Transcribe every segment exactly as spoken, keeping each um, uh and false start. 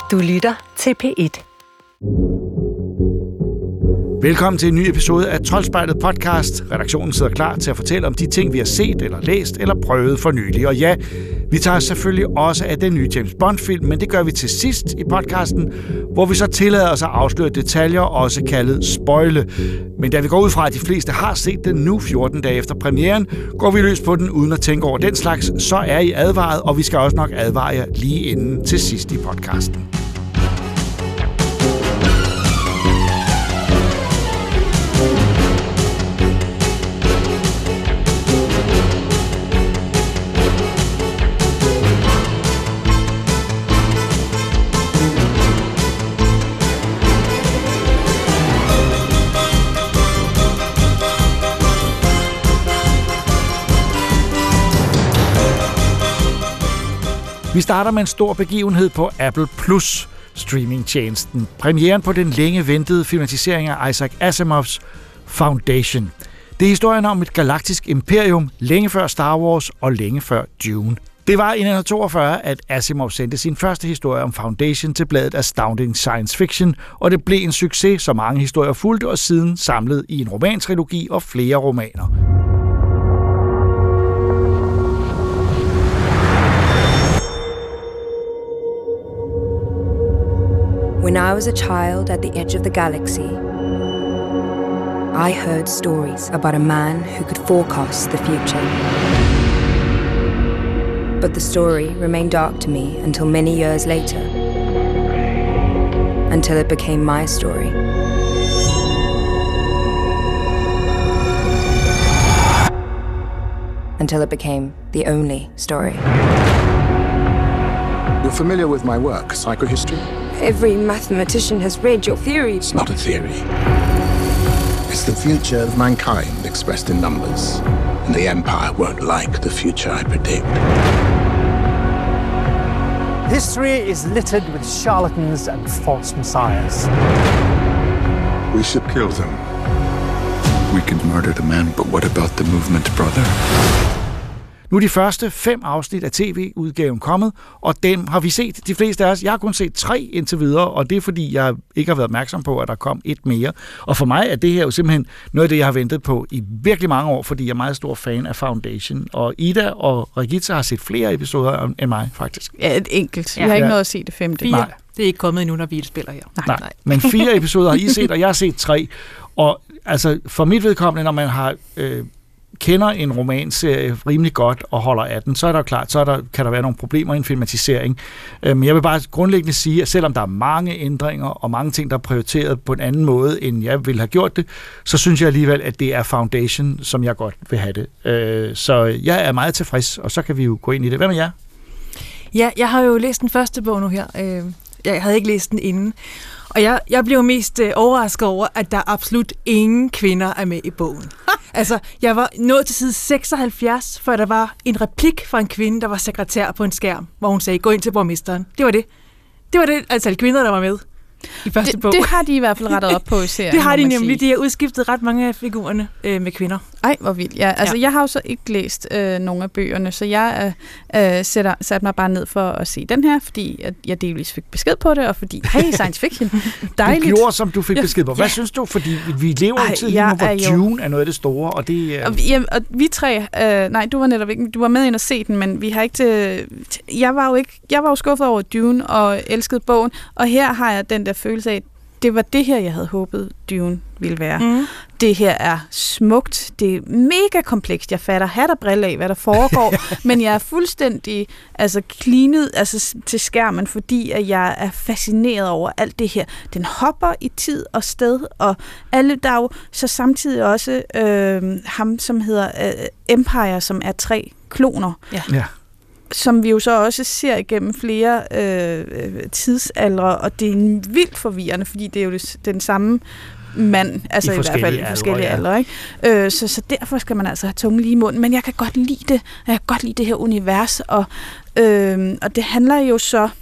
Du lytter til P et. Velkommen til en ny episode af Troldspejlet podcast. Redaktionen sidder klar til at fortælle om de ting, vi har set eller læst eller prøvet for nylig. Og ja, vi tager selvfølgelig også af den nye James Bond-film, men det gør vi til sidst i podcasten, hvor vi så tillader os at afsløre detaljer, også kaldet spoile. Men da vi går ud fra, at de fleste har set den nu fjorten dage efter premieren, går vi løs på den uden at tænke over den slags, så er I advaret, og vi skal også nok advare jer lige inden til sidst i podcasten. Vi starter med en stor begivenhed på Apple Plus streamingtjenesten. Premieren på den længe ventede filmatisering af Isaac Asimovs Foundation. Det er historien om et galaktisk imperium længe før Star Wars og længe før Dune. Det var i nitten toogfyrre, at Asimov sendte sin første historie om Foundation til bladet Astounding Science Fiction, og det blev en succes, så mange historier fulgte og siden samlet i en romantrilogi og flere romaner. When I was a child at the edge of the galaxy, I heard stories about a man who could forecast the future. But the story remained dark to me until many years later, until it became my story. Until it became the only story. You're familiar with my work, Psychohistory? Every mathematician has read your theory. It's not a theory. It's the future of mankind expressed in numbers. And the Empire won't like the future I predict. History is littered with charlatans and false messiahs. We should kill them. We can murder the man, but what about the movement, brother? Nu er de første fem afsnit af tv-udgaven kommet, og dem har vi set, de fleste af os. Jeg har kun set tre indtil videre, og det er fordi, jeg ikke har været opmærksom på, at der kom et mere. Og for mig er det her jo simpelthen noget af det, jeg har ventet på i virkelig mange år, fordi jeg er meget stor fan af Foundation. Og Ida og Regitza har set flere episoder end mig, faktisk. Ja, et enkelt. Ja. Jeg har ikke noget at se det femte. Nej. Det er ikke kommet endnu, når vi spiller her. Nej, nej. nej. Men fire episoder har I set, og jeg har set tre. Og altså, for mit vedkommende, når man har... Øh, kender en romanserie rimelig godt og holder af den, så er der klart, så er der, kan der være nogle problemer i en filmatisering. Men jeg vil bare grundlæggende sige, at selvom der er mange ændringer og mange ting, der er prioriteret på en anden måde, end jeg ville have gjort det, så synes jeg alligevel, at det er Foundation, som jeg godt vil have det. Så jeg er meget tilfreds, og så kan vi jo gå ind i det. Hvad med jer? Ja, jeg har jo læst den første bog nu her. Jeg havde ikke læst den inden. Og jeg, jeg blev mest øh, overrasket over, at der absolut ingen kvinder er med i bogen. Altså, jeg var nået til side seksoghalvfjerds, før der var en replik fra en kvinde, der var sekretær på en skærm, hvor hun sagde, gå ind til borgmesteren. Det var det. Det var det antal kvinder, der var med i første det, bog. Det har de i hvert fald rettet op på i serien. Det har de nemlig. Sige. De har udskiftet ret mange af figurerne øh, med kvinder. Ej, hvor vildt. Ja, altså, ja. Jeg har jo så ikke læst øh, nogle af bøgerne, så jeg øh, sætter, satte mig bare ned for at se den her, fordi at jeg delvis fik besked på det, og fordi, hey, science fiction, dejligt. Du gjorde, som du fik besked på. Hvad ja. synes du? Fordi vi lever Ej, i tid lige nu, hvor Dune er noget af det store, og det... Øh... Og, ja, og vi tre, øh, nej, du var netop ikke, du var med ind og se den, men vi har ikke til... Jeg var jo ikke, jeg var jo skuffet over Dune og elskede bogen, og her har jeg den der følelse af, det var det her, jeg havde håbet, Dune ville være. Mm. Det her er smukt, det er mega komplekst. Jeg fatter hat og brille af, hvad der foregår, men jeg er fuldstændig altså, cleanet altså, til skærmen, fordi at jeg er fascineret over alt det her. Den hopper i tid og sted, og alle der er jo så samtidig også øh, ham, som hedder øh, Empire, som er tre kloner. Ja. ja. Som vi jo så også ser igennem flere øh, tidsaldre, og det er vildt forvirrende, fordi det er jo det, den samme mand, altså i, i hvert fald i forskellige aldre, ja. Ikke? Øh, så, så derfor skal man altså have tungen lige i munden, men jeg kan godt lide det, jeg kan godt lide det her univers, og, øh, og det handler jo så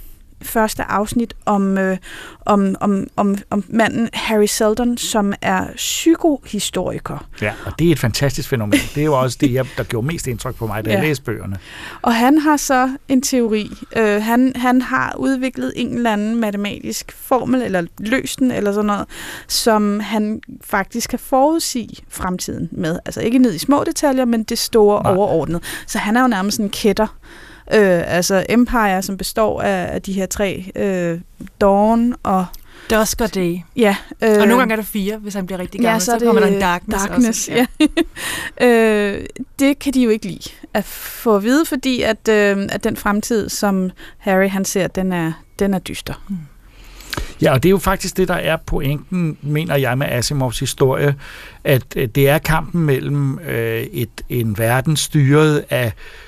første afsnit om, øh, om, om, om, om manden Harry Seldon, som er psykohistoriker. Ja, og det er et fantastisk fænomen. Det er jo også det, der gjorde mest indtryk på mig, da ja. jeg læste bøgerne. Og han har så en teori. Øh, han, han har udviklet en eller anden matematisk formel, eller løst den, eller sådan noget, som han faktisk kan forudsige fremtiden med. Altså ikke ned i små detaljer, men det store Nej. overordnet. Så han er jo nærmest en kætter. Øh, altså Empire, som består af, af de her tre, øh, Dawn og Dusk og Day. Ja. Øh, og nogle gange er der fire, hvis han bliver rigtig gammel, ja, så, så kommer der en Darkness, darkness også. Ja. Ja. øh, det kan de jo ikke lide at få at vide, fordi at, øh, at den fremtid, som Harry han ser, den er, den er dyster. Hmm. Ja, og det er jo faktisk det, der er pointen, mener jeg, med Asimovs historie, at det er kampen mellem øh, et, en verden styret af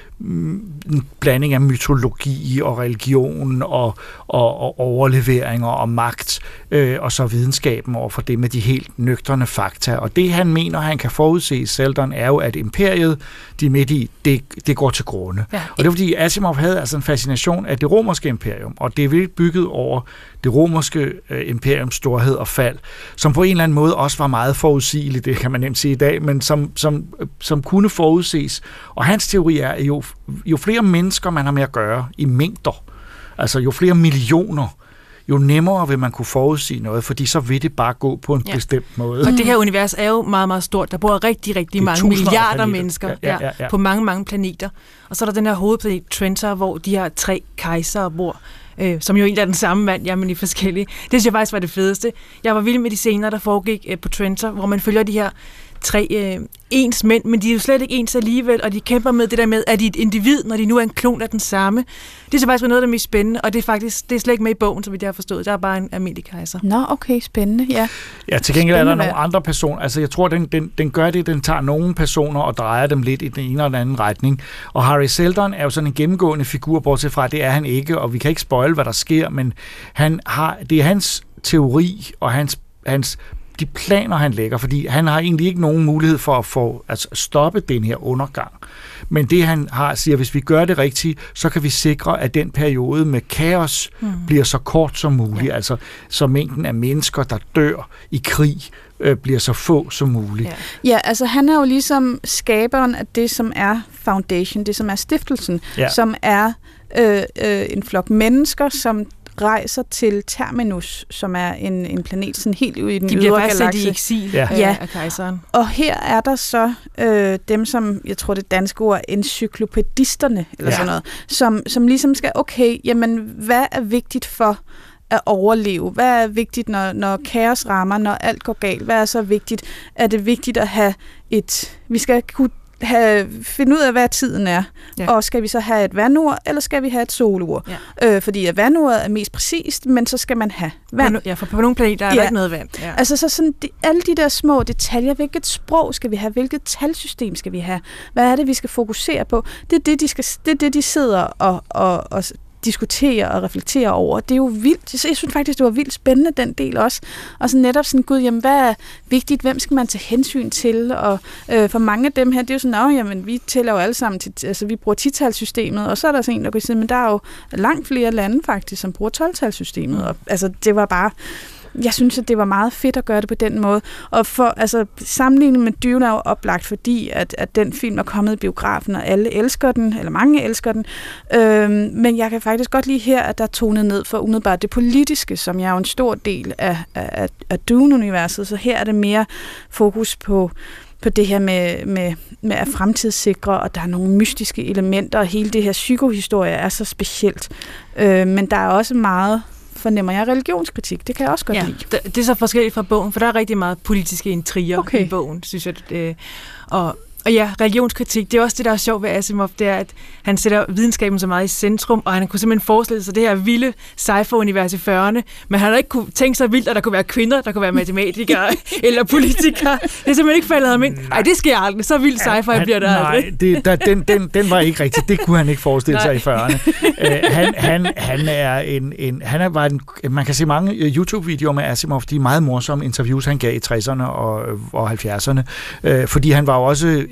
en blanding af mytologi og religion og, og, og overleveringer og magt øh, og så videnskaben over for det med de helt nøgterne fakta. Og det han mener, han kan forudse i Seldon, er jo, at imperiet, de er midt i, det, det går til grunde. Ja. Og det er fordi Asimov havde altså en fascination af det romerske imperium, og det er virkelig bygget over det romerske øh, imperiums storhed og fald, som på en eller anden måde også var meget forudsigeligt, det kan man nemt sige i dag, men som, som, som kunne forudses. Og hans teori er, at jo, jo flere mennesker man har med at gøre i mængder, altså jo flere millioner, jo nemmere vil man kunne forudsige noget, fordi så vil det bare gå på en ja. bestemt måde. Og det her univers er jo meget, meget stort. Der bor rigtig, rigtig mange milliarder mennesker ja, ja, ja, ja. på mange, mange planeter. Og så er der den her hovedplanet Trentor, hvor de her tre kejsere bor, øh, som jo egentlig er den samme mand, jamen i forskellige. Det synes jeg faktisk var det fedeste. Jeg var vild med de scener, der foregik øh, på Trentor, hvor man følger de her tre øh, ens mænd, men de er jo slet ikke ens alligevel, og de kæmper med det der med, at de er et individ, når de nu er en klon af den samme. Det er faktisk noget af det mest spændende, og det er faktisk det er slet ikke med i bogen, så vidt jeg har forstået. Der er bare en almindelig kejser. Nå, okay, spændende, ja. Ja, til gengæld spændende er der nogle andre personer. Altså, jeg tror, den, den, den gør det, den tager nogle personer og drejer dem lidt i den ene eller den anden retning. Og Harry Seldon er jo sådan en gennemgående figur, bortset fra, det er han ikke, og vi kan ikke spoil, hvad der sker, men han har, det er hans teori og hans, hans de planer, han lægger, fordi han har egentlig ikke nogen mulighed for at få altså stoppe den her undergang. Men det, han har, siger, hvis vi gør det rigtigt, så kan vi sikre, at den periode med kaos mm. bliver så kort som muligt. Ja. Altså, så mængden af mennesker, der dør i krig, øh, bliver så få som muligt. Ja. ja, altså han er jo ligesom skaberen af det, som er Foundation, det som er stiftelsen, ja. som er øh, øh, en flok mennesker, som rejser til Terminus, som er en, en planet sådan helt ude i den ydre galakse. De bliver faktisk i eksil ja. ja. af kejseren. Og her er der så øh, dem, som, jeg tror det danske ord, encyklopædisterne, eller ja. sådan noget, som, som ligesom skal, okay, jamen, hvad er vigtigt for at overleve? Hvad er vigtigt, når, når kaos rammer, når alt går galt? Hvad er så vigtigt? Er det vigtigt at have et... Vi skal kunne have, finde ud af, hvad tiden er. Ja. Og skal vi så have et vandur, eller skal vi have et solur? Ja. Øh, fordi at vanduret er mest præcist, men så skal man have vand. Ja, for på nogle planeter er ja. der ikke noget vand. Ja. Altså så sådan de, alle de der små detaljer, hvilket sprog skal vi have, hvilket talsystem skal vi have, hvad er det, vi skal fokusere på? Det er det, de, skal, det er det, de sidder og, og, og diskutere og reflektere over. Det er jo vildt. Så jeg synes faktisk, det var vildt spændende, den del også. Og så netop sådan, gud, jamen, hvad er vigtigt? Hvem skal man tage hensyn til? Og øh, for mange af dem her, det er jo sådan, at jamen, vi tæller jo alle sammen til, altså vi bruger ti-talssystemet, og så er der sådan en, der kan sige, men der er jo langt flere lande faktisk, som bruger tolv-talssystemet. Og altså, det var bare... Jeg synes, at det var meget fedt at gøre det på den måde. Og for, altså, sammenligningen med Dune er jo oplagt, fordi at, at den film er kommet i biografen, og alle elsker den, eller mange elsker den. Øhm, men jeg kan faktisk godt lide her, at der er tonet ned for umiddelbart det politiske, som er jo en stor del af, af, af Dune-universet. Så her er det mere fokus på på det her med, med, med at fremtidssikre, og der er nogle mystiske elementer, og hele det her psykohistorie er så specielt. Øh, men der er også meget... fornemmer jeg religionskritik. Det kan jeg også godt ja, lide. Det er så forskelligt fra bogen, for der er rigtig meget politiske intriger okay. i bogen, synes jeg. Det, og, og ja, religionskritik, det er også det, der er sjovt ved Asimov, det er, at han sætter videnskaben så meget i centrum, og han kunne simpelthen forestille sig det her vilde sci-fi-univers i fyrrerne, men han har ikke kunne tænke sig vildt, at der kunne være kvinder, der kunne være matematikere eller politikere. Det er simpelthen ikke faldet ham ind. Nej, det sker aldrig. Så vildt sci-fi han, bliver der aldrig. Nej, det, der, den, den, den var ikke rigtig. Det kunne han ikke forestille sig i fyrrerne. uh, han, han, han er en, en, han er, var en, man kan se mange YouTube-videoer med Asimov, de er meget morsomme interviews, han gav i tresserne og, og halvfjerdserne, uh, fordi han var jo også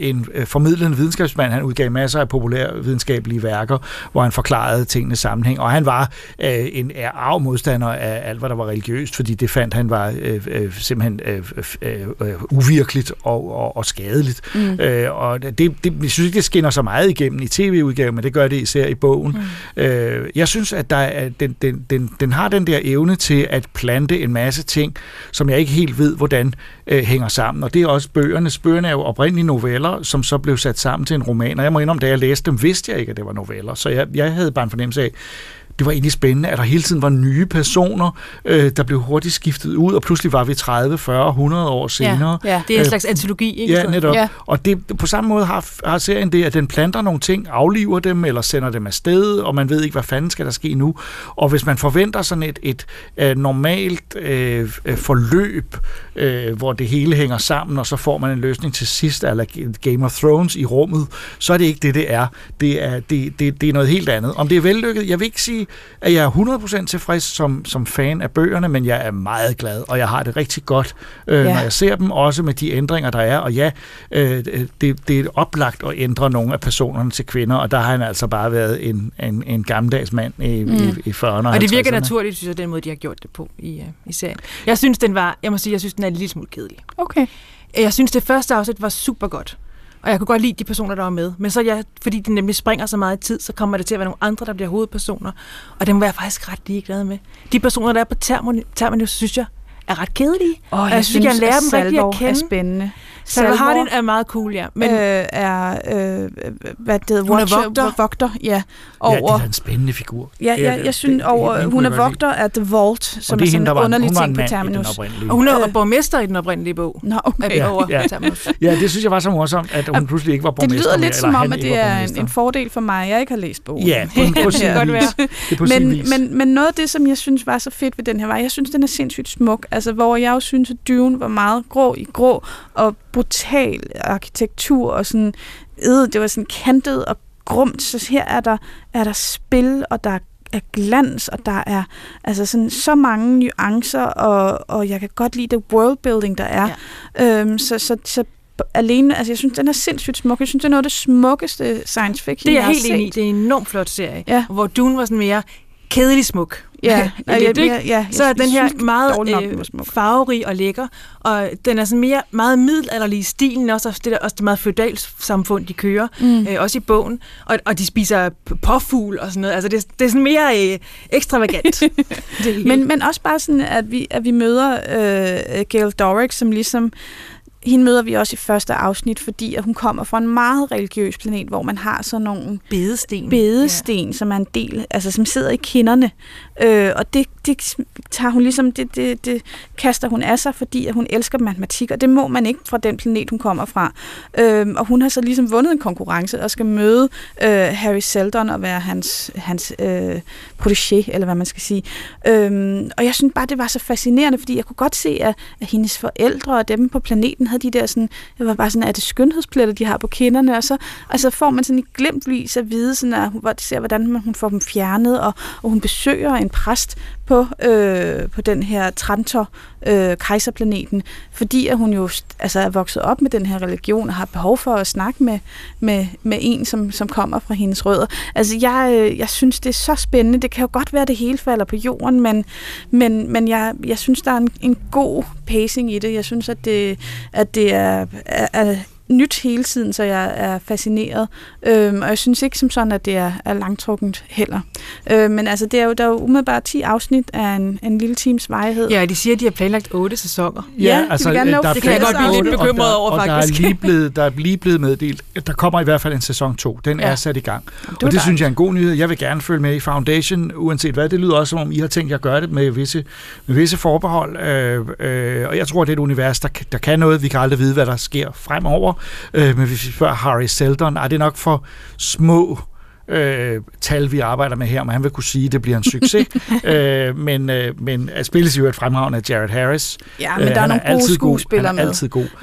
en øh, formidlende videnskabsmand. Han udgav masser af populære videnskabelige værker, hvor han forklarede tingenes sammenhæng, og han var øh, en arg modstander af alt, hvad der var religiøst, fordi det fandt han var øh, øh, simpelthen øh, øh, øh, uvirkeligt og, og, og skadeligt. Mm. Øh, og det, det, jeg synes ikke, det skinner så meget igennem i tv-udgaven, men det gør det især i bogen. Mm. Øh, jeg synes, at der er, den, den, den, den har den der evne til at plante en masse ting, som jeg ikke helt ved, hvordan øh, hænger sammen. Og det er også bøgerne. Bøgerne er jo oprindelige noveller, som så blev sat sammen til en roman. Og jeg må indrømme, da jeg læste dem, vidste jeg ikke, at det var noveller. Så jeg, jeg havde bare en fornemmelse af, det var egentlig spændende, at der hele tiden var nye personer, øh, der blev hurtigt skiftet ud, og pludselig var vi tredive, fyrre, hundrede år senere. Ja, ja. Det er en slags antologi, ikke? Ja, netop. Ja. Og det, på samme måde har, har serien det, at den planter nogle ting, afliver dem, eller sender dem afsted, og man ved ikke, hvad fanden skal der ske nu. Og hvis man forventer sådan et, et, et normalt øh, forløb, øh, hvor det hele hænger sammen, og så får man en løsning til sidst, eller Game of Thrones i rummet, så er det ikke det, det er. Det er, det, det, det er noget helt andet. Om det er vellykket, jeg vil ikke sige, at jeg er hundrede procent tilfreds som, som fan af bøgerne, men jeg er meget glad, og jeg har det rigtig godt, øh, ja. når jeg ser dem, også med de ændringer, der er. Og ja, øh, det, det er oplagt at ændre nogle af personerne til kvinder, og der har han altså bare været en, en, en gammeldags mand i, mm. i, i fyrrerne og Og det virker naturligt, synes jeg, den måde, de har gjort det på i, uh, i serien. Jeg synes, den var, jeg må sige, jeg synes, den er en lille smule kedelig. Okay. Jeg synes, det første afsnit var super godt. Og jeg kunne godt lide de personer, der var med. Men så ja, fordi det nemlig springer så meget i tid, så kommer det til at være nogle andre, der bliver hovedpersoner. Og dem var jeg faktisk ret ligeglad med. De personer, der er på Terminus, synes jeg, er ret kedelige. Oh, jeg, jeg synes, jeg lærer dem rigtig at kende. Er spændende. Salvor Hardin er meget cool, ja. Men øh, er, øh, hvad det hedder, Watcher, hun er vogter. vogter, ja. Over, ja, det er en spændende figur. Ja, ja jeg synes, det, over, det, hun er vogter af The Vault, som er sådan en underlig ting på Terminus. Og hun er øh, borgmester i den oprindelige bog. Nå, okay. Ja, over ja. ja, det synes jeg var så morsomt, at hun pludselig ikke var borgmester. Det lyder lidt mere, som om, at det er en, en fordel for mig, jeg ikke har læst bogen. Ja, på, på sin vis. Men, men, men noget af det, som jeg synes var så fedt ved den her, var, jeg synes, den er sindssygt smuk. Altså, hvor jeg jo synes, at Dune var meget grå i grå, og brutal arkitektur, og sådan, øh, det var sådan kantet og grumt, så her er der, er der spil, og der er glans, og der er altså sådan så mange nuancer, og, og jeg kan godt lide det worldbuilding, der er. Ja. Øhm, så, så, så alene, altså jeg synes, den er sindssygt smuk. Jeg synes, det er noget af det smukkeste science fiction, det er jeg har helt enig i. Det er en enormt flot serie, ja. Hvor Dune var sådan mere kedelig smuk. Ja, ja, ja, ja, ja, så er den her synes, meget øh, farverig og lækker, og den er sådan mere meget middelalderlig i stilen, også det der også det meget feudalsamfund, de kører, mm. øh, også i bogen, og, og de spiser påfugl og sådan noget, altså det, det er sådan mere øh, ekstravagant. men, men også bare sådan, at vi, at vi møder øh, Gail Doric, som ligesom hende møder vi også i første afsnit, fordi at hun kommer fra en meget religiøs planet, hvor man har sådan nogle bedesten, bedesten ja. Som er en del, altså som sidder i kinderne. Øh, og det, det tager hun ligesom, det, det, det kaster hun af sig, fordi at hun elsker matematik, og det må man ikke fra den planet, hun kommer fra. Øh, og hun har så ligesom vundet en konkurrence og skal møde øh, Harry Seldon og være hans, hans øh, protégé, eller hvad man skal sige. Øh, og jeg synes bare, det var så fascinerende, fordi jeg kunne godt se, at, at hendes forældre og dem på planeten havde de der sådan, det var bare sådan, at det skønhedspletter, de har på kinderne, og så altså får man sådan et glimtvis at vide, sådan at hun ser, hvordan hun får dem fjernet, og, og hun besøger en præst på, øh, på den her Trantor, øh, kejserplaneten, fordi at hun jo altså, er vokset op med den her religion, og har behov for at snakke med, med, med en, som, som kommer fra hendes rødder. Altså, jeg, jeg synes, det er så spændende. Det kan jo godt være, at det hele falder på jorden, men, men, men jeg, jeg synes, der er en, en god pacing i det. Jeg synes, at det, at det er, er, er nyt hele tiden, så jeg er fascineret. Øhm, og jeg synes ikke som sådan, at det er, er langtrukkent heller. Øhm, men altså, det er jo, der er jo umiddelbart ti afsnit af en, en lille times varighed. Ja, de siger, at de har planlagt otte sæsoner. Ja, ja altså, de der det kan jeg godt blive lidt bekymret der, over, og faktisk. Og der er lige blevet, der er lige blevet meddelt, at der kommer i hvert fald en sæson to. Den ja. er sat i gang. Og det, og det synes jeg er en god nyhed. Jeg vil gerne følge med i Foundation, uanset hvad. Det lyder også, som om I har tænkt jer at gøre det med visse, med visse forbehold. Øh, øh, og jeg tror, det er et univers, der, der kan noget. Vi kan aldrig vide, hvad der sker fremover. Øh, men hvis vi spørger Harry Seldon, er det nok for små øh, tal, vi arbejder med her, men han vil kunne sige, at det bliver en succes. øh, men, øh, men at spilles jo et fremragende af Jared Harris. Ja, men øh, der er nogle gode skuespillere med. Han er altid god. Lige P.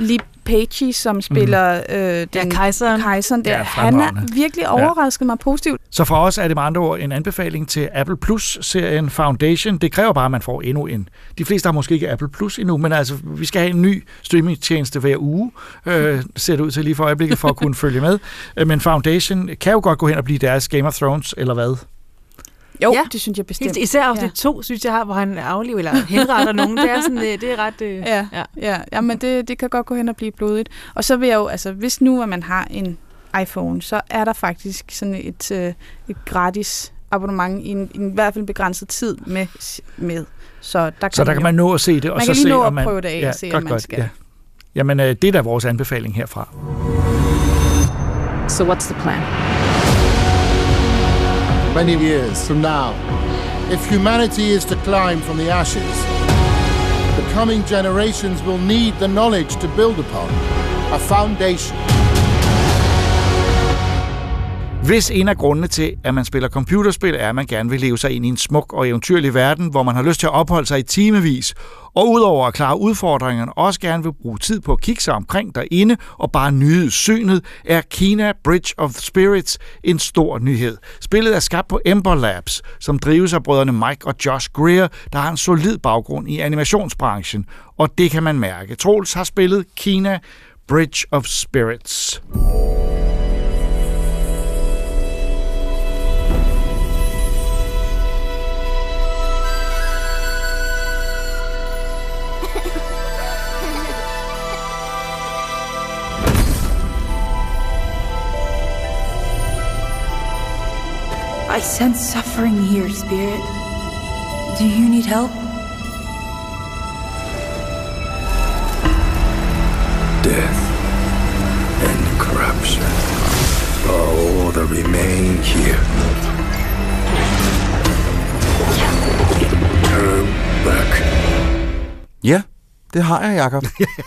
Pagey, som spiller mm. øh, den ja, kejseren. kejseren der. Ja, Han er virkelig overrasket ja. mig positivt. Så for os er det med andre ord en anbefaling til Apple Plus-serien Foundation. Det kræver bare, at man får endnu en. De fleste har måske ikke Apple Plus endnu, men altså, vi skal have en ny streamingtjeneste hver uge, øh, ser det ud til lige for øjeblikket, for at kunne følge med. Men Foundation kan jo godt gå hen og blive deres Game of Thrones, eller hvad? Jo, ja. det synes jeg bestemt. Især afsnit ja. to, synes jeg har, hvor han aflever eller henretter nogen. Det er sådan, det er ret... Øh, ja, ja. ja, ja, men det, det kan godt gå hen og blive blodigt. Og så vil jeg jo, altså, hvis nu at man har en iPhone, så er der faktisk sådan et, øh, et gratis abonnement i, en, i en, i hvert fald en begrænset tid med. med. Så der kan, så der man, kan man nå at se det, og man så kan lige se, nå om man... at prøve det af ja, og se, godt, om man godt, skal. Ja. Jamen, øh, det er da vores anbefaling herfra. So what's the plan? Many years from now, if humanity is to climb from the ashes, the coming generations will need the knowledge to build upon, a foundation. Hvis en af grundene til, at man spiller computerspil, er, at man gerne vil leve sig ind i en smuk og eventyrlig verden, hvor man har lyst til at opholde sig i timevis, og udover at klare udfordringerne, også gerne vil bruge tid på at kigge sig omkring derinde og bare nyde synet, er Kena Bridge of Spirits en stor nyhed. Spillet er skabt på Ember Labs, som drives af brødrene Mike og Josh Greer, der har en solid baggrund i animationsbranchen, og det kan man mærke. Troels har spillet Kena Bridge of Spirits. I sense suffering here, Spirit. Do you need help? Death and corruption are all that remain here. Turn back. Ja, det har jeg, Jacob.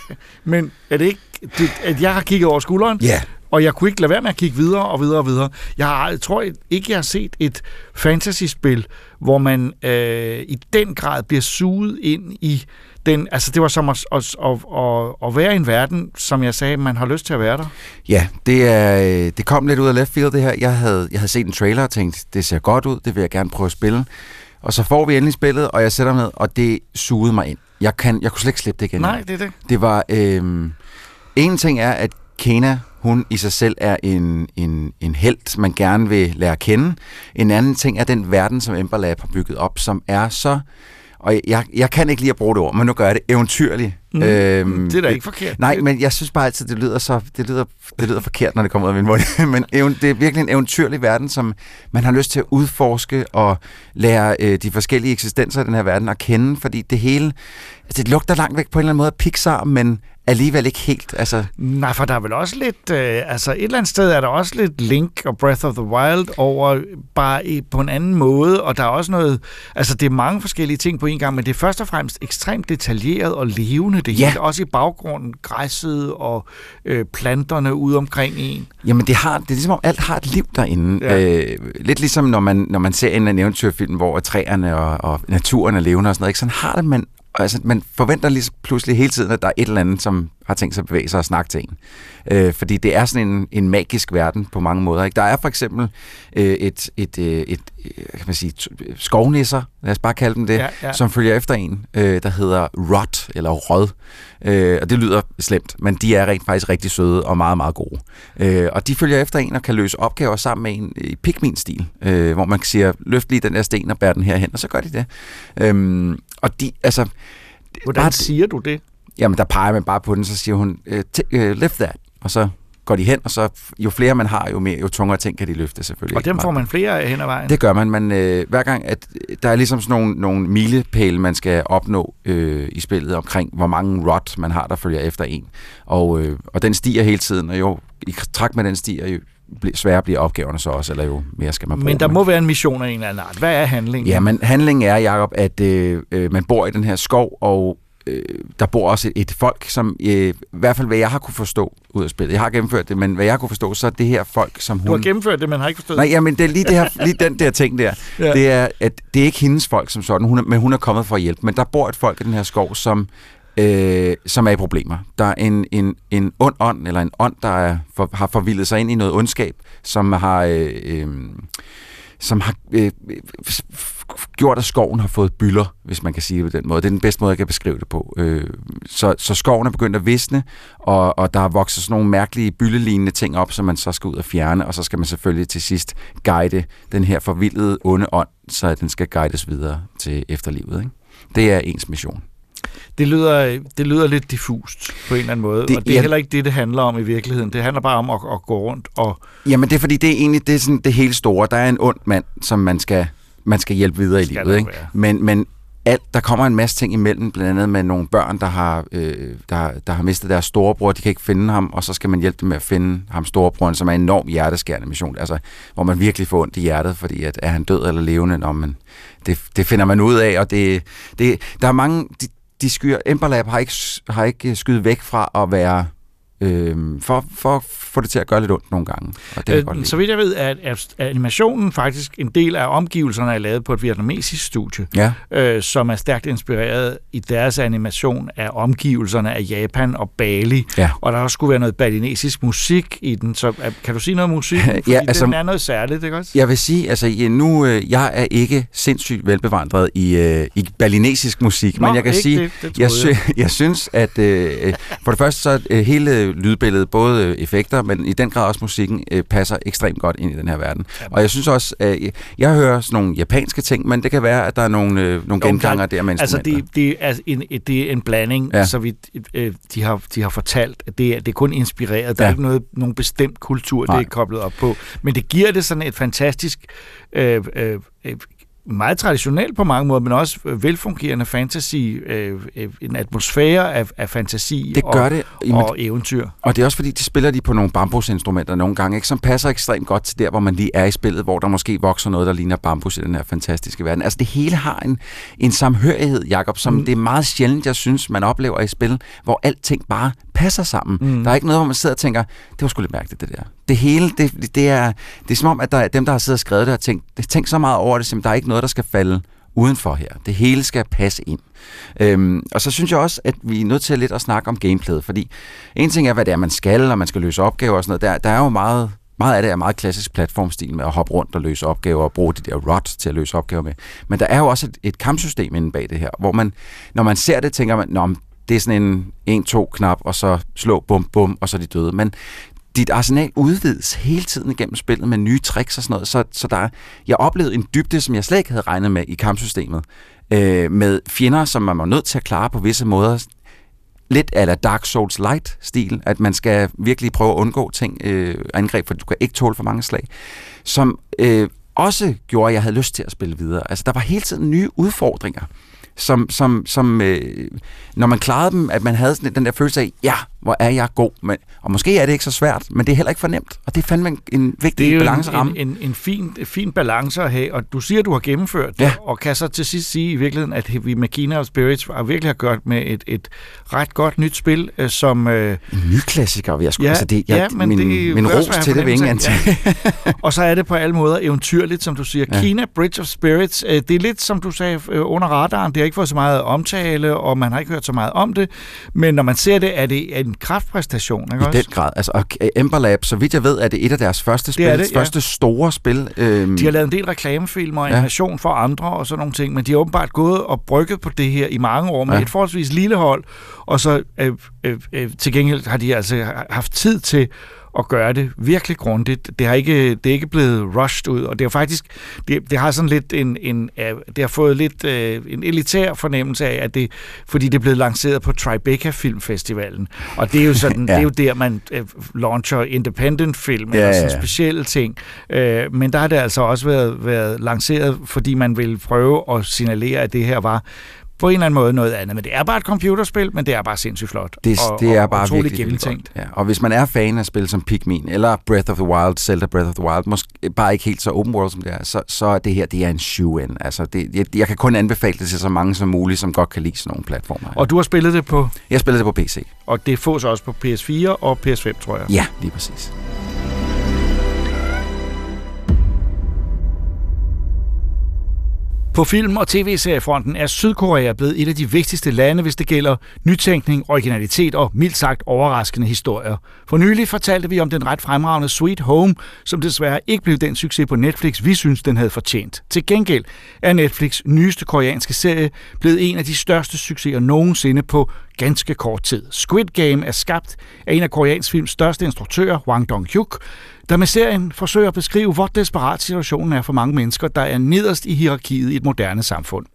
Men er det ikke, det, at jeg har kigget over skulderen? Ja. Og jeg kunne ikke lade være med at kigge videre og videre og videre. Jeg har, tror ikke, jeg har set et fantasyspil, hvor man øh, i den grad bliver suget ind i den... Altså, det var som at, at, at, at, at være i en verden, som jeg sagde, man har lyst til at være der. Ja, det, er, det kom lidt ud af left field, det her. Jeg havde, jeg havde set en trailer og tænkt, det ser godt ud, det vil jeg gerne prøve at spille. Og så får vi endelig spillet, og jeg sætter med, og det sugede mig ind. Jeg, kan, jeg kunne slet ikke slippe det igen. Nej, det er det. Det var... Øh, en ting er, at Kena, hun i sig selv er en, en, en helt, man gerne vil lære at kende. En anden ting er den verden, som Ember Lab har bygget op, som er så... Og jeg, jeg kan ikke lide at bruge det ord, men nu gør jeg det eventyrligt. Mm, øhm, det er da ikke forkert. Nej, men jeg synes bare altid, det lyder så det lyder, det lyder forkert, når det kommer ud af min mund. Men det er virkelig en eventyrlig verden, som man har lyst til at udforske og lære øh, de forskellige eksistenser i den her verden at kende, fordi det hele, altså det lugter langt væk på en eller anden måde af Pixar, men alligevel ikke helt. Altså. Nej, for der er vel også lidt, øh, altså et eller andet sted er der også lidt Link og Breath of the Wild over bare i, på en anden måde, og der er også noget, altså det er mange forskellige ting på en gang, men det er først og fremmest ekstremt detaljeret og levende, det ja. hele, også i baggrunden, græsset og øh, planterne ude omkring en. Jamen det har, det er ligesom om alt har et liv derinde. Ja. Øh, lidt ligesom når man, når man ser en eller anden eventyrfilm, hvor træerne og, og naturen er levende og sådan noget, ikke? Sådan har det man. Altså, man forventer lige pludselig hele tiden, at der er et eller andet, som har tænkt sig at bevæge sig og snakke til en. Øh, fordi det er sådan en, en magisk verden på mange måder. Ikke? Der er for eksempel øh, et, et, et, et kan man sige, skovnisser, lad os bare kalde dem det, ja, ja. som følger efter en, øh, der hedder Rot, eller Rød. Øh, og det lyder slemt, men de er rent faktisk rigtig søde og meget, meget gode. Øh, og de følger efter en og kan løse opgaver sammen med en i Pikmin-stil, øh, hvor man siger, løft lige den der sten og bær den herhen, og så gør de det. Øh, og de, altså... Hvordan bare, siger du det? Jamen, der peger man bare på den, så siger hun, uh, lift that, og så går de hen, og så jo flere man har, jo mere, jo tungere ting kan de løfte selvfølgelig. Og dem får man flere af hen ad vejen? Det gør man, men øh, hver gang, at der er ligesom sådan nogle, nogle milepæle, man skal opnå øh, i spillet omkring, hvor mange rot man har, der følger efter en. Og, øh, og den stiger hele tiden, og jo i træk med den stiger, jo sværere bliver opgaverne så også, eller jo mere skal man bruge. Men der må være en mission af en eller anden art. Hvad er handlingen? Ja, men handlingen er, Jacob, at øh, man bor i den her skov, og øh, der bor også et, et folk, som øh, i hvert fald, hvad jeg har kunne forstå ud af spillet. Jeg har gennemført det, men hvad jeg kunne forstå, så er det her folk, som hun... Du har gennemført det, men har ikke forstået Nej, jamen, det er lige, det her, lige den der ting der. Ja. Det er, at det er ikke hendes folk som sådan, hun er, men hun er kommet for at hjælpe. Men der bor et folk i den her skov, som øh, som er i problemer. Der er en, en, en ond ånd, eller en ånd, der er for, har forvildet sig ind i noget ondskab, som har... Øh, øh, som har øh, gjort, at skoven har fået bylder, hvis man kan sige det på den måde. Det er den bedste måde, jeg kan beskrive det på. Øh, så, så skoven er begyndt at visne, og, og der er vokset sådan nogle mærkelige byllelignende ting op, som man så skal ud og fjerne, og så skal man selvfølgelig til sidst guide den her forvildede onde ånd, så den skal guides videre til efterlivet. Ikke? Det er ens mission. Det lyder, det lyder lidt diffust på en eller anden måde, det, og det er ja, heller ikke det, det handler om i virkeligheden. Det handler bare om at, at gå rundt og... Jamen det er fordi, det er egentlig det, er sådan, det hele store. Der er en ond mand, som man skal, man skal hjælpe videre i livet. Ikke? Men, men alt, der kommer en masse ting imellem, blandt andet med nogle børn, der har, øh, der, der har mistet deres storebror. De kan ikke finde ham, og så skal man hjælpe dem med at finde ham storebroren, som er en enorm hjerteskærende mission. Altså, hvor man virkelig får ondt i hjertet, fordi at, er han død eller levende? Nå, men det, det finder man ud af, og det, det, der er mange... De, De skyer, Ember Lab har ikke, har ikke skydet væk fra at være, øh, for, for at få det til at gøre lidt ondt nogle gange. Og det øh, så vidt jeg ved, er, er animationen faktisk en del af omgivelserne, er lavet på et vietnamesisk studie, ja. øh, som er stærkt inspireret i deres animation af omgivelserne af Japan og Bali. Ja. Og der skulle være noget balinesisk musik i den. Så kan du sige noget om musik? Fordi ja, altså, den er noget særligt, ikke også? Jeg vil sige, altså nu, jeg er ikke sindssygt velbevandret i, øh, i balinesisk musik, Nå, men jeg kan sige, det, det jeg, jeg. Sy- jeg synes, at øh, for det første så øh, hele lydbilledet, både effekter, men i den grad også musikken, øh, passer ekstremt godt ind i den her verden. Jamen. Og jeg synes også, øh, jeg hører sådan nogle japanske ting, men det kan være, at der er nogle, øh, nogle genganger der med instrumenter. Altså, det, det, er en, det er en blanding, ja. så vidt øh, de, har, de har fortalt, at det er, det er kun inspireret. Der ja. er ikke noget, nogen bestemt kultur, Nej. det er koblet op på. Men det giver det sådan et fantastisk... Øh, øh, meget traditionelt på mange måder, men også velfungerende fantasy, øh, en atmosfære af, af fantasi det gør og, det. og eventyr. Og det er også fordi, de spiller de på nogle bambusinstrumenter nogle gange, ikke, som passer ekstremt godt til der, hvor man lige er i spillet, hvor der måske vokser noget, der ligner bambus i den her fantastiske verden. Altså det hele har en, en samhørighed, Jakob, som mm. det er meget sjældent, jeg synes, man oplever i spil, hvor alting bare passer sammen. Mm. Der er ikke noget, hvor man sidder og tænker, det var sgu lidt mærkeligt, det der. Det hele, det, det, er, det er som om, at der er dem, der har siddet og skrevet det, har tænkt, tænkt så meget over det, som der er ikke noget, der skal falde udenfor her. Det hele skal passe ind. Øhm, og så synes jeg også, at vi er nødt til lidt at snakke om gameplayet, fordi en ting er, hvad det er, man skal, og man skal løse opgaver og sådan noget. Der, der er jo meget, meget af det er meget klassisk platformstil med at hoppe rundt og løse opgaver og bruge de der rods til at løse opgaver med. Men der er jo også et, et kampsystem inde bag det her, hvor man, når man ser det, tænker man, nå, det er sådan en en to knap, og så slå bum bum, og så er de døde. Men dit arsenal udvides hele tiden igennem spillet med nye tricks og sådan noget, så, så der er, jeg oplevede en dybde, som jeg slet ikke havde regnet med i kampsystemet, øh, med fjender, som man var nødt til at klare på visse måder, lidt eller Dark Souls Light-stil, at man skal virkelig prøve at undgå ting, øh, angreb, for du kan ikke tåle for mange slag, som øh, også gjorde, at jeg havde lyst til at spille videre. Altså, der var hele tiden nye udfordringer, som, som, som øh, når man klarede dem, at man havde sådan den der følelse af, ja, hvor er jeg god. Men, og måske er det ikke så svært, men det er heller ikke for nemt. Og det er fandme en, en vigtig balanceramme. Det er jo en, en, en, fin, fin balance at have, og du siger, at du har gennemført det, ja. Og kan så til sidst sige i virkeligheden, at vi med Kena of Spirits har virkelig har gjort med et, et ret godt nyt spil, som... Øh, en ny klassiker, vil jeg sgu. Ja, altså det, jeg, ja, men min, det min ros til det vil ingen antage. Ja. Og så er det på alle måder eventyrligt, som du siger. Ja. Kena Bridge of Spirits, øh, det er lidt, som du sagde, under radaren. Det har ikke fået så meget omtale, og man har ikke hørt så meget om det, men når man ser det, er det en kraftpræstation, ikke I også? den grad. Altså, Ember Lab, så vidt jeg ved, er det et af deres første spil, det det, ja. første store spil. Øhm. De har lavet en del reklamefilm og animation ja. for andre og sådan nogle ting, men de har åbenbart gået og brygget på det her i mange år med ja. et forholdsvis lille hold, og så øh, øh, øh, til gengæld har de altså haft tid til at gøre det virkelig grundigt. Det har ikke, det er ikke blevet rushed ud, og det er faktisk, det, det har sådan lidt en, en, det har fået lidt øh, en elitær fornemmelse af, at det, fordi det er blevet lanceret på Tribeca Filmfestivalen, og det er jo sådan, ja. det er jo der, man øh, launcher independent film, ja, eller sådan ja, ja. specielle ting, øh, men der har det altså også været, været lanceret, fordi man vil prøve at signalere, at det her var på en eller anden måde noget andet. Men det er bare et computerspil, men det er bare sindssygt flot. Det, og, det er og, bare og virkelig gennemtænkt. Ja. Og hvis man er fan af spil som Pikmin, eller Breath of the Wild, Zelda Breath of the Wild, måske bare ikke helt så open world som det er, så, så er det her, det er en shoe-in. Altså, det, jeg, jeg kan kun anbefale det til så mange som muligt, som godt kan lide sådan nogle platformer. Og du har spillet det på? Jeg spillede det på P C. Og det fås også på P S fire og P S fem, tror jeg. Ja, lige præcis. På film- og tv-seriefronten er Sydkorea blevet et af de vigtigste lande, hvis det gælder nytænkning, originalitet og mildt sagt overraskende historier. For nylig fortalte vi om den ret fremragende Sweet Home, som desværre ikke blev den succes på Netflix, vi synes, den havde fortjent. Til gengæld er Netflix nyeste koreanske serie blevet en af de største succeser nogensinde på ganske kort tid. Squid Game er skabt af en af koreansk films største instruktører, Hwang Dong-hyuk, der med serien forsøger at beskrive, hvor desperat situationen er for mange mennesker, der er nederst i hierarkiet i et moderne samfund.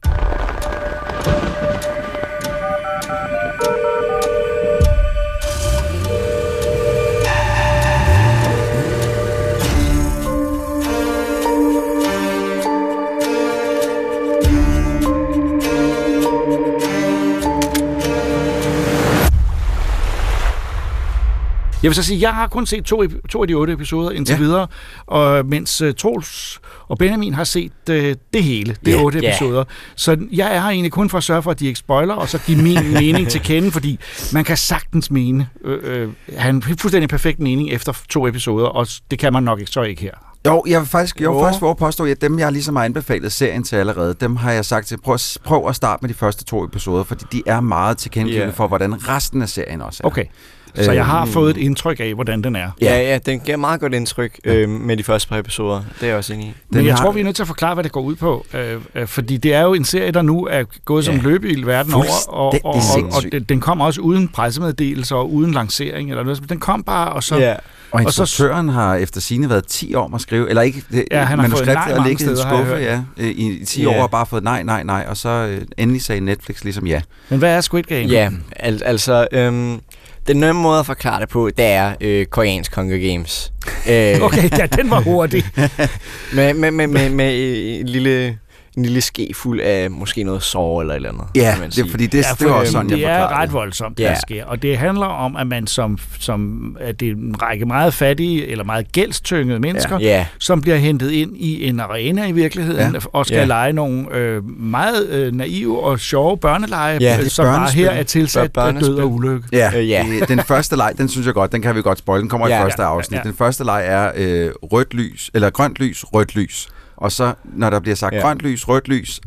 Jeg vil så sige, at jeg har kun set to, to af de otte episoder indtil ja. videre, og mens uh, Troels og Benjamin har set uh, det hele, det yeah, otte episoder. Yeah. Så jeg er her egentlig kun for at sørge for, at de ikke spoiler, og så give min mening til kende, fordi man kan sagtens mene, øh, øh, have en fuldstændig perfekt mening efter to episoder, og det kan man nok ikke, så ikke her. Jo, jeg vil faktisk, jeg vil faktisk våge påstå, at dem, jeg ligesom har anbefalet serien til allerede, dem har jeg sagt til, prøv, prøv at starte med de første to episoder, fordi de er meget tilkendegivende yeah. for, hvordan resten af serien også er. Okay. Så jeg har fået et indtryk af, hvordan den er. Ja, ja, den giver meget godt indtryk øh, med de første par episoder. Det er jeg også enig i. Men jeg har... tror, vi er nødt til at forklare, hvad det går ud på. Øh, øh, fordi det er jo en serie, der nu er gået som ja. løbeil verden over, og, og, og, og den, den kom også uden pressemeddelelser og uden lancering eller noget. Den kom bare, og så... Ja. Og instruktøren har efter sigende været ti år at skrive, eller ikke, det, ja, han har fået nej mange steder, skuffe, ja, i, i ti yeah. år og bare fået nej, nej, nej, og så øh, endelig sagde Netflix ligesom ja. Men hvad er Squid Game? Ja, al- altså... Øhm Den nemme måde at forklare det på, det er øh, koreansk Hunger Games. Øh, okay, ja, den var hurtig. med, med, med, med, med en lille... en lille ske fuld af måske noget sår eller et eller andet. Ja, det er fordi det, ja, for, det er også sådan, jeg forklarer det. er ret voldsomt, ja. der sker. Og det handler om, at man som, som at det er en række meget fattige eller meget gældstyngede mennesker, ja. som bliver hentet ind i en arena i virkeligheden, ja. og skal ja. lege nogle øh, meget øh, naive og sjove børnelege, ja, som bare her er tilsat af død og ulykke. Ja, øh, ja. Den første leg, den synes jeg godt, den kan vi godt spoile. Den kommer ja. i første afsnit. Ja, ja. Den første leg er øh, rødt lys, eller grønt lys, rødt lys. Og så, når der bliver sagt ja. grønt lys, rødt lys,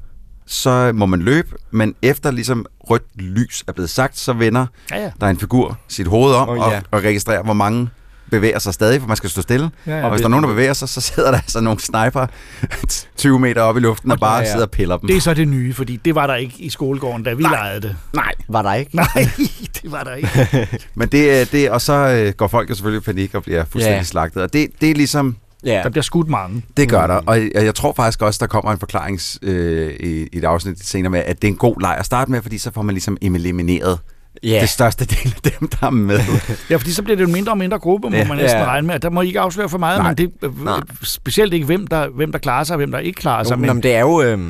så må man løbe, men efter ligesom rødt lys er blevet sagt, så vender ja, ja. der en figur sit hoved om oh, ja. og, og registrerer, hvor mange bevæger sig stadig, for man skal stå stille. Ja, ja. Og hvis der er nogen, der bevæger sig, så sidder der altså nogle sniper tyve meter op i luften og bare ja, ja. sidder og piller dem. Det er så det nye, fordi det var der ikke i skolegården, da vi Nej. legede det. Nej, var der ikke? Nej, det var der ikke. Men det, det og så øh, går folk jo selvfølgelig i panik og bliver fuldstændig ja. slagtet. Og det, det er ligesom... Ja. Der bliver skudt mange. Det gør der, og jeg, jeg tror faktisk også, der kommer en forklaring øh, i, i et afsnit senere med, at det er en god leg at starte med, fordi så får man ligesom elimineret yeah. det største del af dem, der er med. Ja, fordi så bliver det en mindre og mindre gruppe, må yeah. man næsten yeah. regne med. Der må I ikke afsløre for meget, Nej. men det øh, specielt ikke, hvem der, hvem der klarer sig, og hvem der ikke klarer sig. Jo, men det er jo... Øh...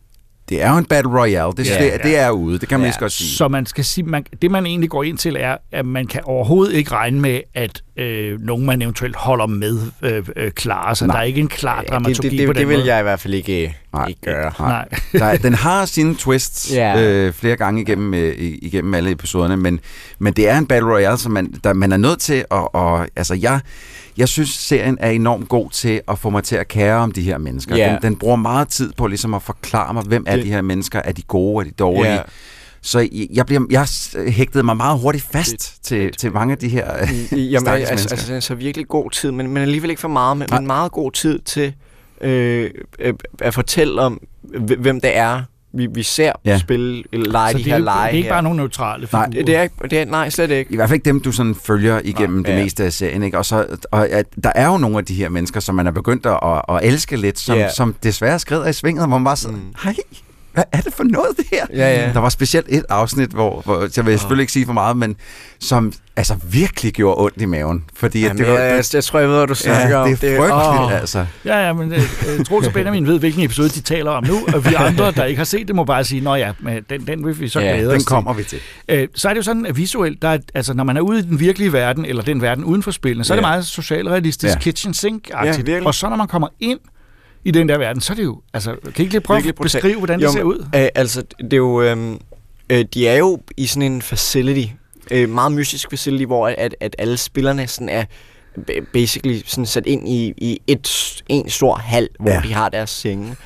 Det er jo en battle royale. Det, yeah, det, yeah. det er ude. Det kan man ja. ikke godt sige. Så man skal sige, man, det man egentlig går ind til er, at man kan overhovedet ikke regne med, at øh, nogen man eventuelt holder med øh, øh, klarer sig. Nej. Der er ikke en klar dramaturgi det, det, det, på den det vil måde. jeg i hvert fald ikke, Nej. ikke gøre. Nej. Nej. Den har sine twists yeah. øh, flere gange igennem, øh, igennem alle episoderne, men, men det er en battle royale, som man, der, man er nødt til at... Og, altså, jeg... Jeg synes, serien er enormt god til at få mig til at kære om de her mennesker. Yeah. Den, den bruger meget tid på ligesom at forklare mig, hvem er de her mennesker? Er de gode? Er de dårlige? Yeah. Så jeg, bliver, jeg hægtede mig meget hurtigt fast det, til, det, til mange af de her Jamen, altså, mennesker. Altså, altså virkelig god tid, men, men alligevel ikke for meget, men, men meget god tid til øh, øh, at fortælle om, hvem det er, vi, vi ser ja. spille eller lege de her lege. Det er ikke bare nogle neutrale figurer. Nej, det er, det er, nej, slet ikke. I hvert fald ikke dem, du sådan følger igennem nej, det ja. meste af serien. Ikke? Og, så, og at, der er jo nogle af de her mennesker, som man er begyndt at, at elske lidt, som, yeah. som desværre skrider i svinget, hvor man bare sådan, mm. hej, hvad er det for noget, det her? Ja, ja. Der var specielt et afsnit, hvor, hvor jeg vil selvfølgelig ikke sige for meget, men som altså virkelig gjorde ondt i maven. Fordi Jamen, det var, jeg, det, jeg tror, jeg ved, hvad du snakker ja, om. det er frygteligt, oh. altså. Ja, ja, men uh, Troels og Benjamin ved, hvilken episode de taler om nu, og vi andre, der ikke har set det, må bare sige, nå ja, men den, den vil vi så ja, glæde os til. den kommer vi til. Uh, så er det jo sådan, at visuelt, der er, altså, når man er ude i den virkelige verden, eller den verden uden for spillene, så ja. er det meget socialrealistisk, ja. kitchen sink-agtigt. Ja, og så når man kommer ind i den der verden, så er det jo, altså, kan I ikke lige prøve at beskrive, hvordan det jo, ser ud? Øh, altså, det er jo, øh, øh, de er jo i sådan en facility, øh, meget mystisk facility, hvor at, at alle spillerne sådan er basically sådan sat ind i, i et, en stor hal, hvor ja. de har deres senge.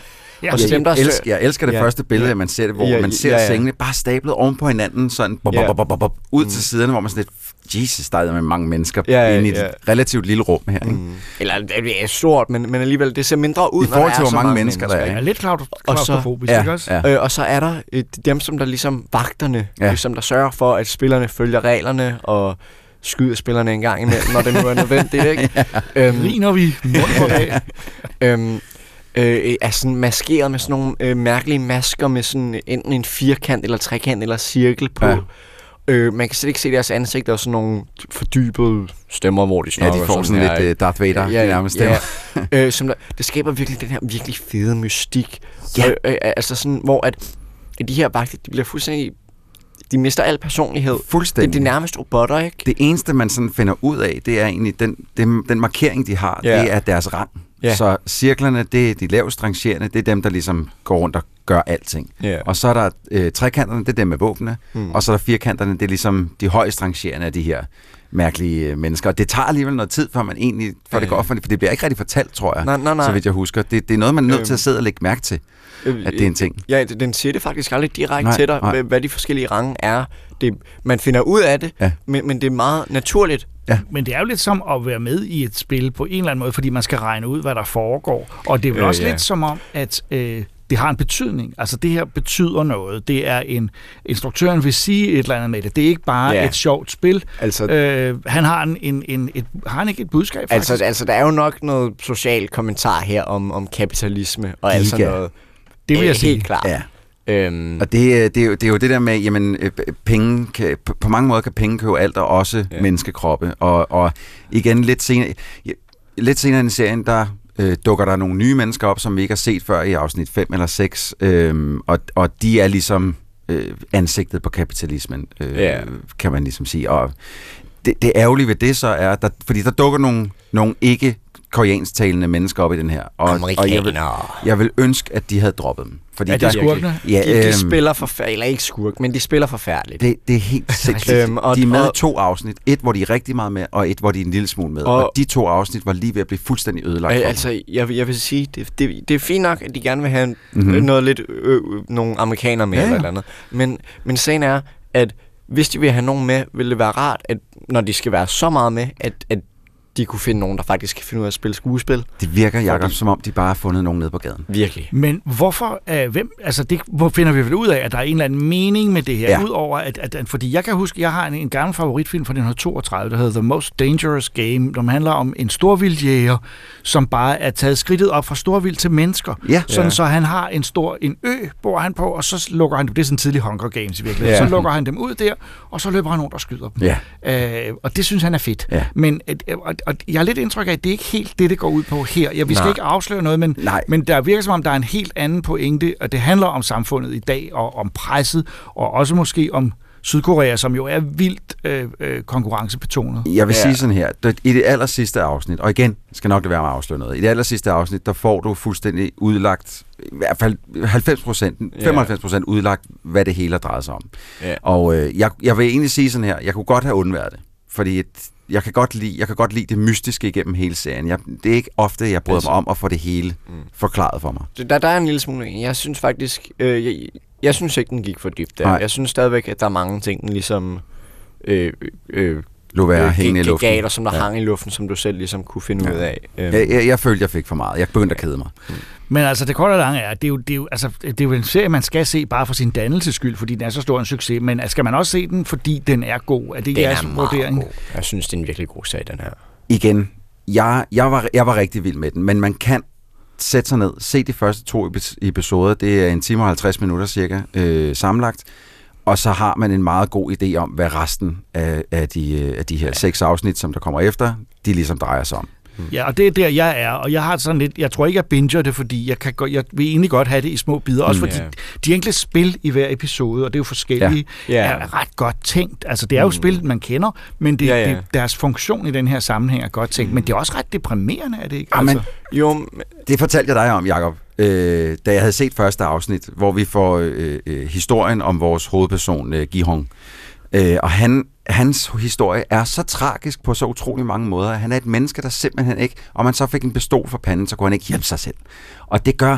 Ja, og så dem, der jeg, elsker, jeg elsker det ja, første billede, ja, man ser det, hvor ja, man ser ja, ja. sengene bare stablet oven på hinanden, sådan bop, bop, bop, bop, bop, ud mm. til siderne, hvor man sådan lidt, Jesus, der er med mange mennesker ja, ja, inde i et ja. relativt lille rum her. Ikke? Mm. Eller det er stort, men, men alligevel, det ser mindre ud, i forhold til, hvor mange, mange mennesker, mennesker der er. Ja, lidt klaustrofobisk, ja, ikke også? Ja. Øh, og så er der øh, dem, som der ligesom vagterne, ja. ligesom der sørger for, at spillerne følger reglerne, og skyder spillerne en gang imellem, når det nu er nødvendigt, ikke? ja. øhm, Riner vi mundt af. øhm, øh, er sådan maskeret med sådan nogle øh, mærkelige masker med sådan enten en firkant eller trekant eller cirkel på. Ja. Øh, man kan slet ikke se deres ansigter og sådan nogle fordybede stemmer, hvor de snakker. Ja, de får sådan, sådan lidt uh, Darth Vader ja, nærmest stemmer. Ja. øh, som der, det skaber virkelig den her virkelig fede mystik. Ja. Øh, øh, altså sådan, hvor at de her vagter, de bliver fuldstændig de mister al personlighed. Fuldstændig. Det er de nærmest robotter, ikke? Det eneste, man sådan finder ud af, det er egentlig den, den, den markering, de har, yeah. det er deres rang. Yeah. Så cirklerne, det er de lavest rangerende, det er dem, der ligesom går rundt og gør alting. Yeah. Og så er der øh, trekanterne, det er dem med våbne, mm. og så er der firkanterne, det er ligesom de højst rangerende af de her mærkelige øh, mennesker. Og det tager alligevel noget tid, før man egentlig får det går op for det, for det bliver ikke rigtig fortalt, tror jeg, nej, nej, nej. så vidt jeg husker. Det, det er noget, man er nødt øhm. til at sidde og lægge mærke til. At det er en ting. Ja, den siger det faktisk aldrig direkte nej, til dig, nej. hvad de forskellige range er. Det, man finder ud af det, ja. men, men det er meget naturligt. Ja. Men det er jo lidt som at være med i et spil på en eller anden måde, fordi man skal regne ud, hvad der foregår. Og det er vel øh, også ja. lidt som om, at øh, det har en betydning. Altså det her betyder noget. Det er en instruktøren vil sige et eller andet med det. Det er ikke bare ja. et sjovt spil. Altså, øh, han har en, en, en et, har han ikke et budskab faktisk? Altså, altså der er jo nok noget social kommentar her om, om kapitalisme og alt sådan noget. Det vil jeg sige. Helt klart. Ja. Øhm. Og det, det, er jo, det er jo det der med, jamen, penge kan, på mange måder kan penge købe alt, og også ja. menneskekroppe. Og, og igen, lidt senere, lidt senere i serien, der øh, dukker der nogle nye mennesker op, som vi ikke har set før i afsnit fem eller seks. Øhm, og, og de er ligesom øh, ansigtet på kapitalismen, øh, ja. kan man ligesom sige. Og det, det ærgerlige ved det så er, der, fordi der dukker nogle, nogle ikke koreansktalende mennesker op i den her. Og, og jeg, vil, jeg vil ønske, at de havde droppet dem. Fordi er de skurkene? Ja, de, de øhm, spiller forfærdeligt. Eller ikke skurk, men de spiller forfærdeligt. Det, det er helt sindssygt. øhm, og, de er med og, to afsnit. Et, hvor de er rigtig meget med, og et, hvor de er en lille smule med. Og, og de to afsnit var lige ved at blive fuldstændig ødelagt. Øh, altså, jeg, jeg vil sige, det, det, det er fint nok, at de gerne vil have mm-hmm. noget lidt øh, nogle amerikanere med, ja, eller, eller andet. Men, men sagen er, at hvis de vil have nogen med, vil det være rart, at når de skal være så meget med, at, at de kunne finde nogen, der faktisk kan finde ud af at spille skuespil. Det virker, Jacob, som om de bare har fundet nogen nede på gaden. Virkelig. Men hvorfor, øh, hvem, altså det, hvor finder vi vel ud af, at der er en eller anden mening med det her, ja. Udover at, at, at, fordi jeg kan huske, jeg har en, en gammel favoritfilm fra nitten toogtredive, der hedder The Most Dangerous Game, som handler om en storvildjæger, som bare er taget skridtet op fra storvild til mennesker. Ja. Sådan, ja. Så han har en stor, en ø, bor han på, og så lukker han, det er sådan tidlig Hunger Games i virkeligheden, ja. Så lukker han dem ud der, og så løber han rundt og skyder dem. Ja. Øh, og det synes han er fedt. Ja. Men og, og jeg har lidt indtryk af, at det ikke helt det, det går ud på her. Ja, vi skal Nej. ikke afsløre noget, men, men der virker som om, der er en helt anden pointe, og det handler om samfundet i dag, og om presset, og også måske om Sydkorea, som jo er vildt øh, øh, konkurrencepetonet. Jeg vil ja. sige sådan her, i det aller sidste afsnit, og igen, skal nok det være med at afsløre noget, i det aller sidste afsnit, der får du fuldstændig udlagt, i hvert fald halvfems procent, femoghalvfems procent udlagt, hvad det hele drejer sig om. Ja. Og øh, jeg, jeg vil egentlig sige sådan her, jeg kunne godt have undværet det, fordi et, jeg kan godt lide, jeg kan godt lide det mystiske igennem hele serien. Jeg, det er ikke ofte, jeg bryder mig om at få det hele mm. forklaret for mig. Der, der er en lille smule. Jeg synes faktisk, øh, jeg, jeg synes ikke, den gik for dybt der. Nej. Jeg synes stadigvæk, at der er mange ting, den ligesom øh, øh, lå være øh, hænge i luften. Gater, som der ja. hang i luften, som du selv ligesom kunne finde ja. ud af. Øh. Jeg, jeg, jeg følte, jeg fik for meget. Jeg begyndte at kede mig. Mm. Men altså, det korte og lange er, at det er, jo, det, er jo, altså, det er jo en serie, man skal se bare for sin dannelses skyld, fordi den er så stor en succes, men skal man også se den, fordi den er god? Er det den jeres er meget vurdering? God. Jeg synes, det er en virkelig god serie, den her. Igen, jeg, jeg, var, jeg var rigtig vild med den, men man kan sætte sig ned, se de første to episoder, det er en time og halvtreds minutter cirka øh, sammenlagt, og så har man en meget god idé om, hvad resten af, af, de, af de her ja. seks afsnit, som der kommer efter, de ligesom drejer sig om. Ja, og det er der, jeg er, og jeg har sådan lidt, jeg tror ikke, jeg binger det, fordi jeg, kan, jeg vil egentlig godt have det i små bidder, også fordi yeah. de enkelte spil i hver episode, og det er jo forskellige, ja. Yeah. er ret godt tænkt. Altså, det er jo mm. spil, man kender, men det, ja, ja. det, deres funktion i den her sammenhæng er godt tænkt, mm. men det er også ret deprimerende, er det ikke? Altså. Altså. Jo, det fortalte jeg dig om, Jacob, øh, da jeg havde set første afsnit, hvor vi får øh, øh, historien om vores hovedperson, øh, Gi-hong. Øh, og han, hans historie er så tragisk på så utrolig mange måder. Han er et menneske, der simpelthen ikke, og man så fik en pistol for panden, så kunne han ikke hjælpe sig selv. Og det gør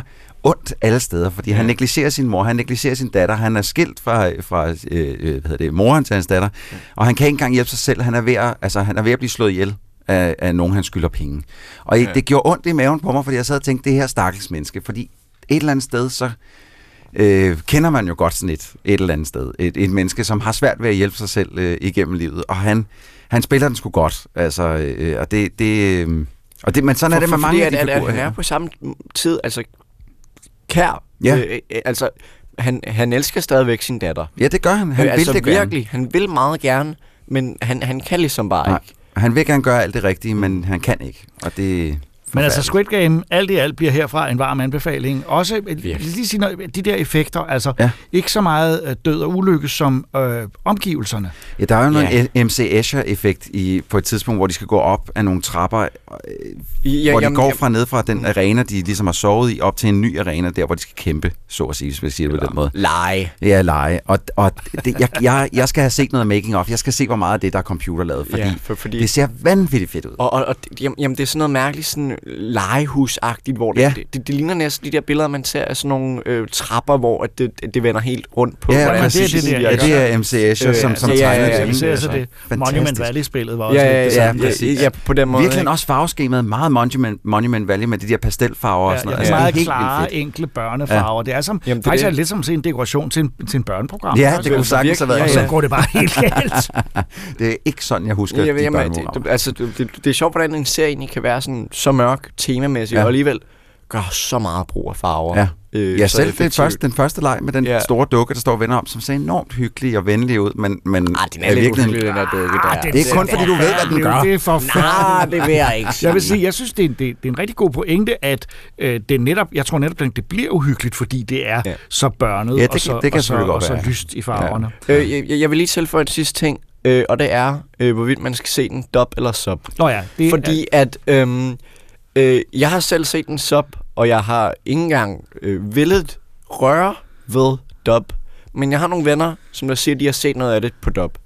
ondt alle steder, fordi ja. han negligerer sin mor, han negligerer sin datter, han er skilt fra, fra øh, hvad hedder det, moren til hans datter, ja. og han kan ikke engang hjælpe sig selv, han er ved at, altså, han er ved at blive slået ihjel af, af nogen, han skylder penge. Og ja. det gjorde ondt i maven på mig, fordi jeg sad og tænkte, det her stakkels menneske, fordi et eller andet sted, så øh, kender man jo godt sådan et, et eller andet sted, et, et menneske, som har svært ved at hjælpe sig selv øh, igennem livet, og han, han spiller den sgu godt, altså, øh, og det, det øh, og det, men sådan for, er det med mange af de at, figurer at, at han er på samme tid, altså kær, ja. øh, altså han, han elsker stadigvæk sin datter. Ja, det gør han. Han øh, vil altså, det virkelig, gerne. Han vil meget gerne, men han, han kan ligesom bare Nej. ikke. Han vil gerne gøre alt det rigtige, men han kan ikke, og det... Men altså Squid Game, alt i alt bliver herfra en varm anbefaling. Også lige sige noget, de der effekter, altså ja. ikke så meget død og ulykke som øh, omgivelserne. Ja, der er jo noget ja. M C Escher-effekt i, på et tidspunkt, hvor de skal gå op af nogle trapper, øh, ja, hvor de jamen, går fra ned fra den arena, de ligesom har sovet i, op til en ny arena, der hvor de skal kæmpe, så at sige, hvis vi siger det på den måde. Lege. Ja, lege. Og, og det, jeg, jeg, jeg skal have set noget making of. Jeg skal se, hvor meget af det, der er computerlavet, fordi, ja, for, fordi det ser vanvittigt fedt ud. Og, og, og jamen, det er sådan noget mærkeligt, sådan legehusagtigt, hvor det, ja. det, det, det ligner næsten de der billeder, man ser af sådan nogle øh, trapper, hvor det, det vender helt rundt på. Ja, men det, det, det, det, ja, det er M C Escher, øh, som, som ja, tegner ja, ja, det. Ja, ja, ja, det. Monument Valley-spillet var også ja, ja, lidt det samme. Ja, ja, på den måde. Virkelig også farveskemaet, meget Monument, Monument Valley med de der pastelfarver ja, og sådan noget. Ja, altså, meget klare, enkle børnefarver. Ja. Det er som, Jamen, det faktisk er det lidt som en dekoration til en, til en børneprogram. Ja, det kunne sagtens have været. Og så går det bare helt galt. Det er ikke sådan, jeg husker de børneprogrammer. Altså, det er sjovt, hvordan en serie egentlig kan være sådan så mørk temamæssigt, og alligevel gør så meget brug af farver. Ja, øh, ja selv det første, den første leg med den ja. store dukke, der står og vender om, som ser enormt hyggelig og venlig ud, men, men ah, den er, er lidt uhyggelig, den der dukke der. Det, det er kun fordi, du ved, hvad den gør. Det er forfærdeligt. Nej, det vil jeg ikke sige. Jeg vil sige, jeg synes, det er en, det er en rigtig god pointe, at øh, det netop, jeg tror netop, det bliver uhyggeligt, fordi det er ja. så børnet ja, det, og så, det kan og så, og så lyst i farverne. Ja. Øh, jeg, jeg vil lige tilføje en sidste ting, øh, og det er, øh, hvorvidt man skal se den dub eller sub. Nå ja. Det fordi er, at, øh, øh, jeg har selv set den sub, og jeg har ikke engang øh, villet røre ved dub. Men jeg har nogle venner, som der siger, at de har set noget af det på dub.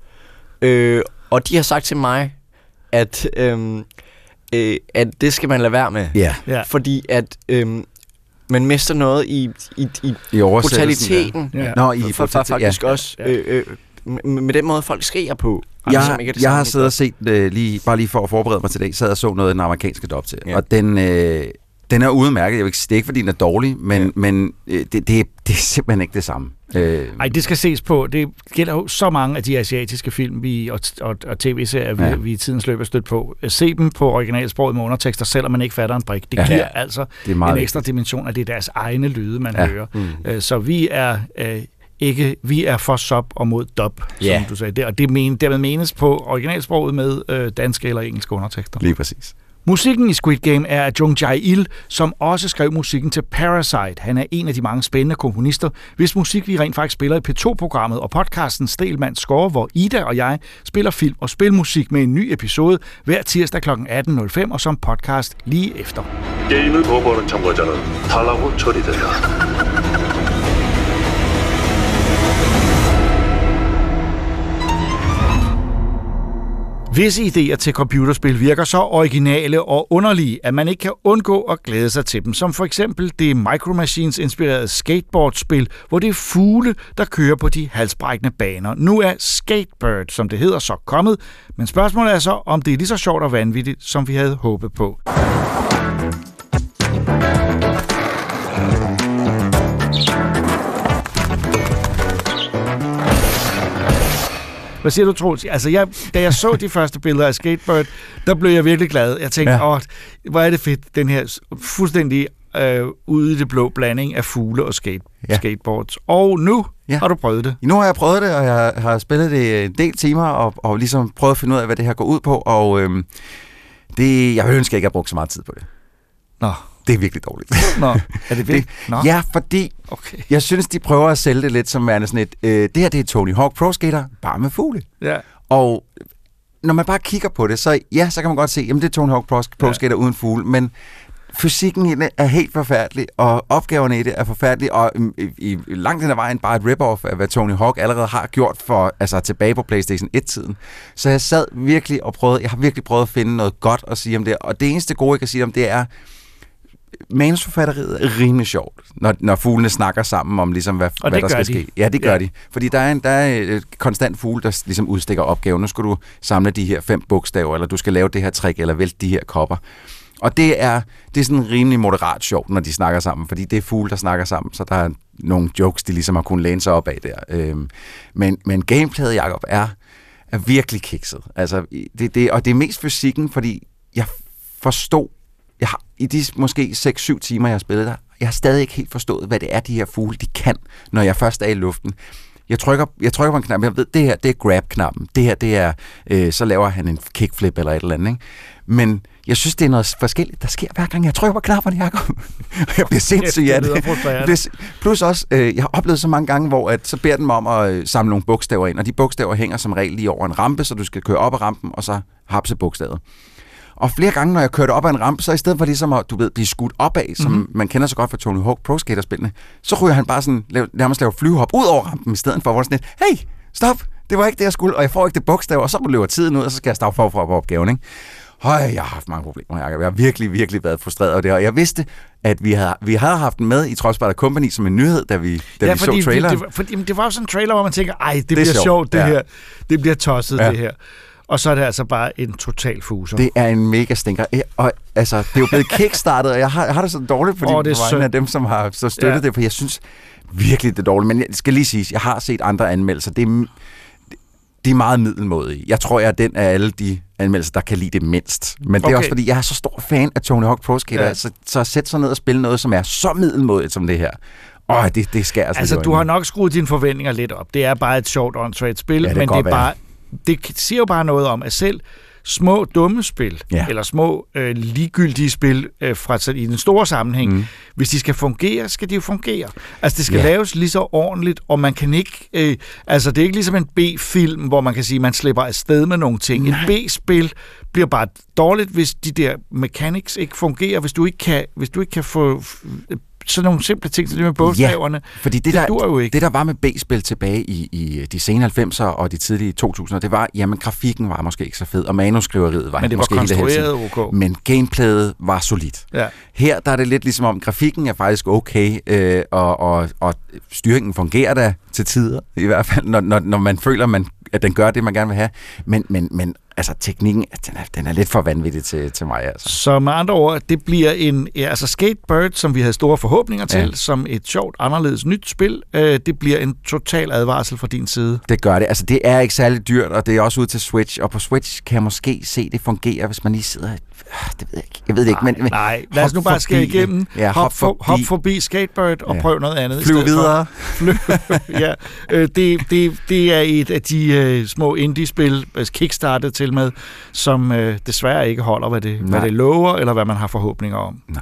Øh, og de har sagt til mig, at, øh, øh, at det skal man lade være med. Yeah. Yeah. Fordi at øh, man mister noget i, i, i, I brutaliteten. Ja. Yeah. Nå, i for, for faktisk ja. også øh, øh, med, med den måde, folk skriger på. Jeg, jeg, jeg har siddet og set, øh, lige, bare lige for at forberede mig til det, sad og så noget af den amerikanske dub til. Yeah. Og den... Øh, Den er udmærket. Jeg vil ikke sige, det er ikke, fordi den er dårlig, men, ja. men øh, det, det, det er simpelthen ikke det samme. Nej, øh. det skal ses på. Det gælder jo så mange af de asiatiske film vi, og, og, og tv-serier, vi, ja. vi i tidens løb er stødt på. Se dem på originalsproget med undertekster, selvom man ikke fatter en brik. Det ja. giver ja. altså en ekstra dimension, at det er deres egne lyde, man ja. hører. Mm. Så vi er... Øh, ikke, vi er for sub og mod dub, yeah. som du sagde. Og det men, dermed menes på originalsproget med øh, danske eller engelske undertekster. Lige præcis. Musikken i Squid Game er af Jung Jae-il, som også skrev musikken til Parasite. Han er en af de mange spændende komponister, hvis musik vi rent faktisk spiller i P to programmet og podcasten Stelmanns Score, hvor Ida og jeg spiller film og spilmusik med en ny episode hver tirsdag klokken atten nul fem og som podcast lige efter. 게임을 거부하는 참가자는 탈락 처리된다. Visse idéer til computerspil virker så originale og underlige, at man ikke kan undgå at glæde sig til dem, som for eksempel det Micro Machines-inspirerede skateboardspil, hvor det er fugle, der kører på de halsbrækkende baner. Nu er Skatebird, som det hedder, så kommet, men spørgsmålet er så, om det er lige så sjovt og vanvittigt, som vi havde håbet på. Hvad siger du, Troels? Altså, jeg, da jeg så de første billeder af Skatebird, der blev jeg virkelig glad. Jeg tænkte, ja. åh, hvor er det fedt, den her fuldstændig øh, ude i det blå blanding af fugle og skate, ja. skateboards. Og nu ja. har du prøvet det. Nu har jeg prøvet det, og jeg har spillet det en del timer, og, og ligesom prøvet at finde ud af, hvad det her går ud på, og øhm, det, jeg ønsker ikke, at jeg brugt så meget tid på det. Nå. Det er virkelig dårligt. Nå, er det vildt? Nå. Ja, fordi okay. jeg synes, de prøver at sælge det lidt som værende sådan et, øh, det her det er Tony Hawk Pro Skater, bare med fugle. Ja. Og når man bare kigger på det, så ja, så kan man godt se, jamen det er Tony Hawk Pro, Pro Skater ja. uden fugle, men fysikken i det er helt forfærdelig, og opgaverne i det er forfærdelige, og i, i langt hen ad vejen bare et rip-off af, hvad Tony Hawk allerede har gjort for, altså tilbage på PlayStation et-tiden. Så jeg sad virkelig og prøvede, jeg har virkelig prøvet at finde noget godt at sige om det, og det eneste gode, jeg kan sige om det er, manusforfatteriet er rimelig sjovt, når, når fuglene snakker sammen om, ligesom, hvad, hvad der skal de. ske. Ja, det gør ja. de. Fordi der er en der er et konstant fugle, der ligesom udstikker opgaven. Nu skal du samle de her fem bogstaver, eller du skal lave det her trick, eller vælte de her kopper. Og det er, det er sådan rimelig moderat sjovt, når de snakker sammen, fordi det er fugle, der snakker sammen, så der er nogle jokes, de ligesom har kunnet læne sig op af der. Øhm, men, men gameplayet, Jacob, er, er virkelig kikset. Altså, det, det, og det er mest fysikken, fordi jeg forstod, jeg har, i de måske seks syv timer, jeg har spillet der, jeg har stadig ikke helt forstået, hvad det er, de her fugle, de kan, når jeg først er i luften. Jeg trykker, jeg trykker på en knap, jeg ved, det her, det er grab-knappen. Det her, det er, øh, så laver han en kickflip eller et eller andet, ikke? Men jeg synes, det er noget forskelligt, der sker hver gang, jeg trykker på knapperne, Jacob. Jeg bliver sindssyg af det. Plus også, øh, jeg har oplevet så mange gange, hvor at, så beder den mig om at øh, samle nogle bogstaver ind, og de bogstaver hænger som regel lige over en rampe, så du skal køre op ad rampen, og så hapse bogstavet. Og flere gange, når jeg kørte op ad en rampe, så i stedet for ligesom at, du ved, blive skudt opad, som mm-hmm. man kender så godt fra Tony Hawk Pro Skater-spillene, så ryger han bare sådan, lav, nærmest lave flyvehop ud over rampen, i stedet for, hvor sådan et, hey, stop, det var ikke det, jeg skulle, og jeg får ikke det bogstav, og så løber tiden ud, og så skal jeg starte forfra på opgaven, ikke? Høj, jeg har haft mange problemer, Jacob. Jeg har virkelig, virkelig været frustreret over det, og jeg vidste, at vi havde, vi havde haft den med i Troldspejlet Company som en nyhed, da vi, da ja, vi fordi, så traileren. Det, det, fordi, det var jo sådan en trailer, hvor man tænker, ej, det, det bliver sjovt, sjovt det ja. her. Det bliver tosset, ja. det her. Og så er det altså bare en total fuser. Det er en mega stinker. Og altså, det er jo blevet kickstartet, og jeg har, jeg har det så dårligt, fordi oh, det er af dem, som har så støttet ja. det, for jeg synes virkelig, det er dårligt. Men jeg skal lige sige, jeg har set andre anmeldelser. Det er, de er meget middelmådige. Jeg tror, jeg er den af alle de anmeldelser, der kan lide det mindst. Men det okay. er også, fordi jeg er så stor fan af Tony Hawk Pro Skater, ja. så, så sæt sig ned og spille noget, som er så middelmådigt som det her. Åh, det, det skal altså. Altså, du har nok skruet dine forventninger lidt op. Det er bare et sjovt on-trade spil, ja, det men det er være. bare... Det siger jo bare noget om, at selv små dumme spil, ja. eller små øh, ligegyldige spil øh, fra, i den store sammenhæng, mm. hvis de skal fungere, skal de jo fungere. Altså, det skal ja. laves lige så ordentligt, og man kan ikke... Øh, altså, det er ikke ligesom en B-film, hvor man kan sige, at man slipper afsted med nogle ting. Nej. Et B-spil bliver bare dårligt, hvis de der mechanics ikke fungerer, hvis du ikke kan, hvis du ikke kan få... sådan nogle simple ting, det med bogstaverne. Ja, fordi det, det, der, jo ikke. det der var med B-spil tilbage i, i de sene halvfemser og de tidlige to tusinder, det var, jamen grafikken var måske ikke så fed, og manuskriveriet var, men det måske var konstrueret ok. Men gameplayet var solidt. Ja. Her der er det lidt ligesom om, grafikken er faktisk okay, øh, og, og, og styringen fungerer da til tider, i hvert fald, når, når, når man føler, man, at den gør det, man gerne vil have. Men, men, men altså teknikken, den er, den er lidt for vanvittig til, til mig. Altså. Så med andre ord, det bliver en altså Skatebird, som vi havde store forhåbninger til, ja. som et sjovt, anderledes nyt spil. Øh, det bliver en total advarsel fra din side. Det gør det. Altså det er ikke særlig dyrt, og det er også ud til Switch, og på Switch kan jeg måske se, det fungerer, hvis man lige sidder... Det ved jeg ikke. Jeg ved det ikke, nej, men... Nej, lad os nu bare skære igennem. Ja, hop, hop, forbi. hop forbi Skatebird og ja. prøv noget andet. Flyv videre. Flyv, ja. øh, det, det, det er et af de uh, små indie-spil, kickstartet til med, som uh, desværre ikke holder, hvad det, hvad det lover, eller hvad man har forhåbninger om. Nej.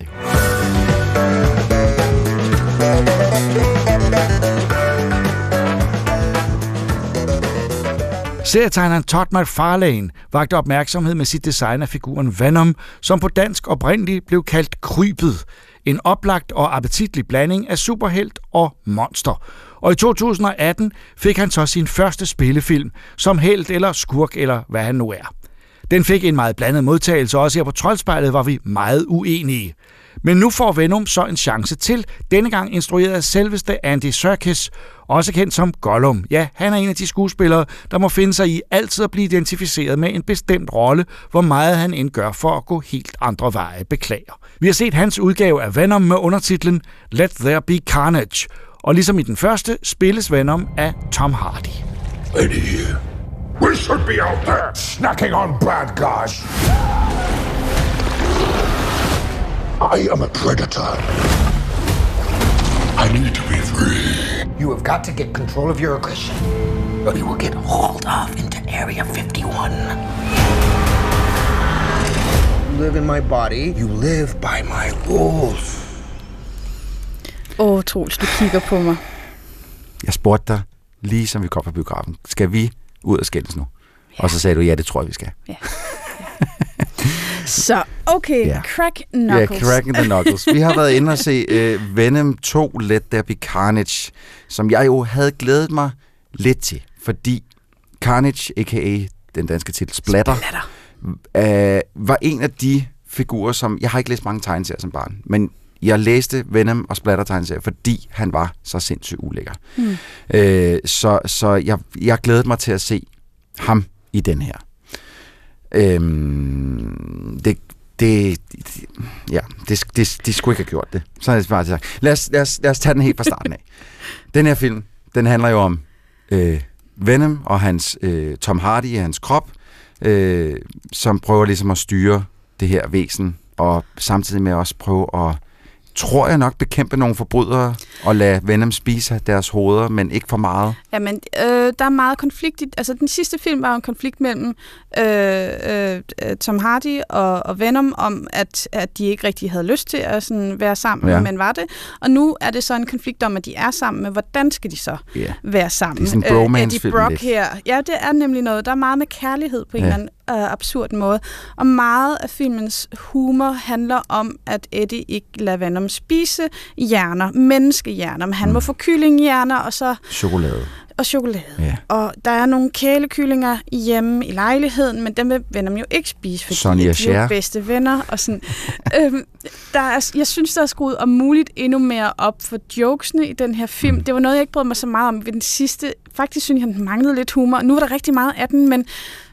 Serietegneren Todd McFarlane vagte opmærksomhed med sit design af figuren Venom, som på dansk oprindeligt blev kaldt Krybet. En oplagt og appetitlig blanding af superhelt og monster. Og i to tusind og atten fik han så sin første spillefilm, som helt eller skurk eller hvad han nu er. Den fik en meget blandet modtagelse, og også her på Troldspejlet var vi meget uenige. Men nu får Venom så en chance til, denne gang instrueret af selveste Andy Serkis, også kendt som Gollum. Ja, han er en af de skuespillere, der må finde sig i altid at blive identificeret med en bestemt rolle, hvor meget han end gør for at gå helt andre veje, beklager. Vi har set hans udgave af Venom med undertitlen Let There Be Carnage, og ligesom i den første spilles Venom af Tom Hardy. Lady, we should be out there snacking on bad guys. I am a predator. I need to be free. You have got to get control of your aggression, or you will get hauled off into Area fifty-one. You live in my body. You live by my rules. Åh, oh, Troels, du kigger på mig. Jeg spurgte dig, lige som vi kom fra biografen, skal vi ud og skændes nu? Ja. Og så sagde du, ja, det tror jeg, vi skal. Ja. Så, okay, yeah. Crack Knuckles. Ja, yeah, Crack the Knuckles. Vi har været inde og se uh, Venom to Let There Be Carnage, som jeg jo havde glædet mig lidt til, fordi Carnage, a k a den danske titel Splatter, Splatter. Uh, var en af de figurer, som... Jeg har ikke læst mange tegneserier som barn, men jeg læste Venom og Splatter-tegneserier, fordi han var så sindssygt ulækker. Mm. Øh, så så jeg, jeg glædede mig til at se ham i den her. Øhm, det, det, det, ja, det, det, de skulle ikke have gjort det. Så er det bare sagt. Lad os, lad, os, lad os tage den helt fra starten af. Den her film, den handler jo om øh, Venom og hans øh, Tom Hardy i hans krop, øh, som prøver ligesom at styre det her væsen, og samtidig med også prøve at, tror jeg nok, bekæmpe nogle forbrydere og lade Venom spise deres hoveder, men ikke for meget. Jamen, øh, der er meget konflikt. I, altså, den sidste film var en konflikt mellem øh, øh, Tom Hardy og, og Venom om, at, at de ikke rigtig havde lyst til at sådan, være sammen, ja. men var det. Og nu er det så en konflikt om, at de er sammen, men hvordan skal de så yeah. være sammen? Det er sådan en bromance-film. Øh, Brock her. Ja, det er nemlig noget. Der er meget med kærlighed på en ja. eller anden øh, absurd måde. Og meget af filmens humor handler om, at Eddie ikke lader Venom spise hjerner, menneskehjerner, men han mm. må få kyllinghjerner, og så... Chokolade. Og chokolade. Ja. Og der er nogle kælekyllinger hjemme i lejligheden, men dem vil Venom jo ikke spise, fordi Sonny de er jo bedste venner. Og sådan. øhm, der er, jeg synes, der er skruet om muligt endnu mere op for jokesene i den her film. Mm. Det var noget, jeg ikke brød mig så meget om ved den sidste. Faktisk synes jeg, den manglede lidt humor. Nu er der rigtig meget af den, men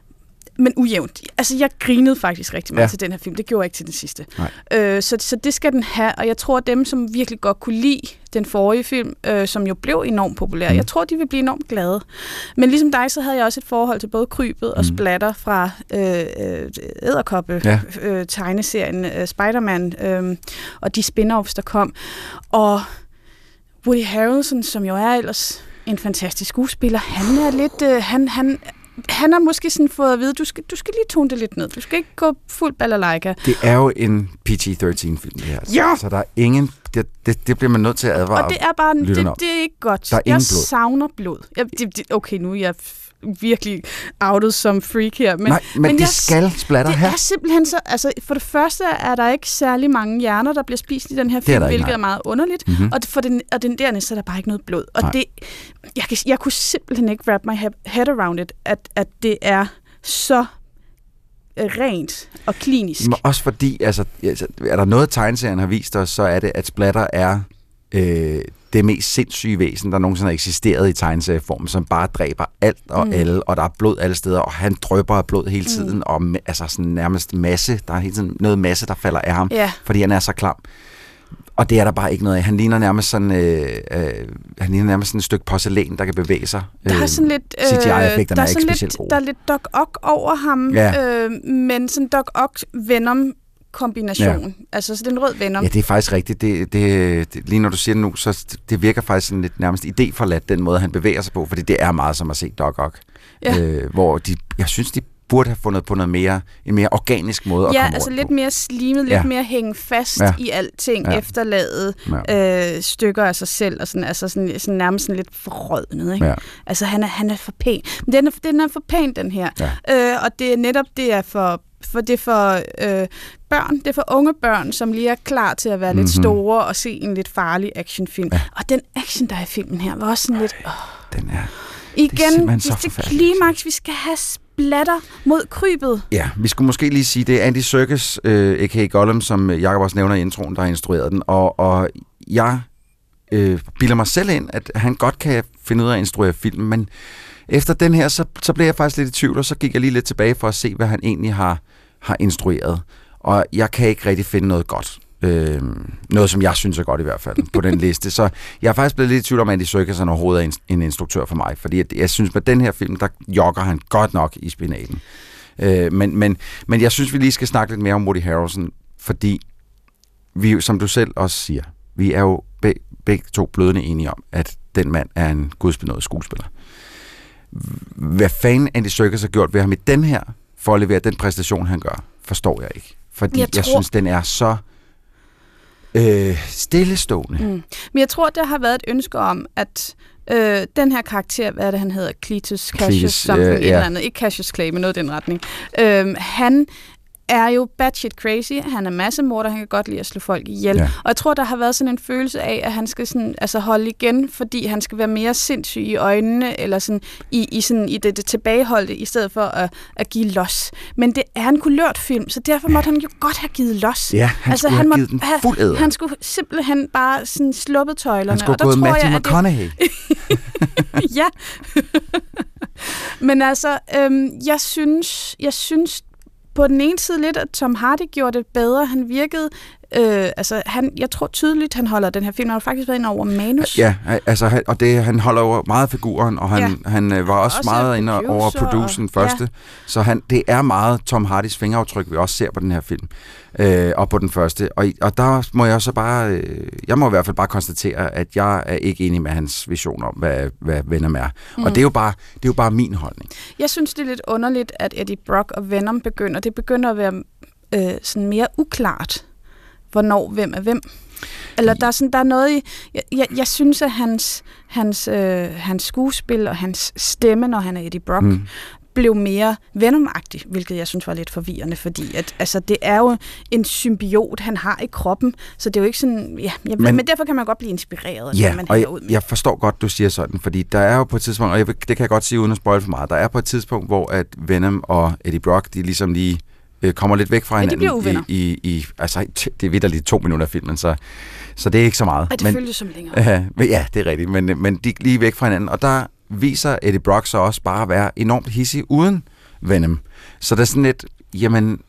Men ujævnt. Altså, jeg grinede faktisk rigtig meget ja. til den her film. Det gjorde jeg ikke til den sidste. Øh, så, så det skal den have, og jeg tror, at dem, som virkelig godt kunne lide den forrige film, øh, som jo blev enormt populær, mm. jeg tror, de vil blive enormt glade. Men ligesom dig, så havde jeg også et forhold til både Krybet og mm. Splatter fra øh, Edderkoppe, ja. øh, tegneserien øh, Spider-Man, øh, og de spin-offs, der kom. Og Woody Harrelson, som jo er ellers en fantastisk skuespiller, han er lidt... Øh, han, han Han har måske sådan fået at vide, du skal, du skal lige tone det lidt ned. Du skal ikke gå fuld balalaika. Det er jo en P G tretten film, det her. Ja! Så der er ingen... Det, det, det bliver man nødt til at advare. Og det er bare... Det, det er ikke godt. Der er jeg blod. savner blod. Jeg, det, det, okay, nu er jeg virkelig outet som freak her. Men, Nej, men, men det jeg, skal splatter det her. Det er simpelthen så... Altså, for det første er der ikke særlig mange hjerner, der bliver spist i den her film, er hvilket ikke, er meget underligt. Mm-hmm. Og, for den, og den dernæste er der bare ikke noget blod. Og det... Jeg, kan, jeg kunne simpelthen ikke wrap my head around it, at, at det er så rent og klinisk. Men også fordi, altså, er der noget, tegneserien har vist os, så er det, at splatter er øh, det mest sindssyge væsen, der nogensinde har eksisteret i tegneserieform, som bare dræber alt og mm. alle, og der er blod alle steder, og han drypper af blod hele tiden, mm. og altså sådan nærmest masse, der er hele tiden noget masse, der falder af ham, yeah. fordi han er så klam. Og det er der bare ikke noget af. Han ligner nærmest sådan, øh, øh, han ligner nærmest sådan et stykke porcelæn, der kan bevæge sig. Der er sådan lidt, øh, C G I-effekterne er, er ikke lidt, specielt gode. Der er lidt Doc Ock over ham, ja. øh, men sådan Doc Ock-Venom kombination. Ja. Altså så den rød Venom. Ja, det er faktisk rigtigt. Det, det, det, lige når du siger det nu, så det virker faktisk sådan lidt nærmest idéforladt, den måde, han bevæger sig på, fordi det er meget som at se Doc Ock. Ja. Øh, hvor de, jeg synes, de burde have fundet på noget mere, en mere organisk måde at ja, komme altså lidt på. mere slimet, lidt ja. mere hænge fast ja. i alting, ja. efterladet ja. øh, stykker af sig selv, og sådan, altså sådan, sådan nærmest sådan lidt forrødnet, ikke? Ja. Altså han er, han er for pæn. Men den er, den er for pæn, den her. Ja. Øh, og det er netop, det er for, for det er for øh, børn, det er for unge børn, som lige er klar til at være mm-hmm. lidt store og se en lidt farlig actionfilm. Ja. Og den action, der er i filmen her, var også sådan lidt... Åh. Den er... Igen, hvis det klimaks, vi skal have splatter mod Krybet. Ja, vi skulle måske lige sige, det er Andy Serkis, øh, a k a. Gollum, som Jacob også nævner i introen, der har instrueret den. Og, og jeg øh, bilder mig selv ind, at han godt kan finde ud af at instruere film, men efter den her, så, så blev jeg faktisk lidt i tvivl, og så gik jeg lige lidt tilbage for at se, hvad han egentlig har, har instrueret. Og jeg kan ikke rigtig finde noget godt. Øh, noget, som jeg synes er godt i hvert fald på den liste. Så jeg er faktisk blevet lidt i tvivl om, at Andy Serkis er overhovedet en, en instruktør for mig, fordi jeg, jeg synes, at den her film, der jogger han godt nok i spinaten. Øh, men, men, men jeg synes, vi lige skal snakke lidt mere om Woody Harrelson, fordi vi, som du selv også siger, vi er jo be, begge to blødende enige om, at den mand er en gudsbenådet skuespiller. Hvad fanden Andy Serkis har gjort ved ham i den her, for at levere den præstation, han gør, forstår jeg ikke. Fordi jeg, tror... jeg synes, den er så øh, stillestående. Mm. Men jeg tror, der har været et ønske om, at øh, den her karakter, hvad er det, han hedder? Cletus Cassius, something, øh, ja. et eller andet. Ikke Cassius Clay, men noget i den retning. Øh, han er jo batshit crazy. Han er massemorder, han kan godt lide at slå folk ihjel. Ja. Og jeg tror, der har været sådan en følelse af, at han skal sådan, altså holde igen, fordi han skal være mere sindssyg i øjnene, eller sådan i, i, sådan, i det, det tilbageholdte, i stedet for at, at give los. Men det er en kulørt film, så derfor måtte han jo godt have givet los. Ja, han altså, skulle han have givet den fuld æder. Han skulle simpelthen bare sådan sluppet tøjlerne. Han skulle have gået Matthew McConaughey. Ja. Men altså, øhm, jeg synes, jeg synes på den ene side lidt, at Tom Hardy gjorde det bedre. Han virkede, øh, altså han, jeg tror tydeligt, han holder den her film. Han har faktisk været inde over manus. Ja, altså, og det, han holder over meget figuren, og han, ja. han var også, også meget inde over produceren første. Ja. Så han, det er meget Tom Hardys fingeraftryk, vi også ser på den her film. Øh, og på den første. Og, og der må jeg så bare, øh, jeg må i hvert fald bare konstatere, at jeg er ikke enig med hans vision om, hvad, hvad Venom er. Mm. Og det er, jo bare, det er jo bare min holdning. Jeg synes, det er lidt underligt, at Eddie Brock og Venom begynder. Det begynder at være øh, sådan mere uklart, hvornår hvem er hvem. Eller der er, sådan, der er noget i... Jeg, jeg, jeg synes, at hans, hans, øh, hans skuespil og hans stemme, når han er Eddie Brock, mm. blev mere Venom-agtig, hvilket jeg synes var lidt forvirrende, fordi at, altså, det er jo en symbiot, han har i kroppen, så det er jo ikke sådan... Ja, jeg, men, men derfor kan man godt blive inspireret af ja, det, man og jeg, ud med. jeg forstår godt, du siger sådan, fordi der er jo på et tidspunkt, og jeg, det kan jeg godt sige uden at spoil for meget, der er på et tidspunkt, hvor at Venom og Eddie Brock, de ligesom lige øh, kommer lidt væk fra hinanden. Ja, i, i, i, altså, det er vitterligt to minutter af filmen, så, så det er ikke så meget. Ja, det men, føles som længere. Øh, ja, det er rigtigt, men, men de er lige væk fra hinanden, og der viser Eddie Brock så også bare at være enormt hissig uden Venom. Så der er sådan lidt, jamen,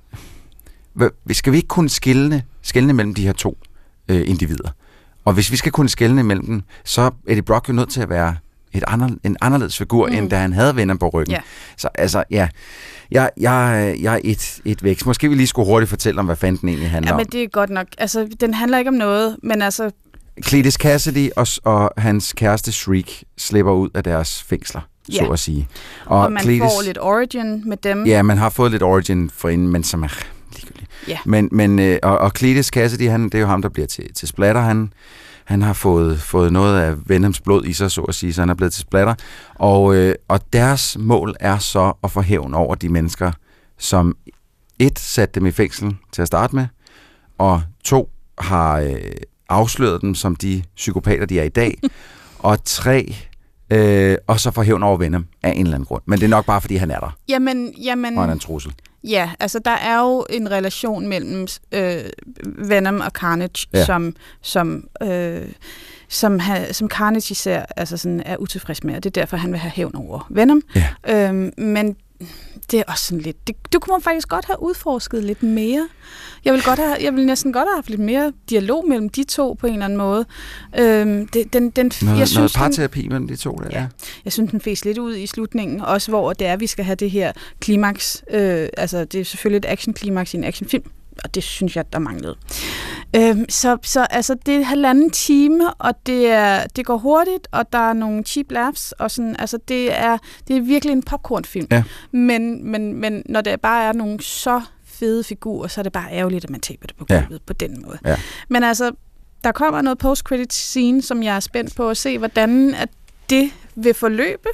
skal vi ikke kunne skelne, skelne mellem de her to øh, individer? Og hvis vi skal kunne skelne mellem dem, så er Eddie Brock jo nødt til at være et andre, en anderledes figur, mm. end da han havde Venom på ryggen. Yeah. Så altså, ja, jeg, jeg, jeg er et, et vækst. Måske vi lige skulle hurtigt fortælle om, hvad fanden den egentlig handler om. Ja, men det er godt nok. Altså, den handler ikke om noget, men altså... Cletus Cassidy og, og hans kæreste Shriek slipper ud af deres fængsler. Ja. Så at sige. Og, og man Cletus, får lidt origin med dem. Ja, man har fået lidt origin for inden, men som er ligegyldigt. Ja. Men, men, og, og Cletus Cassidy, han, det er jo ham, der bliver til, til Splatter. Han, han har fået, fået noget af Venoms blod i sig, så at sige, så han er blevet til Splatter. Og, øh, og deres mål er så at få hævn over de mennesker, som et, satte dem i fængsel til at starte med, og to, har øh, afsløret dem som de psykopater, de er i dag, og tre... Øh, og så får hævn over Venom af en eller anden grund. Men det er nok bare, fordi han er der. Jamen, jamen... Og han er en trussel. Ja, altså der er jo en relation mellem øh, Venom og Carnage, ja. som, som, øh, som, ha, som Carnage især altså sådan, er utilfreds med, og det er derfor, han vil have hævn over Venom. Ja. Øhm, men det er også sådan lidt... Det, du kunne faktisk godt have udforsket lidt mere. Jeg vil, godt have, jeg vil næsten godt have haft lidt mere dialog mellem de to på en eller anden måde. Øhm, det, den, den, noget jeg synes, noget parterapi mellem de to, der ja. Jeg synes, den fæs lidt ud i slutningen, også hvor det er, vi skal have det her klimaks. Øh, altså, det er selvfølgelig et action-klimaks i en actionfilm, og det synes jeg, der manglede. Øhm, så, så altså, det er halvanden time, og det, er, det går hurtigt, og der er nogle cheap laughs, og sådan, altså, det er, det er virkelig en popcornfilm. Ja. Men, men, men når det bare er nogle så fede figurer, så er det bare ærgerligt, at man taber det på gulvet ja. på den måde. Ja. Men altså, der kommer noget post-credit scene, som jeg er spændt på at se, hvordan at det vil forløbe.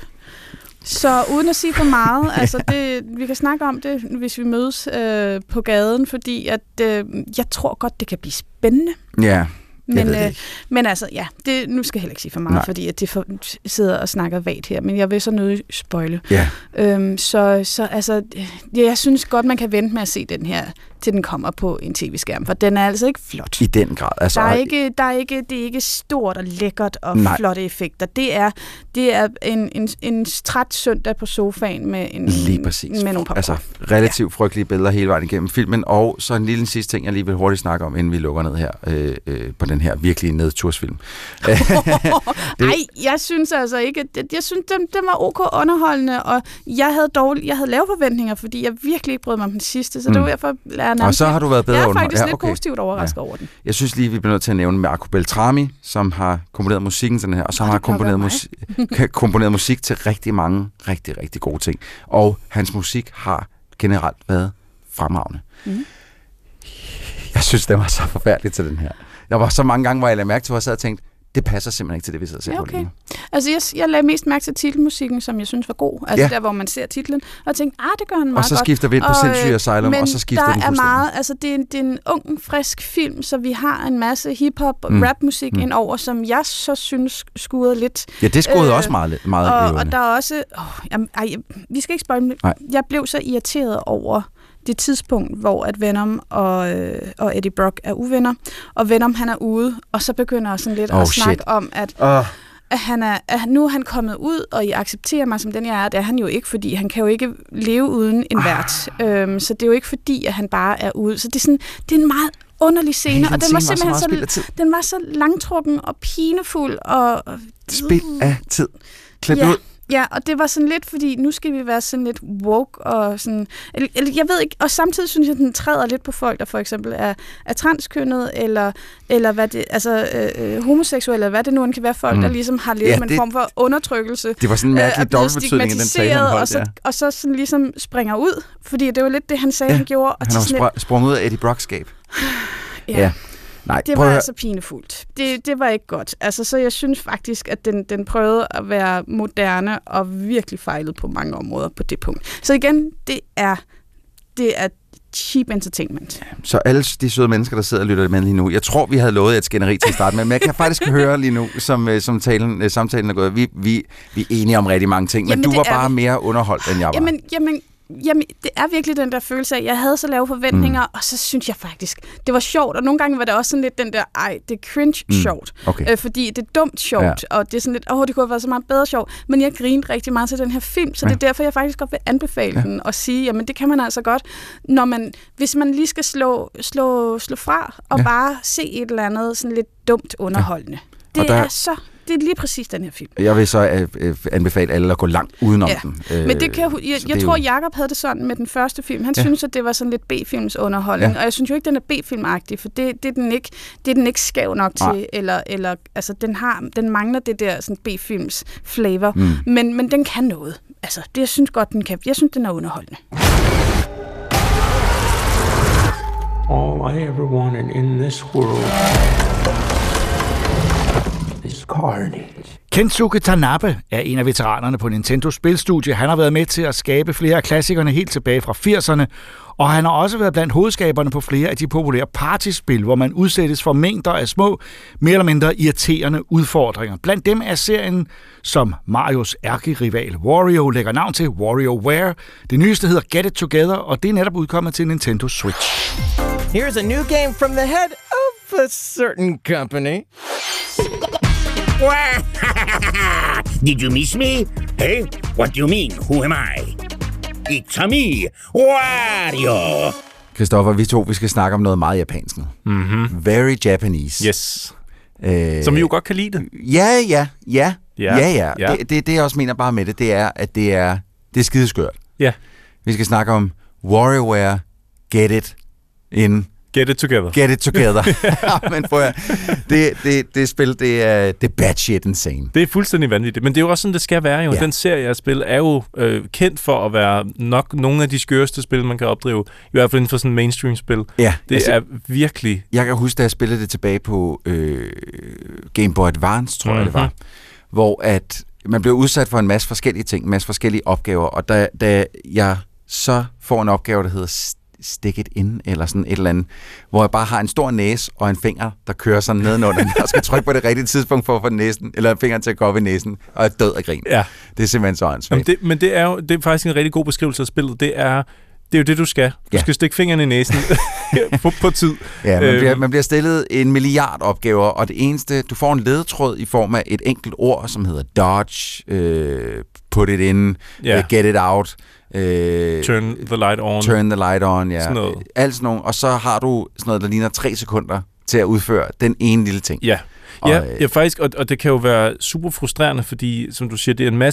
Så uden at sige for meget, altså det, vi kan snakke om det, hvis vi mødes øh, på gaden, fordi at øh, jeg tror godt, det kan blive spændende. Ja. Men, øh, men altså, ja, det, nu skal jeg heller ikke sige for meget, Nej. fordi at det for, sidder og snakker vagt her, men jeg vil så nødt spoile. Ja. Øhm, så, så altså, jeg synes godt, man kan vente med at se den her, til den kommer på en tv-skærm, for den er altså ikke flot. I den grad. Altså, der er ikke, der er ikke, det er ikke stort og lækkert og Nej. flotte effekter. Det er, det er en, en, en træt søndag på sofaen med, en, lige præcis. med nogle popcorn. Altså, relativt ja. frygtelige billeder hele vejen igennem filmen, og så en lille sidste ting, jeg lige vil hurtigt snakke om, inden vi lukker ned her øh, øh, på den her virkelige nedtursfilm. Nej, jeg synes altså ikke, jeg synes, den, den var ok underholdende, og jeg havde dårlig, jeg havde lave forventninger, fordi jeg virkelig ikke brød mig om den sidste, så mm. det var derfor, jeg Og så har du været bedre Jeg er faktisk ja, lidt okay. positivt overrasket ja. over den. Jeg synes lige, vi bliver nødt til at nævne Marco Beltrami, som har komponeret musikken til den her, og som oh, har komponeret, musik, komponeret musik til rigtig mange, rigtig, rigtig gode ting. Og hans musik har generelt været fremragende. Mm. Jeg synes, det var så forfærdeligt til den her. Der var så mange gange, hvor jeg lagde mærke til, hvor jeg sad og tænkte, det passer simpelthen ikke til det, vi sidder og ser ja, på okay. lige nu. Altså, jeg, jeg lagde mest mærke til titelmusikken, som jeg synes var god. Altså, ja. Der, hvor man ser titlen, og tænkte, ah, det gør han meget godt. Og så skifter vi ind på Century Asylum, og så skifter den der er meget, altså, det er, en, det er en ung, frisk film, så vi har en masse hip-hop og mm. rap-musik mm. indover, som jeg så synes skurede lidt. Ja, det skurede øh, også meget. meget og, og der er også... Oh, jamen, ej, vi skal ikke spoil. Jeg blev så irriteret over det tidspunkt, hvor at Venom og, øh, og Eddie Brock er uvenner, og Venom han er ude, og så begynder sådan lidt oh, at snakke shit. om, at, uh. at, han er, at nu er han kommet ud, og I accepterer mig som den jeg er. Det er han jo ikke, fordi han kan jo ikke leve uden en vært. Uh. Øhm, så det er jo ikke fordi, at han bare er ude. Så det er, sådan, det er en meget underlig scene, og den var simpelthen var så, så den var så langtrukken og pinefuld. Og, Spil af tid. Klip ja. ud. Ja, og det var sådan lidt, fordi nu skal vi være sådan lidt woke og sådan, eller, jeg ved ikke, og samtidig synes jeg, at den træder lidt på folk, der for eksempel er, er transkønnet, eller, eller hvad det, altså øh, homoseksuelle, eller hvad det nu kan være folk, mm. der ligesom har lidt ja, med en form for undertrykkelse. Det var sådan en mærkelig dobbeltbetydning i den tale, han holdt, og så, ja. og så sådan ligesom springer ud, fordi det var lidt det, han sagde, ja, han gjorde. Og han har spr- lidt... sprunget ud af Eddie Brock-skab. ja. ja. Nej, det var altså pinefuldt. Det, det var ikke godt. Altså, så jeg synes faktisk, at den, den prøvede at være moderne og virkelig fejlede på mange områder på det punkt. Så igen, det er, det er cheap entertainment. Så alle de søde mennesker, der sidder og lytter med lige nu, jeg tror, vi havde lovet et skænderi til at starte med, men jeg kan faktisk høre lige nu, som, som talen, samtalen er gået, vi, vi, vi er enige om rigtig mange ting, men jamen, du var bare vi. mere underholdt, end jeg var. Jamen, jamen Jamen, det er virkelig den der følelse af, at jeg havde så lave forventninger, mm. og så synes jeg faktisk, det var sjovt, og nogle gange var det også sådan lidt den der, ej, det er cringe mm. sjovt, okay. øh, fordi det er dumt sjovt, ja. og det er sådan lidt, åh, det kunne have været så meget bedre sjovt, men jeg grinede rigtig meget til den her film, så ja. det er derfor, jeg faktisk godt vil anbefale ja. den, og sige, jamen det kan man altså godt, når man, hvis man lige skal slå, slå, slå fra, og ja. bare se et eller andet sådan lidt dumt underholdende. Ja. Det der... er så... Det er lige præcis den her film. Jeg vil så uh, anbefale alle at gå langt udenom ja. den. Men det kan jeg, jeg, jeg tror, jo... Jacob havde det sådan med den første film. Han ja. synes, at det var sådan lidt B-films underholdning. Ja. Og jeg synes jo ikke, den er B-filmagtig, for det, det, er den ikke, det er den ikke skæv nok til. Nej. Eller, eller, altså, den, har, den mangler det der sådan B-films flavor. Mm. Men, men den kan noget. Altså, det, jeg synes godt, den kan. Jeg synes, den er underholdende. All I ever wanted in this world... Kensuke Tanabe er en af veteranerne på Nintendo spilstudie. Han har været med til at skabe flere af klassikerne helt tilbage fra firserne, og han har også været blandt hovedskaberne på flere af de populære partyspil, hvor man udsættes for mængder af små, mere eller mindre irriterende udfordringer. Blandt dem er serien, som Marios ærkerival Wario lægger navn til, WarioWare. Det nyeste hedder Get It Together, og det er netop udkommet til Nintendo Switch. Here's a new game from the head of a certain company. Did you miss me? Hey, what do you mean? Who am I? It's me, Wario! Christoffer, vi to, vi skal snakke om noget meget japansk nu. Mm-hmm. Very Japanese. Yes. Øh, Som vi jo godt kan lide det. Ja, ja, ja. Ja, ja. ja. ja. Det, det, det, jeg også mener bare med det, det er, at det er, det er skideskørt. Ja. Vi skal snakke om WarioWare Get It in... Get It Together. Get It Together. Men prøv at, det, det, det spil, det er, det er bad shit insane. Det er fuldstændig vanvittigt, men det er jo også sådan, det skal være. Jo. Ja. Den serie af spil er jo øh, kendt for at være nok nogle af de skøreste spil, man kan opdrive. I hvert fald inden for sådan en mainstream-spil. Ja, det altså, er virkelig... Jeg kan huske, da jeg spillede det tilbage på øh, Game Boy Advance, tror mm-hmm. jeg det var, hvor at man blev udsat for en masse forskellige ting, en masse forskellige opgaver, og da, da jeg så får en opgave, der hedder stick it in, eller sådan et eller andet, hvor jeg bare har en stor næse og en finger, der kører sådan nedenunder, og skal trykke på det rigtige tidspunkt for at få næsen, eller fingeren til at gå op i næsen, og er død af grin. Ja. Det er simpelthen så ansvarsligt. Det, men det er jo det er faktisk en rigtig god beskrivelse af spillet. Det er det er jo det, du skal. Du ja. skal stikke fingeren i næsen på, på tid. Ja, man bliver, man bliver stillet en milliard opgaver, og det eneste, du får en ledetråd i form af et enkelt ord, som hedder dodge, øh, put it in, ja. uh, get it out, Øh, turn the light on. Turn the light on, ja. Sådan noget. Alt sådan nogle. Og så har du sådan noget, der ligner tre sekunder til at udføre den ene lille ting. Ja, og, ja, ja faktisk, og, og det kan jo være super frustrerende, fordi, som du siger, det er en masse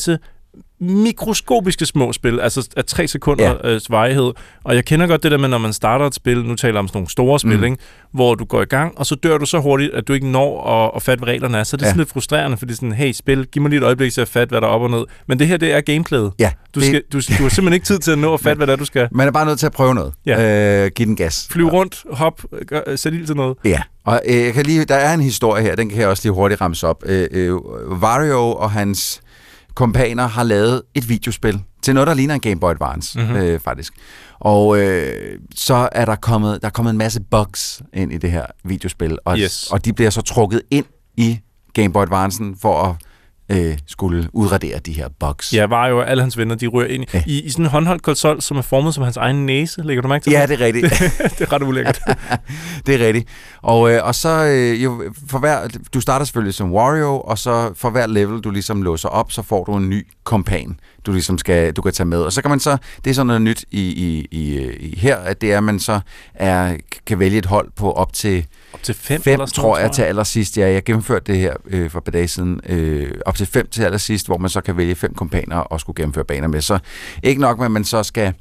mikroskopiske små spil, altså af tre sekunder ja. øh, varighed. Og jeg kender godt det der med, når man starter et spil, nu taler jeg om sådan nogle store spil, mm. ikke? Hvor du går i gang, og så dør du så hurtigt, at du ikke når at, at fatte, hvad reglerne er. Så det er ja. sådan lidt frustrerende, fordi sådan, hey, spil, giv mig lige et øjeblik til at fatte, hvad der er op og ned. Men det her, det er gameplayet. Ja, du, det... skal, du, du har simpelthen ikke tid til at nå at fatte, hvad det er, du skal. Man er bare nødt til at prøve noget. Ja. Øh, giv den gas. Flyv rundt, hop, gør, sæt ild til noget. Ja, og øh, jeg kan lige, der er en historie her, den kan jeg også lige hurtigt ramse op. Øh, øh, Wario og hans kompaner har lavet et videospil til noget, der ligner en Game Boy Advance, mm-hmm. øh, faktisk. Og øh, så er der kommet, der er kommet en masse bugs ind i det her videospil, og, yes. og de bliver så trukket ind i Game Boy Advancen for at øh, skulle udradere de her bugs. Ja, var jo alle hans venner, de rører ind ja. i, i sådan en håndholdt konsol, som er formet som hans egen næse. Lægger du mærke til ja, det? det er rigtigt. det, det er ret ulækkert. Det er rigtigt. Og, øh, og så, øh, jo, for hver, du starter selvfølgelig som Wario, og så for hver level, du ligesom låser op, så får du en ny kompan, du ligesom skal, du kan tage med. Og så kan man så, det er sådan noget nyt i, i, i, i her, at det er, at man så er, kan vælge et hold på op til Op til fem, fem eller sådan, tror jeg, jeg, til allersidst. Ja, jeg gennemførte det her øh, for et par dage siden. Øh, op til fem til allersidst, hvor man så kan vælge fem kompaner og skulle gennemføre baner med. Så ikke nok med, at man så skal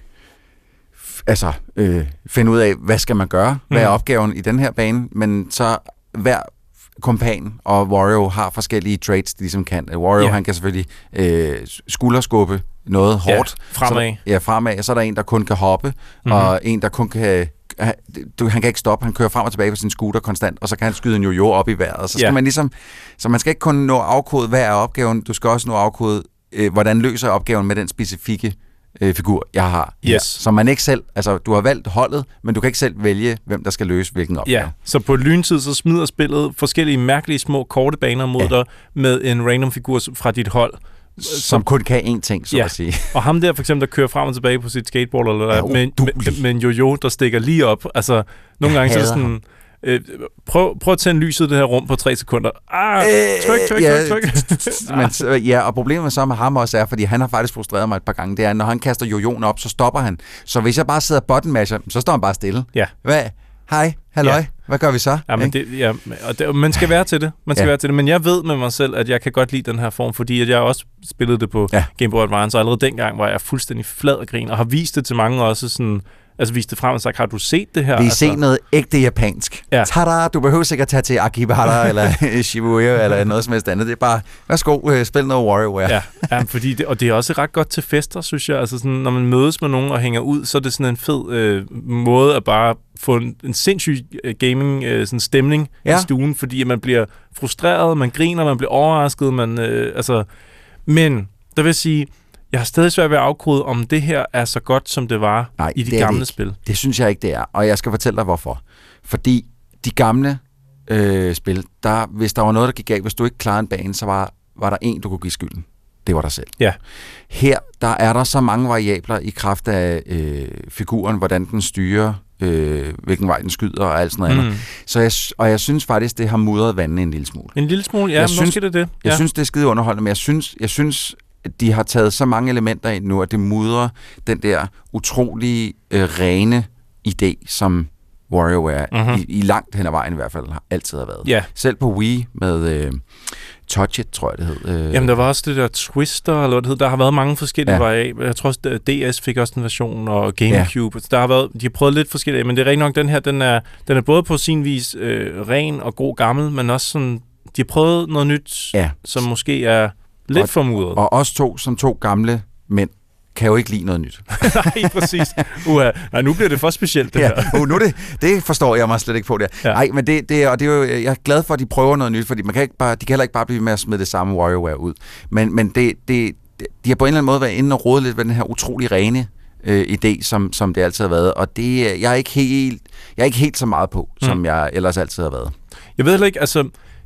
f- altså, øh, finde ud af, hvad skal man gøre? Hvad er opgaven i den her bane? Men så hver kompan og Wario har forskellige traits, de ligesom kan. Wario, yeah. han kan selvfølgelig øh, skulderskubbe noget hårdt. Ja, fremad. Så, ja, fremad. Så er der en, der kun kan hoppe, mm-hmm. og en, der kun kan... Du, han kan ikke stoppe, han kører frem og tilbage på sin scooter konstant, og så kan han skyde en jojo op i vejret. Så skal yeah. man ligesom, så man skal ikke kun nå afkode, hvad er opgaven, du skal også nå afkode, øh, hvordan løser jeg opgaven med den specifikke øh, figur, jeg har. Yes. Her. Så man ikke selv, altså du har valgt holdet, men du kan ikke selv vælge, hvem der skal løse hvilken opgave. Ja, så på lyntid, så smider spillet forskellige mærkelige små korte baner mod ja. dig med en random figur fra dit hold. Som, som kun kan én ting, så ja. at sige. Og ham der for eksempel, der kører frem og tilbage på sit skateboard, eller ja, med, med, med en jojo, der stikker lige op. Altså, nogle jeg gange så er sådan... Øh, prøv, prøv at tænde lyset i det her rum på tre sekunder. Ah, tryk, tryk, ja, tryk, tryk. Men, ja, og problemet så med ham også er, fordi han har faktisk frustreret mig et par gange, det er, når han kaster jojoen op, så stopper han. Så hvis jeg bare sidder button masher, så står han bare stille. Ja. Hvad? Hej, halløj. Ja. Hvad gør vi så? Ja, men det, ja, og det, man skal være til det. Man skal ja. være til det. Men jeg ved med mig selv, at jeg kan godt lide den her form, fordi at jeg også spillede det på ja. Game Boy Advance, og allerede dengang var jeg fuldstændig flad og grin, og har vist det til mange også sådan... Altså vist det frem og sagt, har du set det her? Vi altså, ser noget ægte japansk. Ja. Tada! Du behøver sikkert tage til Akihabara eller Shibuya eller noget som helst andet. Det er bare, værsgo, spil noget WarioWare. Ja, ja fordi det, og det er også ret godt til fester, synes jeg. Altså sådan, når man mødes med nogen og hænger ud, så er det sådan en fed øh, måde at bare få en, en sindssyg øh, gaming øh, sådan stemning ja. i stuen, fordi man bliver frustreret, man griner, man bliver overrasket, man, øh, altså... Men, der vil sige... Jeg har stadig svært ved at afkode, om det her er så godt, som det var Nej, i de det gamle det spil. Det synes jeg ikke, det er. Og jeg skal fortælle dig, hvorfor. Fordi de gamle øh, spil, der, hvis der var noget, der gik galt, hvis du ikke klarede en bane, så var, var der en, du kunne give skylden. Det var dig selv. Ja. Her, der er der så mange variabler i kraft af øh, figuren, hvordan den styrer, øh, hvilken vej den skyder og alt sådan noget mm. andet. Så jeg, og jeg synes faktisk, det har mudret vandene en lille smule. En lille smule? Ja, jeg måske synes, det er det. Ja. Jeg synes, det er skide underholdende, men jeg synes... Jeg synes de har taget så mange elementer ind nu, at det mudrer den der utrolige øh, rene idé, som WarioWare mm-hmm. i, i langt hen ad vejen i hvert fald har altid har været. Ja. Selv på Wii med øh, Touch It, tror jeg det hed. Øh. Jamen der var også det der Twister, eller hvad det hed. Der har været mange forskellige ja. variabler. Jeg tror også, at D S fik også en version, og GameCube. Ja. Der har været, de har prøvet lidt forskellige, men det er rigtig nok, den her, den er, den er både på sin vis øh, ren og god gammel, men også sådan, de har prøvet noget nyt, ja. som måske er lidt formudret. Og os to, som to gamle mænd, kan jo ikke lide noget nyt. Nej, præcis. Uha. Nej, nu bliver det for specielt, det ja. her. Uh, nu det, det forstår jeg mig slet ikke på der. Ja. Nej, men det, det, og det er jo, jeg er glad for, at de prøver noget nyt, fordi man kan ikke bare, de kan heller ikke bare blive med at smide det samme WarioWare ud. Men, men det, det, de har på en eller anden måde været inde og rode lidt ved den her utrolig rene øh, idé, som, som det altid har været. Og det, jeg er ikke helt, jeg er ikke helt så meget på, mm. som jeg ellers altid har været. Jeg ved heller ikke, altså...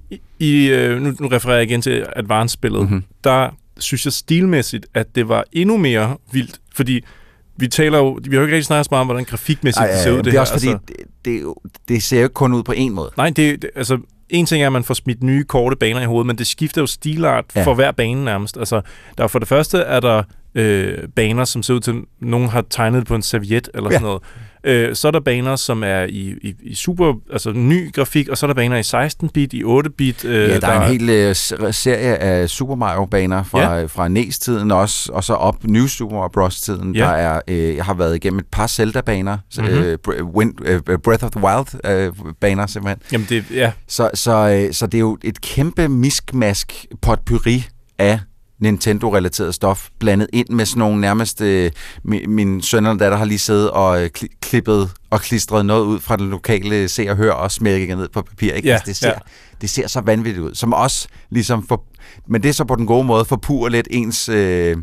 I, øh, nu, nu refererer jeg igen til Advance-spillet. Mm-hmm. Der synes jeg stilmæssigt, at det var endnu mere vildt, fordi vi taler jo, vi har jo ikke rigtig snakket så meget om, hvordan grafikmæssigt Ej, det ser ud. Det, det er her. også fordi, altså, det, det, det ser jo ikke kun ud på en måde. Nej, det, det altså en ting er, at man får smidt nye korte baner i hovedet, men det skifter jo stilart ja. for hver bane nærmest. Altså, der for det første er der øh, baner, som ser ud til, nogen har tegnet på en serviet eller sådan ja. noget. Øh, så er der baner, som er i, i, i super, altså ny grafik, og så er der baner i seksten bit, i otte bit. Øh, ja, der, der er en hel øh, serie af Super Mario-baner fra, ja. fra N E S-tiden også, og så op New Super Mario Bros-tiden. Ja. Der er, øh, jeg har været igennem et par Zelda-baner, mm-hmm. øh, Wind, øh, Breath of the Wild-baner øh, simpelthen. Jamen det, ja. Så, så, øh, så det er jo et kæmpe miskmask potpourri af Nintendo-relateret stof, blandet ind med sådan nogle nærmest... Øh, min, min søn og datter har lige siddet og øh, klippet og klistret noget ud fra den lokale Se og Hør og smækket ned på papir. Ikke? Ja, altså, det, ser, ja. det ser så vanvittigt ud. Som også ligesom... For, men det er så på den gode måde forpurer lidt ens... Øh,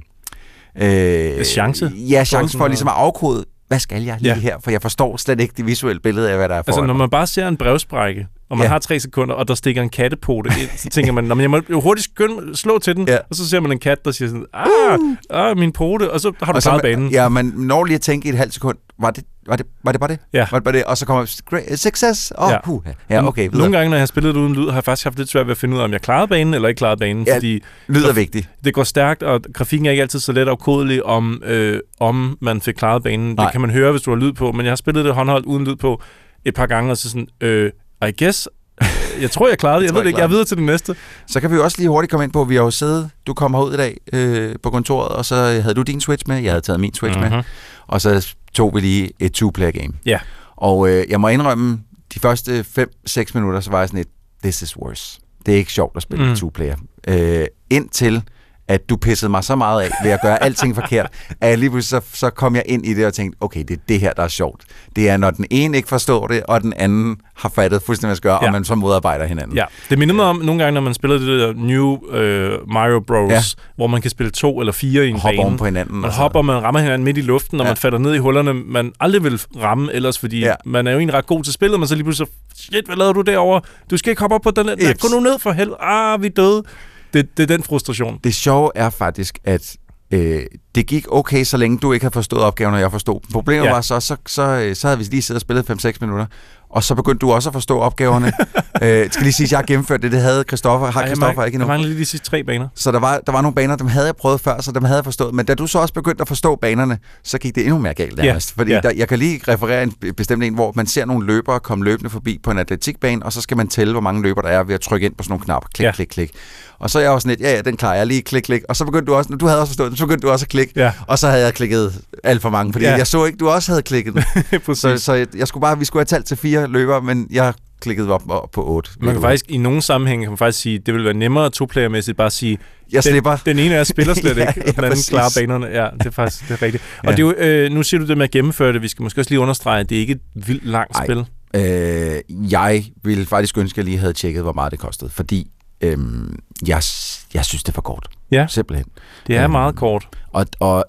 øh, chance? Ja, chance for ligesom at afkode, hvad skal jeg lige ja. her? For jeg forstår slet ikke det visuelle billede af, hvad der er for. Altså, når man bare ser en brevsprække, og man ja. har tre sekunder, og der stikker en kattepote ind, så tænker man, jeg må jo hurtigt skynde, slå til den, ja. og så ser man en kat, der siger sådan, ah, uh. ah min pote, og så har du klaret banen. Ja, man når lige at tænke i et halvt sekund, var det Var det, var det bare det? Ja. Var det bare det? Og så kommer success. Åh, oh, ja. puh. Ja, okay. Videre. Nogle gange, når jeg har spillet det uden lyd, har jeg faktisk haft lidt svært ved at finde ud af, om jeg klarede banen eller ikke klarede banen. Ja, fordi lyd er vigtigt. Det går stærkt, og grafikken er ikke altid så let afkodelig, om, øh, om man fik klaret banen. Nej. Det kan man høre, hvis du har lyd på. Men jeg har spillet det håndholdt uden lyd på et par gange, og så sådan, øh, I guess... Jeg tror, jeg klarede det. Jeg, jeg ved det ikke. Jeg er videre til det næste. Så kan vi jo også lige hurtigt komme ind på, vi har jo siddet, du kom herud i dag øh, på kontoret, og så havde du din Switch med, jeg havde taget min Switch mm-hmm. med, og så tog vi lige et two-player game. Ja. Og øh, jeg må indrømme, de første fem seks minutter, så var jeg sådan et, this is worse. Det er ikke sjovt at spille mm. two-player. Øh, indtil at du pissede mig så meget af ved at gøre alting forkert, at jeg lige pludselig så, så kom jeg ind i det og tænkte, okay, det er det her, der er sjovt. Det er, når den ene ikke forstår det, og den anden har fattet fuldstændig, hvad skal gøre, ja. og man så modarbejder hinanden. Ja, det minder mig om nogle gange, når man spiller det der New uh, Mario Bros, ja. hvor man kan spille to eller fire i en hopper bane. Hopper på hinanden. Man hopper, man rammer hinanden midt i luften, og ja. man falder ned i hullerne, man aldrig vil ramme ellers, fordi ja. man er jo egentlig ret god til spillet, men så lige pludselig så, shit, hvad lavede du derovre? Du skal ikke hoppe op på den der, gå nu ned for helvede, ah, vi er døde. Det, det er den frustration. Det sjove er faktisk, at øh, det gik okay, så længe du ikke havde forstået opgaven, og jeg forstod. Problemet ja. var så, så, så, så havde vi lige siddet og spillet fem seks minutter, og så begyndte du også at forstå opgaverne. øh, skal lige sige, at jeg har gennemført det, det havde Christoffer, har Christoffer ikke endnu. Der manglede lige de sidste tre baner. Så der var, der var nogle baner, dem havde jeg prøvet før, så dem havde jeg forstået. Men da du så også begyndte at forstå banerne, så gik det endnu mere galt der. Ja. Fordi ja. der, jeg kan lige referere en bestemt en, hvor man ser nogle løbere komme løbende forbi på en atletikbane, og så skal man tælle, hvor mange løber der er ved at trykke ind på sådan nogle knapper. Klik, ja. klik, klik. Og så er jeg også sådan lidt, ja, ja, den klarer jeg lige, klik, klik. Og så begyndte du også, når du havde også forstået den, så begyndte du også at klikke. Ja. Og så havde jeg klikket alt for mange, fordi ja. jeg så ikke, du også havde klikket. så så jeg, jeg skulle bare, vi skulle have talt til fire løbere, men jeg klikkede op, op på otte. Man kan faktisk, i nogle sammenhænge kan man faktisk sige, det vil være nemmere to-playermæssigt bare at sige, jeg den, slipper. Den ene af spiller slet ja, ikke, og den anden klarer banerne. Ja, det er faktisk det er rigtigt. Ja. Og det er jo, øh, nu siger du det med at gennemføre det, vi skal måske også lige understrege, at det er ikke et vildt langt Ej. spil. Øh, jeg ville faktisk ønske, at jeg lige havde tjekket, hvor meget det kostede, fordi øhm, jeg, jeg synes, det er for kort. Ja, simpelthen. Det er øhm, meget kort. Og, og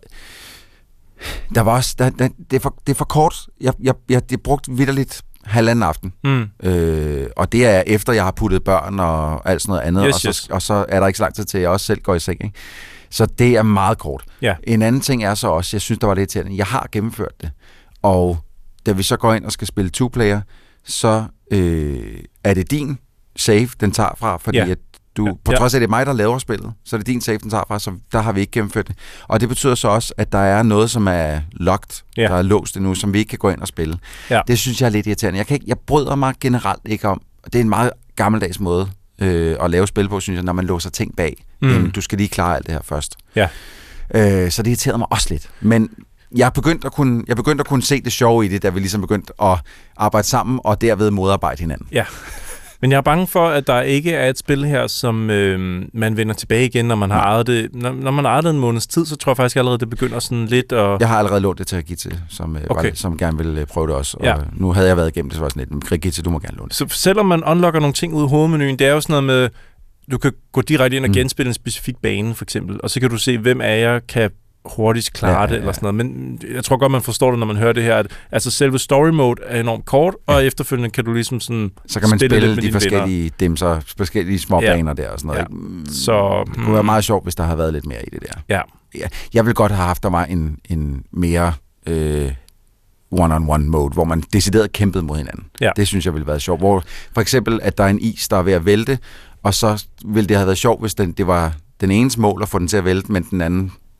der var også, der, der, det, er for, det er for kort. Jeg, jeg, jeg, jeg brugte vitterligt halvanden aften. Mm. Øh, og det er efter, jeg har puttet børn og alt sådan noget andet. Yes, og, så, yes. og så er der ikke så lang tid til, at jeg også selv går i seng. Ikke? Så det er meget kort. Ja. En anden ting er så også, jeg synes, der var lidt irriterende. Jeg har gennemført det. Og da vi så går ind og skal spille two-player, så øh, er det din save, den tager fra, fordi ja. at du, ja. på trods af, at det er mig, der laver spillet, så er det din save, den tager fra, så der har vi ikke gennemført det. Og det betyder så også, at der er noget, som er locked, ja. der er låst endnu, som vi ikke kan gå ind og spille. Ja. Det synes jeg er lidt irriterende. Jeg, kan ikke, jeg bryder mig generelt ikke om, det er en meget gammeldags måde øh, at lave spil på, synes jeg, når man låser ting bag. Mm. Jamen, du skal lige klare alt det her først. Ja. Øh, så det irriterede mig også lidt. Men jeg begyndte, at kunne, jeg begyndte at kunne se det sjove i det, da vi ligesom begyndte at arbejde sammen, og derved modarbejde hinanden. Ja. Men jeg er bange for, at der ikke er et spil her, som øh, man vender tilbage igen, når man har ejet det. Når, når man har ejet det en måneds tid, så tror jeg faktisk allerede, det begynder sådan lidt at... Jeg har allerede lånt det til Rigitte, som, okay. var, som gerne ville prøve det også. Og ja. nu havde jeg været igennem det, så var sådan lidt, Rigitte, du må gerne låne det. Så selvom man unlocker nogle ting ud i hovedmenuen, det er jo sådan noget med, du kan gå direkte ind og genspille mm. en specifik bane, for eksempel, og så kan du se, hvem af jer kan hurtigt klare ja, ja, ja. det, eller sådan noget. Men jeg tror godt, man forstår det, når man hører det her, at altså selve story mode er enormt kort, ja. og efterfølgende kan du ligesom sådan så kan man spille, spille de forskellige dimser, forskellige små ja. baner der og sådan noget. Ja. Så, det kunne mm. være meget sjovt, hvis der havde været lidt mere i det der. Ja. Ja. Jeg ville godt have haft der mig en, en mere øh, one-on-one mode, hvor man decideret kæmpede mod hinanden. Ja. Det synes jeg ville have været sjovt. Hvor for eksempel, at der er en is, der er ved at vælte, og så ville det have været sjovt, hvis den, det var den enes mål at få den til at vælte, men den anden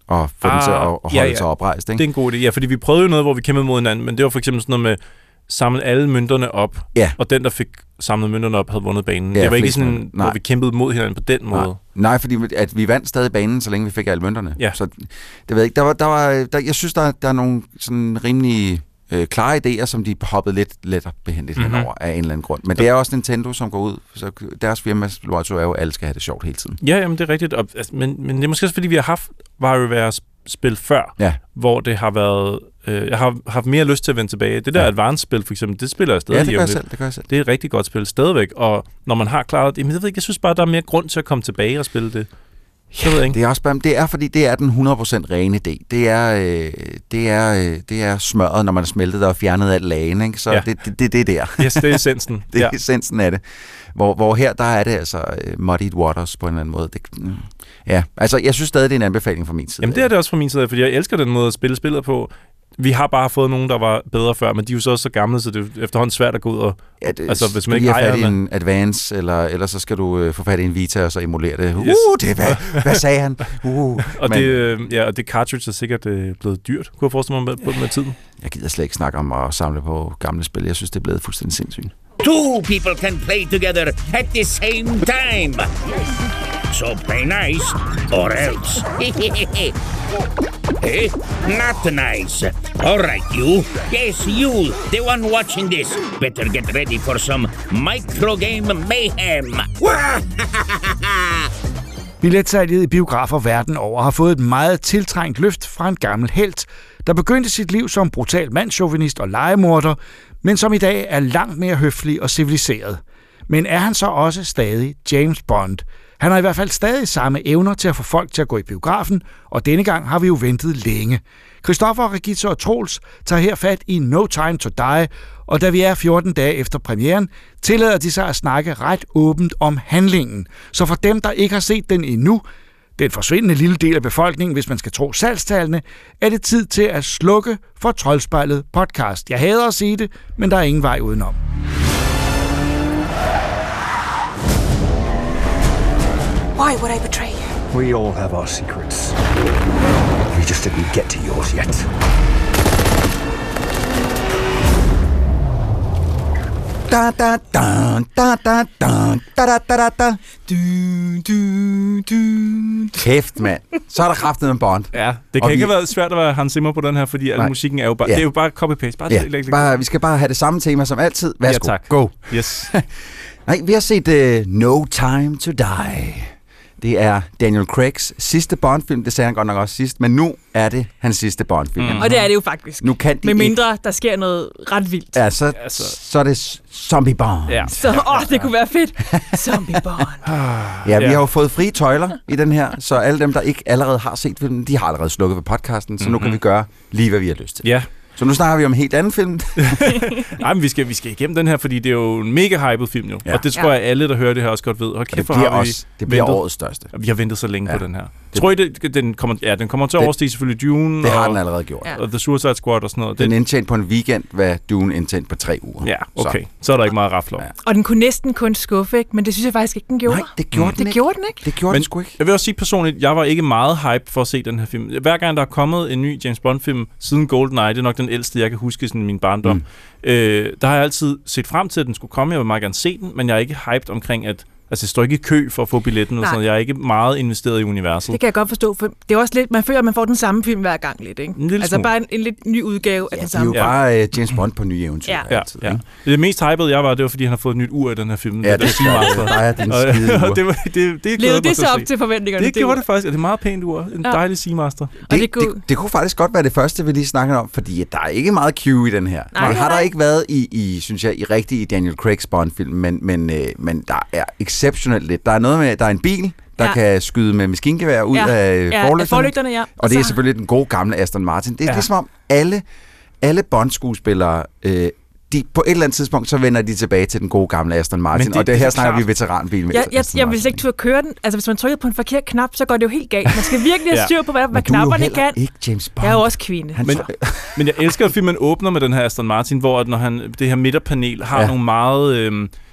og få ah, den til at og holde ja, ja. sig oprejst. Ikke? Det er en god idé, ja, fordi vi prøvede jo noget, hvor vi kæmpede mod hinanden, men det var for eksempel sådan noget med samle alle mønterne op, ja. og den, der fik samlet mønterne op, havde vundet banen. Ja, det var ikke sådan, hvor vi kæmpede mod hinanden på den måde. Nej, Nej fordi at vi vandt stadig banen, så længe vi fik alle mønterne. Ja. Så det ved jeg ikke. Der var, der var, der, jeg synes, der, der er nogle sådan rimelige øh, klare idéer, som de hoppede lidt lettere behendigt mm-hmm. henover af en eller anden grund. Men det er også Nintendo, som går ud. Så deres firmas motto er jo, at alle skal have det sjovt hele tiden. Ja, jamen det er rigtigt. Og, altså, men, men det er måske også, fordi vi har haft WarioWare-spil før, ja. hvor det har været... Øh, jeg har haft mere lyst til at vende tilbage. Det der ja. Advance-spil, for eksempel, det spiller jeg stadig. Ja, det gør jeg selv, det gør jeg selv. Det er et rigtig godt spil stadigvæk. Og når man har klaret det... Jamen, jeg ved ikke, jeg synes bare, der er mere grund til at komme tilbage og spille det. Ja, det er også bare, det er fordi det er den hundrede procent rene idé. Det er øh, det er øh, det er smøret, når man har smeltet og fjernet alt lagen, ikke? Så ja. det det det, det der. Yes, det er essensen. det er ja. essensen af det. Hvor hvor her der er det altså uh, muddied waters på en eller anden måde. Det, mm, ja, altså jeg synes stadig det er en anbefaling fra min side. Jamen det er det også fra min side, fordi jeg elsker den måde at spille spillet på. Vi har bare fået nogen, der var bedre før, men de er jo så også så gamle, så det er efterhånden svært at gå ud og... Ja, det, altså, hvis man ikke ikke fat i en Advance, eller, eller så skal du øh, få fat i en Vita, og så emulere det. Uh, yes. det hvad, hvad sagde han? Uh, og, men, det, øh, ja, og det cartridge er sikkert øh, blevet dyrt, kunne jeg forestille mig med, med tiden. Jeg gider slet ikke snakke om at samle på gamle spil. Jeg synes, det er blevet fuldstændig sindssygt. Two people can play together at the same time. So play nice, or else. Eh? Not nice. All right, you. Yes, you, the one watching this. Better get ready for some microgame mayhem. Billetsalget i biografer verden over har fået et meget tiltrængt løft fra en gammel helt, der begyndte sit liv som brutal mandschauvinist og legemorder, men som i dag er langt mere høflig og civiliseret. Men er han så også stadig James Bond? Han har i hvert fald stadig samme evner til at få folk til at gå i biografen, og denne gang har vi jo ventet længe. Christoffer, Regitze og Troels tager her fat i No Time to Die, og da vi er fjorten dage efter premieren, tillader de sig at snakke ret åbent om handlingen. Så for dem, der ikke har set den endnu, den forsvindende lille del af befolkningen, hvis man skal tro salgstallene, er det tid til at slukke for Troldspejlet podcast. Jeg hader at sige det, men der er ingen vej udenom. Why would I betray you? We all have our secrets. We just didn't get to yours yet. Da da da da da da da da da da. Du du du. Kæft, mand. Så er der kraftet med Bond. Ja, det kan og ikke vi... have været svært at være Hans Zimmer på den her, fordi al musikken er jo bare, ja. det er jo bare copy-paste. Bare, ja. læg, læg, bare vi skal bare have det samme tema som altid. Værsgo. Ja, tak. Go. Yes. Nej, vi har set uh, No Time to Die. Det er Daniel Craigs sidste Bond-film. Det sagde han godt nok også sidst, men nu er det hans sidste Bond-film. Mm. Og det er det jo faktisk. Nu kan de Med mindre, ikke... der sker noget ret vildt. Ja, så, altså... så er det Zombie Bond. Ja. Så, åh, det kunne være fedt. Zombie Bond. Ja, vi har jo fået frie tøjler i den her, så alle dem, der ikke allerede har set filmen, de har allerede slukket ved podcasten, så mm-hmm. nu kan vi gøre lige, hvad vi har lyst til. Ja. Så nu snakker vi om en helt anden film. Nej, men vi skal, vi skal igennem den her, fordi det er jo en mega hyped film jo. Ja. Og det tror jeg, alle, der hører det her, også godt ved. Og kæft, det bliver, også, det bliver ventet. årets største. Vi har ventet så længe ja. på den her. Det, tror I, det, den kommer, ja, den kommer til at overstige selvfølgelig Dune. Det har og, den allerede gjort. Ja. Og The Suicide Squad og sådan noget. Den indtjente på en weekend, hvad Dune indtjente på tre uger. Ja, okay. Så, så er der ikke meget rafler. Ja. Og den kunne næsten kun skuffe, ikke? Men det synes jeg faktisk ikke, den gjorde. Nej, det gjorde mm. den det ikke. Gjorde den ikke. Det gjorde men, den sgu ikke. Jeg vil også sige personligt, jeg var ikke meget hype for at se den her film. Hver gang der er kommet en ny James Bond-film siden GoldenEye, det er nok den ældste, jeg kan huske i min barndom, mm. øh, der har jeg altid set frem til, at den skulle komme. Jeg vil meget gerne se den, men jeg er ikke hyped omkring, at altså, jeg står ikke i kø for at få billetten. Og sådan. Jeg er ikke meget investeret i universet. Det kan jeg godt forstå, for det er også lidt, man føler, at man får den samme film hver gang lidt, ikke? Altså smule. Bare en, en lidt ny udgave af ja, den samme. Det er jo bare uh, James Bond på nye eventyr. Ja. Ja, altid, ja. Det mest hypede jeg var, det var, fordi han har fået et nyt ur i den her film. Ja, det, det er Seamaster. Der er din skide ur. det, var, det, det, det levede det så op til forventningerne? Det, det gjorde det faktisk. Det er meget pænt ur. En ja. dejlig Seamaster. Det, det, det, det kunne faktisk godt være det første, vi lige snakkede om, fordi der er ikke meget Q i den her. Nej, har der ikke været i, i, synes jeg, i rigtig i Daniel Craigs Bond-film, men, men, øh, men der er exceptionelt lidt. Der er noget med, der er en bil, der ja. kan skyde med maskingevær ud ja. af ja, forlygterne. forlygterne ja. Og det er selvfølgelig den gode gamle Aston Martin. Det er ja. ligesom om alle, alle Bond-skuespillere, øh, de, på et eller andet tidspunkt, så vender de tilbage til den gode gamle Aston Martin. Det, og det her snakker klart. vi veteranbil med. Ja, jeg, jeg vil ikke turde køre den. Altså, hvis man trykker på en forkert knap, så går det jo helt galt. Man skal virkelig have styr på, hvad, hvad knapperne kan. Ikke James Bond. Jeg er jo også kvinde. Men, men jeg elsker, at filmen åbner med den her Aston Martin, hvor når han, det her midterpanel har ja. nogle meget... Øh,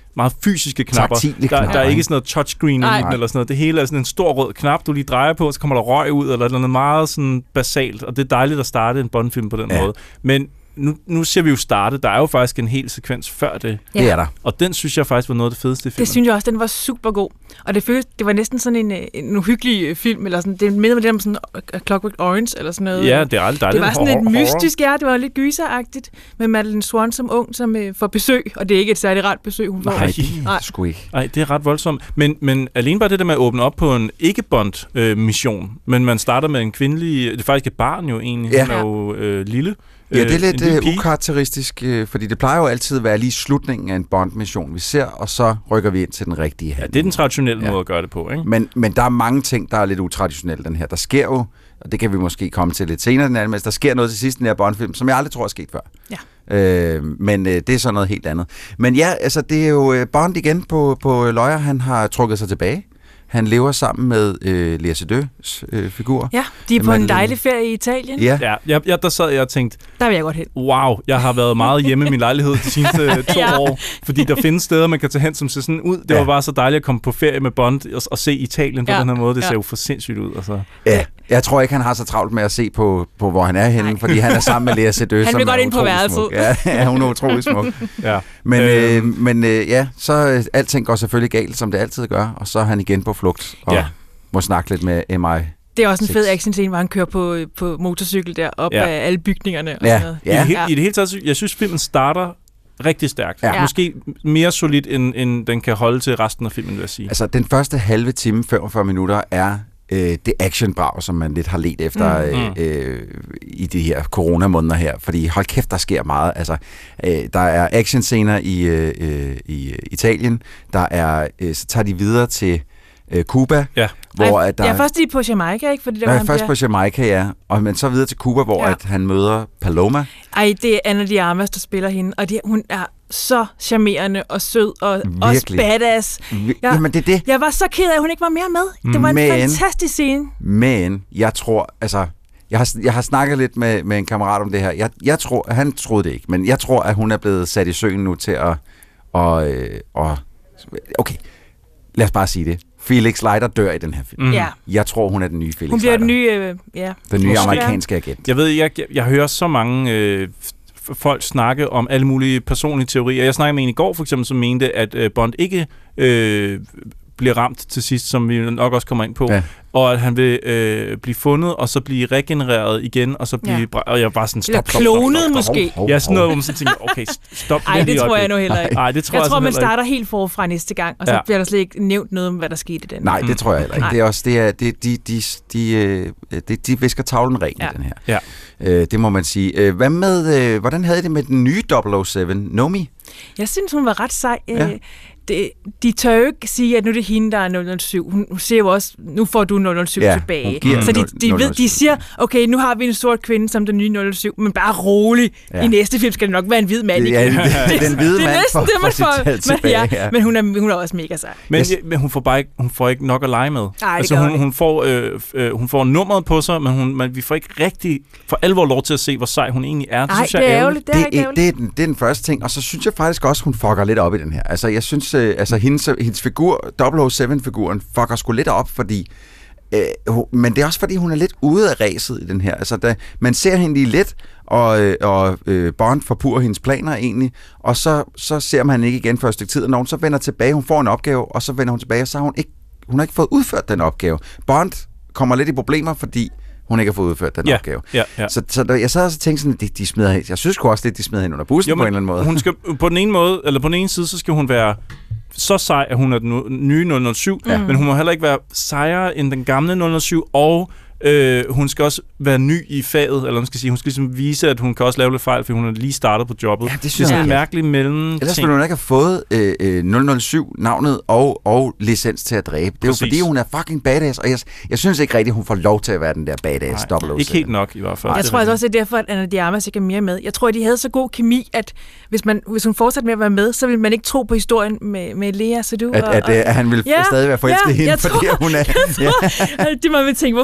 meget fysiske knapper. Taktile der, knapper, der er ikke sådan noget touchscreen eller sådan noget. Det hele er sådan en stor rød knap, du lige drejer på, så kommer der røg ud, eller noget meget sådan basalt, og det er dejligt at starte en Bond-film på den ja. måde. Men Nu, nu ser vi jo starte. Der er jo faktisk en hel sekvens før det. Ja. Det er der. Og den synes jeg faktisk var noget af det fedeste i filmen. Det synes jeg også, den var super god. Og det føltes, det var næsten sådan en, en uhyggelig film, eller sådan, det minder mig lidt om sådan A Clockwork Orange, eller sådan noget. Ja, det er aldrig dejligt. Det var sådan lidt mystisk, ja, det var lidt gyseragtigt, med Madeleine Swann som ung, som øh, får besøg, og det er ikke et særligt rart besøg, hun får. Nej, det er sgu ikke. Nej, det er ret voldsomt. Men, men alene bare det der med at åbne op på en ikke-Bond-mission, øh, men man starter med en kvindelig, det er faktisk et barn jo egentlig, ja. Hun er jo øh, lille. Ja, det er lidt uh, ukarakteristisk, uh, fordi det plejer jo altid at være lige slutningen af en Bond-mission, vi ser, og så rykker vi ind til den rigtige handling. Ja, det er den traditionelle ja. måde at gøre det på, ikke? Men, men der er mange ting, der er lidt utraditionelle den her. Der sker jo, og det kan vi måske komme til lidt senere, den anden, men der sker noget til sidst i den her Bond-film, som jeg aldrig tror er sket før. Ja. Øh, men øh, det er så noget helt andet. Men ja, altså det er jo øh, Bond igen på, på Løjer, han har trukket sig tilbage. Han lever sammen med øh, Lea Seydoux' øh, figur. Ja, de er på en dejlig ferie i Italien. Ja, ja jeg, jeg, der sad jeg og tænkte... Der vil jeg godt hen. Wow, jeg har været meget hjemme i min lejlighed de seneste to ja. år, fordi der findes steder, man kan tage hen, som ser sådan ud. Det ja. var bare så dejligt at komme på ferie med Bond og, og se Italien på ja. den her måde. Det ja. ser jo for sindssygt ud. Altså. Ja, jeg tror ikke, han har så travlt med at se på, på hvor han er henne, fordi han er sammen med Lea Seydoux. Han vil godt ind på værelset. Ja, ja, hun er utrolig smuk. ja. Men, øh, men øh, ja, så øh, alting går selvfølgelig galt, som det altid gør, og så er han igen på flugt. Og ja. må snakke lidt med M I. Det er også en fed actionscene, hvor han kører på, på motorcykel der op ja. af alle bygningerne. Og ja. sådan noget. Ja. I, det, I det hele taget, jeg synes, filmen starter rigtig stærkt. Ja. Måske mere solidt, end, end den kan holde til resten af filmen, vil jeg sige. Altså, den første halve time, femogfyrre minutter, er øh, det actionbrag, som man lidt har let efter mm. øh, øh, i de her coronamåneder her. Fordi hold kæft, der sker meget. Altså, øh, der er actionscener i, øh, i Italien. Der er, øh, så tager de videre til Cuba, ja. hvor Ej, at der... Jeg er først lige på Jamaica, ikke? Fordi der Nej, var først bliver... på Jamaica, ja. Og men så videre til Cuba, hvor ja. at han møder Paloma. Ej, det er Ana de Armas, der spiller hende, og de, hun er så charmerende og sød og også badass. Jeg, Jamen, det er det. Jeg var så ked af, at hun ikke var mere med. Det var men, en fantastisk scene. Men jeg tror, altså... Jeg har, jeg har snakket lidt med, med en kammerat om det her. Jeg, jeg tror, han troede det ikke, men jeg tror, at hun er blevet sat i søen nu til at... Og, og, okay, lad os bare sige det. Felix Leiter dør i den her film. Mm. Ja. Jeg tror, hun er den nye Felix Hun bliver Leiter. den nye, øh, ja. Den nye amerikanske agent. Jeg ved, jeg, jeg, jeg hører så mange øh, folk snakke om alle mulige personlige teorier. Jeg snakkede med en i går, for eksempel, som mente, at øh, Bond ikke øh, bliver ramt til sidst, som vi nok også kommer ind på. Ja. Og at han vil øh, blive fundet, og så blive regenereret igen, og så blive... Ja. Og jeg var sådan, stop, stop, stop, klonet stop, stop, stop. måske. Ja, sådan noget, hvor man så tænker, okay, stop. Ej, det tror jeg nu heller ikke. Ej, det tror jeg, jeg tror, man starter ikke. helt forfra næste gang, og så ja. bliver der slet ikke nævnt noget om, hvad der skete i den. Nej, det tror jeg heller ikke. Det er også, det er, det, de, de, de, de, de visker tavlen ren ja. i den her. Ja. Øh, det må man sige. Hvad med, hvordan havde I det med den nye double oh seven, Nomi? Jeg synes, hun var ret sej. Ja. Det, de tør jo ikke sige, at nu er det hende, der er nul nul syv. Hun, hun siger jo også, nu får du nul nul syv ja, tilbage. Så de, de, ved, de siger, okay, nu har vi en sort kvinde som den nye nul nul syv, men bare rolig. Ja. I næste film skal det nok være en hvid mand igen. Ja, det, den hvide mand får, det, får sit tal tilbage. Men, ja, ja. men hun, er, hun er også mega sej. Men, yes. men hun får bare ikke, hun får ikke nok at lege med. Ej, altså, hun, hun, får, øh, øh, hun får nummeret på sig, men, hun, men vi får ikke rigtig for alvor lov til at se, hvor sej hun egentlig er. Det Ej, synes jeg det er ærgerligt. Det, det, er, det, er den, det er den første ting, og så synes jeg faktisk også, hun fucker lidt op i den her. Altså, jeg synes, øh, altså, hendes hendes figur, double oh seven-figuren, fucker sgu lidt op, fordi... Øh, men det er også, fordi hun er lidt ude af ræset i den her. Altså, da, man ser hende lige lidt, og, og øh, Bond forpurer hendes planer egentlig, og så, så ser man hende ikke igen for et stykke tid, og når hun så vender tilbage, hun får en opgave, og så vender hun tilbage, og så har hun ikke, hun har ikke fået udført den opgave. Bond kommer lidt i problemer, fordi hun ikke har fået udført den ja, opgave. Ja, ja. Så, så der, jeg sad og tænkte sådan, de, de smider, jeg synes sgu også lidt, de smider hende under bussen jo, på en eller anden måde. Hun skal, på den ene måde, eller på den ene side, så skal hun være så sej, at hun er den nye nul nul syv, ja. Men hun må heller ikke være sejere end den gamle nul nul syv, og øh, hun skal også være ny i faget, eller man skal sige, hun skal ligesom vise, at hun kan også lave lidt fejl, fordi hun er lige startet på jobbet. Ja, det synes det er sådan jeg. en mærkelig mellem. Ellers ville hun ikke have fået øh, nul nul syv-navnet og, og licens til at dræbe. Det er Præcis. jo fordi, hun er fucking badass, og jeg, jeg synes ikke rigtigt, hun får lov til at være den der badass double oh seven. Ikke helt nok i hvert fald. Jeg tror altså også, det er derfor, at Ana de Armas ikke er mere med. Jeg tror, at de havde så god kemi, at hvis, man, hvis hun fortsatte med at være med, så ville man ikke tro på historien med, med Lea Seydoux. At, at, at, at han ville ja, stadig være forelsket ja, hende, fordi tror, hun er... Jeg tror, ja. De må vel tænke, hvorfor er de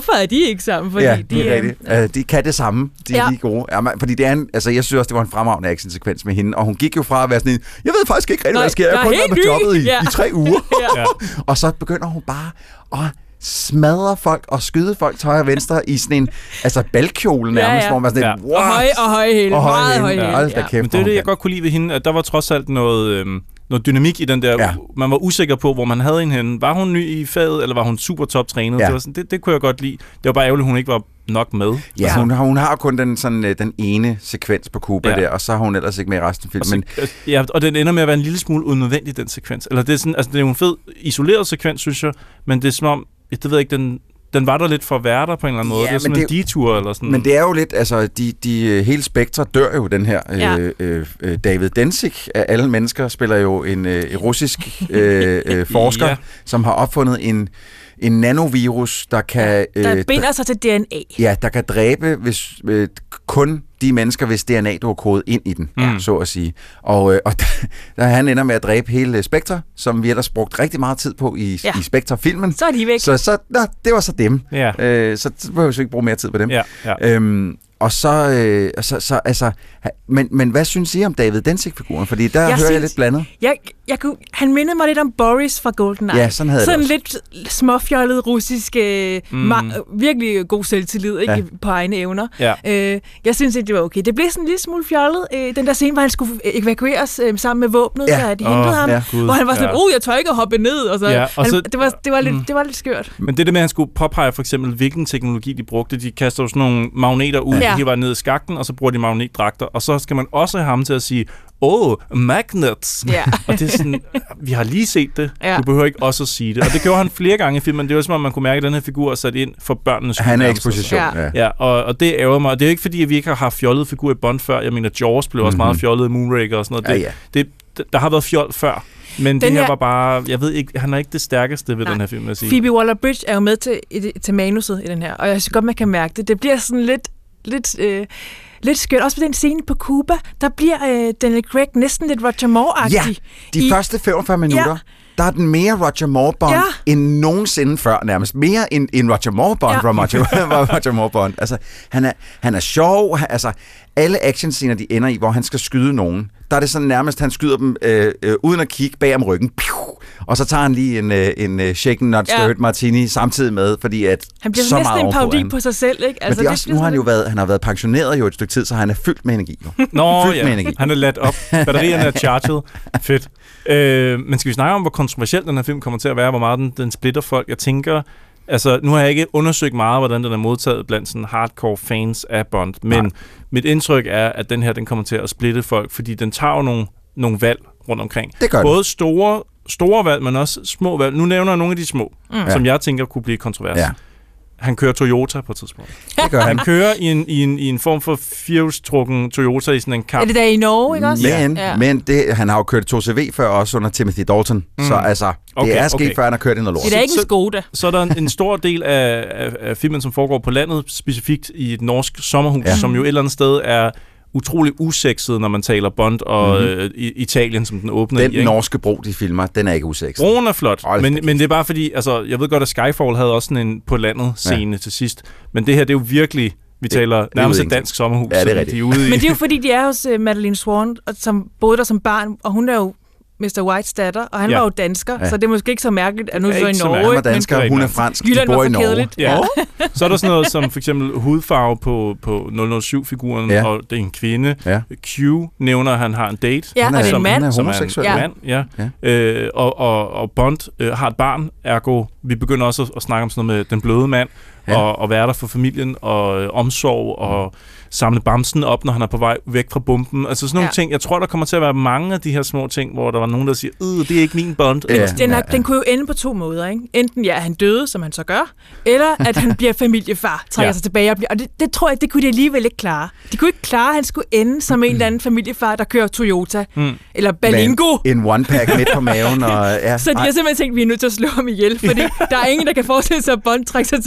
de ikke sammen, fordi ja, de, det er rigtigt. øh, Uh, de kan det samme. De er ja. lige gode. Ja, man, fordi det er en, altså, jeg synes også, det var en fremragende actionsekvens med hende, og hun gik jo fra at være sådan en, jeg ved faktisk ikke rigtig, hvad der sker. Jeg har kun været på jobbet i, ja. i tre uger. ja. Og så begynder hun bare at smadre folk og skyde folk til højre og venstre i sådan en altså balkjole nærmest, ja, ja. hvor man sådan en, ja. og høje og høje hæle, meget høje hæle. Ja. Ja. Men det er det, jeg godt kunne lide ved hende, at der var trods alt noget... Øhm, noget dynamik i den der, ja. man var usikker på, hvor man havde hende henne. Var hun ny i faget, eller var hun super top trænet? Ja. Det, var sådan, det, det kunne jeg godt lide. Det var bare ærgerligt, hun ikke var nok med. Ja, altså. hun, har, hun har kun den, sådan, den ene sekvens på Cuba ja. der, og så har hun ellers ikke med i resten af filmen. Og, så, ja, og den ender med at være en lille smule unødvendig, den sekvens. Eller det er, sådan, altså, det er jo en fed, isoleret sekvens, synes jeg, men det er som om, det ved jeg ikke, den... Den var der lidt for at være der på en eller anden måde. Ja, det er sådan en detour eller sådan. Men det er jo lidt, altså, de, de hele spektre dør jo, den her. Ja. Øh, øh, David Dencik af alle mennesker spiller jo en øh, russisk øh, øh, forsker, ja. som har opfundet en, en nanovirus, der kan... Øh, der binder sig til D N A. Ja, der kan dræbe hvis, øh, kun de mennesker, hvis D N A, du har kodet ind i den, mm. så at sige. Og, øh, og der, der han ender med at dræbe hele Spectre, som vi ellers brugt rigtig meget tid på i, ja. i Spectre-filmen. Så er de væk. Så, så nå, det var så dem. Ja. Øh, så, så behøver vi ikke bruge mere tid på dem. Ja. Ja. Øhm, og så, øh, så, så altså, men, men hvad synes I om David Dencik-figuren? Fordi der jeg hører synes, jeg lidt blandet. Jeg, jeg kunne, han mindede mig lidt om Boris fra GoldenEye. Ja, sådan havde sådan det lidt småfjollet russisk, øh, mm. ma- virkelig god selvtillid ikke, ja. på egne evner. Ja. Øh, jeg synes ikke, det var okay. Det blev sådan en lille smule fjollet. Øh, den der scene, hvor han skulle evakueres øh, sammen med våbnet, ja. da de hentede oh, ham. Ja, hvor han var sådan, ja. oh, jeg tør ikke at hoppe ned. Og så, ja, og han, så det, var, det, var lidt, mm. det var lidt skørt. Men det der med, at han skulle påpege for eksempel, hvilken teknologi de brugte. De kaster jo sådan nogle magneter ud, ja. de var ned i skakten, og så bruger de magnetdragter. Og så skal man også have ham til at sige, åh, oh, magnets. Ja. Og det er sådan, vi har lige set det. Ja. Du behøver ikke også at sige det. Og det gjorde han flere gange i filmen. Det var som om, man kunne mærke, at den her figur er sat ind for børnenes skyld. Han er eksposition. Ja, ja. ja og, og det ærger mig. Og det er jo ikke, fordi vi ikke har haft fjollede figurer i Bond før. Jeg mener, Jaws blev også mm-hmm. meget fjollet i Moonraker og sådan noget. Det, ja, ja. Det, der har været fjold før. Men den det her, her var bare, jeg ved ikke, han er ikke det stærkeste ved Nej. den her film, at sige. Phoebe Waller-Bridge er jo med til, til manuset i den her, og jeg synes godt, man kan mærke det. Det bliver sådan lidt, lidt, øh, lidt skørt. Også på den scene på Cuba, der bliver øh, Daniel Craig næsten lidt Roger Moore-agtig. Ja, de I, første femogfyrre minutter. Ja. Der er den mere Roger Moore-Bond ja. end nogensinde før, nærmest. Mere end, end Roger Moore-Bond ja. fra Roger, Roger Moore-Bond. Altså, han er, han er sjov. Han, altså, alle actionscener, de ender i, hvor han skal skyde nogen, der er det sådan nærmest, han skyder dem øh, øh, uden at kigge bag om ryggen. Piu! Og så tager han lige en, øh, en uh, shaken not stirred ja. martini samtidig med, fordi at han bliver så næsten en parodi på sig selv, ikke? Altså, Men det er også, nu har han jo været, han har været pensioneret jo et stykke tid, så han er fyldt med energi. Jo. Nå fyldt ja, med energi. Han er ladt op. Batterierne er charged. Fedt. Øh, men skal vi snakke om, hvor kontroversiel den her film kommer til at være, hvor meget den, den splitter folk? Jeg tænker, altså nu har jeg ikke undersøgt meget, hvordan den er modtaget blandt sådan hardcore fans af Bond, men Nej. mit indtryk er, at den her, den kommer til at splitte folk, fordi den tager jo nogle, nogle valg rundt omkring. Det gør Både store, store valg, men også små valg. Nu nævner jeg nogle af de små, mm. som ja. jeg tænker kunne blive kontroversielle. Ja. Han kører Toyota på et tidspunkt. Det gør han. Han kører i en, i en, i en form for firehjulstrukken Toyota i sådan en kamp. Er det der i Norge, ikke også? Men, ja. men det, han har jo kørt to C V før, også under Timothy Dalton. Mm. Så altså, det okay, er sket, okay. før han har kørt ind og lort. Det er ikke en Skoda. Så, så er der en, en stor del af, af, af filmen, som foregår på landet, specifikt i et norsk sommerhus, ja. som jo et eller andet sted er utrolig usekset, når man taler Bond og mm-hmm. øh, Italien, som den åbner den i. Den norske bro, de filmer, den er ikke usekset. Broen er flot, oh, men, men det er bare fordi, altså, jeg ved godt, at Skyfall havde også sådan en på landet scene ja. til sidst, men det her, det er jo virkelig, vi taler det, nærmest et dansk sommerhus. Ja, det er rigtigt. De er ude i. Men det er jo fordi, de er hos uh, Madeleine Swan, som boede der som barn, og hun er jo mister Whites datter, og han ja. var jo dansker, ja. så det er måske ikke så mærkeligt, at nu så i Norge. Han var dansker, men hun er fransk, de bor i Norge. Ja. Så er der sådan noget som for eksempel hudfarve på, på nul nul syv-figuren, ja. og det er en kvinde. Ja. Q nævner, at han har en date. Ja, og det er en mand. Som er homoseksuel. En mand, ja. ja. Øh, og, og, og Bond øh, har et barn, ergo vi begynder også at, at snakke om sådan noget med den bløde mand, ja. og, og være der for familien, og øh, omsorg, og samle bamsen op, når han er på vej væk fra bomben. Altså sådan nogle ja. ting. Jeg tror, der kommer til at være mange af de her små ting, hvor der var nogen, der siger, øh, det er ikke min Bond. Ja. Den, er, den kunne jo ende på to måder, ikke? Enten ja, han døde, som han så gør, eller at han bliver familiefar, trækker ja. sig tilbage og bliver... Og det, det tror jeg, det kunne de alligevel ikke klare. De kunne ikke klare, at han skulle ende som en eller anden familiefar, der kører Toyota, mm. eller Berlingo. En one-pack midt på maven. Og, ja. Så de har simpelthen tænkt, at vi er nødt til at slå ham ihjel, fordi der er ingen, der kan forestille sig, at Bond trækker sig tilbage og bare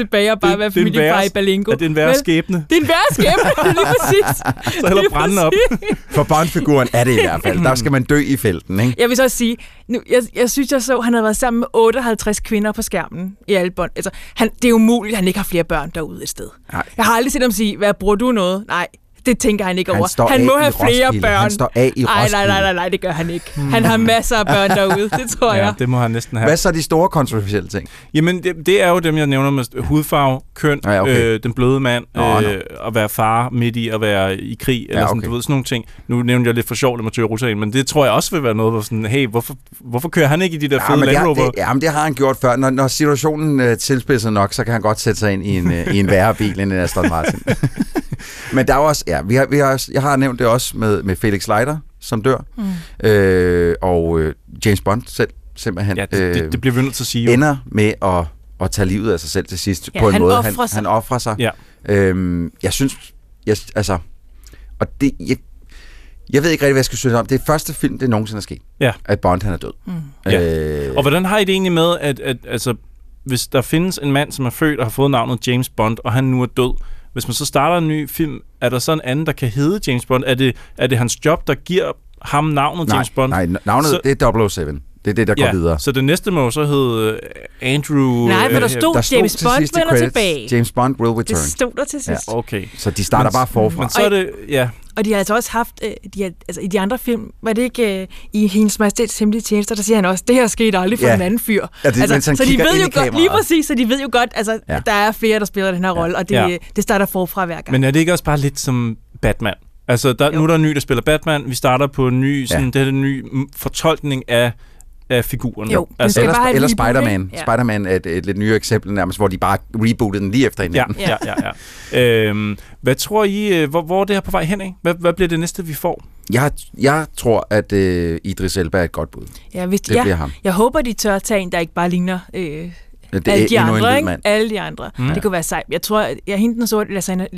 bare være familiefar i Berlingo. Er det en værre skæbne? Det er en værre skæbne, lige præcis. Så heller brænde op. For Bond-figuren er det i hvert fald. Der skal man dø i felten, ikke? Jeg vil så også sige, nu, jeg, jeg synes, jeg så, at han havde været sammen med otteoghalvtreds kvinder på skærmen i alle Bond. Altså, han, det er umuligt, at han ikke har flere børn derude et sted. Nej. Jeg har aldrig set ham sige, hvad bruger du noget? Nej. Det tænker han ikke over. Han, han må have flere Roskilde. børn. Han står af i Ej, Roskilde. nej, nej, nej, nej, det gør han ikke. Han har masser af børn derude, det tror ja, jeg. det må han næsten have. Hvad så de store kontroversielle ting? Jamen, det, det er jo dem, jeg nævner med hudfarve, køn, ja, okay. øh, den bløde mand, Nå, øh, at være far midt i at være i krig, eller ja, okay. sådan, du ved, sådan nogle ting. Nu nævnte jeg lidt for sjovt med Jerusalem, men det tror jeg også vil være noget, hvor sådan, hey, hvorfor, hvorfor kører han ikke i de der fede ja, Land Rover? Det, ja, men det har han gjort før. Når, når situationen øh, tilspidser nok, så kan han godt sætte sig ind i en, øh, i en værre bil end en Aston Martin. Men der er også, ja, vi har, vi har, jeg har nævnt det også med, med Felix Leiter, som dør, mm. øh, og øh, James Bond selv, simpelthen, ja, det, det, det bliver vi nødt til at sige, jo. ender med at, at tage livet af sig selv til sidst, ja, på en han måde. Offrer han, sig. han offrer sig. Ja. Øhm, jeg synes, jeg, altså, og det, jeg, jeg ved ikke rigtig, hvad jeg skal synes om. Det er første film, det nogensinde er sket, ja. at Bond, han er død. Mm. Ja. Øh, og hvordan har I det egentlig med, at, at altså, hvis der findes en mand, som er født og har fået navnet James Bond, og han nu er død, hvis man så starter en ny film, er der så en anden, der kan hedde James Bond? Er det, er det hans job, der giver ham navnet nej, James Bond? Nej, navnet så, det er double oh seven. Det er det, der ja, går videre. Så det næste må så hedde Andrew... Nej, for der stod, der stod James Bond vender tilbage. James Bond will return. Det stod der til sidst. Ja, okay. Så de starter men, bare forfra. Men så er det... Ja. Og de har altså også haft, øh, de har, altså i de andre film, var det ikke øh, i Hendes Majestæts Hemmelige Tjenester, der siger han også, det her skete aldrig for ja. en anden fyr. Ja, det, altså, så de ved jo godt, lige præcis, så de ved jo godt, altså ja. der er flere, der spiller den her rolle, og det, ja. det starter forfra hver gang. Men er det ikke også bare lidt som Batman? Altså, der, nu er der en ny, der spiller Batman, vi starter på en ny, sådan, ja. det er en ny fortolkning af af figuren. Jo, altså, eller eller Spider-Man. Ja. Spider-Man er et, et lidt nye eksempel nærmest, hvor de bare rebootede den lige efter hinanden. Ja, ja, ja. ja. øhm, hvad tror I, hvor, hvor er det her på vej hen, ikke? Hvad, hvad bliver det næste, vi får? Jeg, jeg tror, at øh, Idris Elba er et godt bud. Ja, hvis de, det ja, bliver ham. Jeg håber, de tør tage en, der ikke bare ligner... Øh, det alle de andre, ikke? Alle de andre. Mm. Det kunne være sejt. Jeg tror, jeg hende den sorte,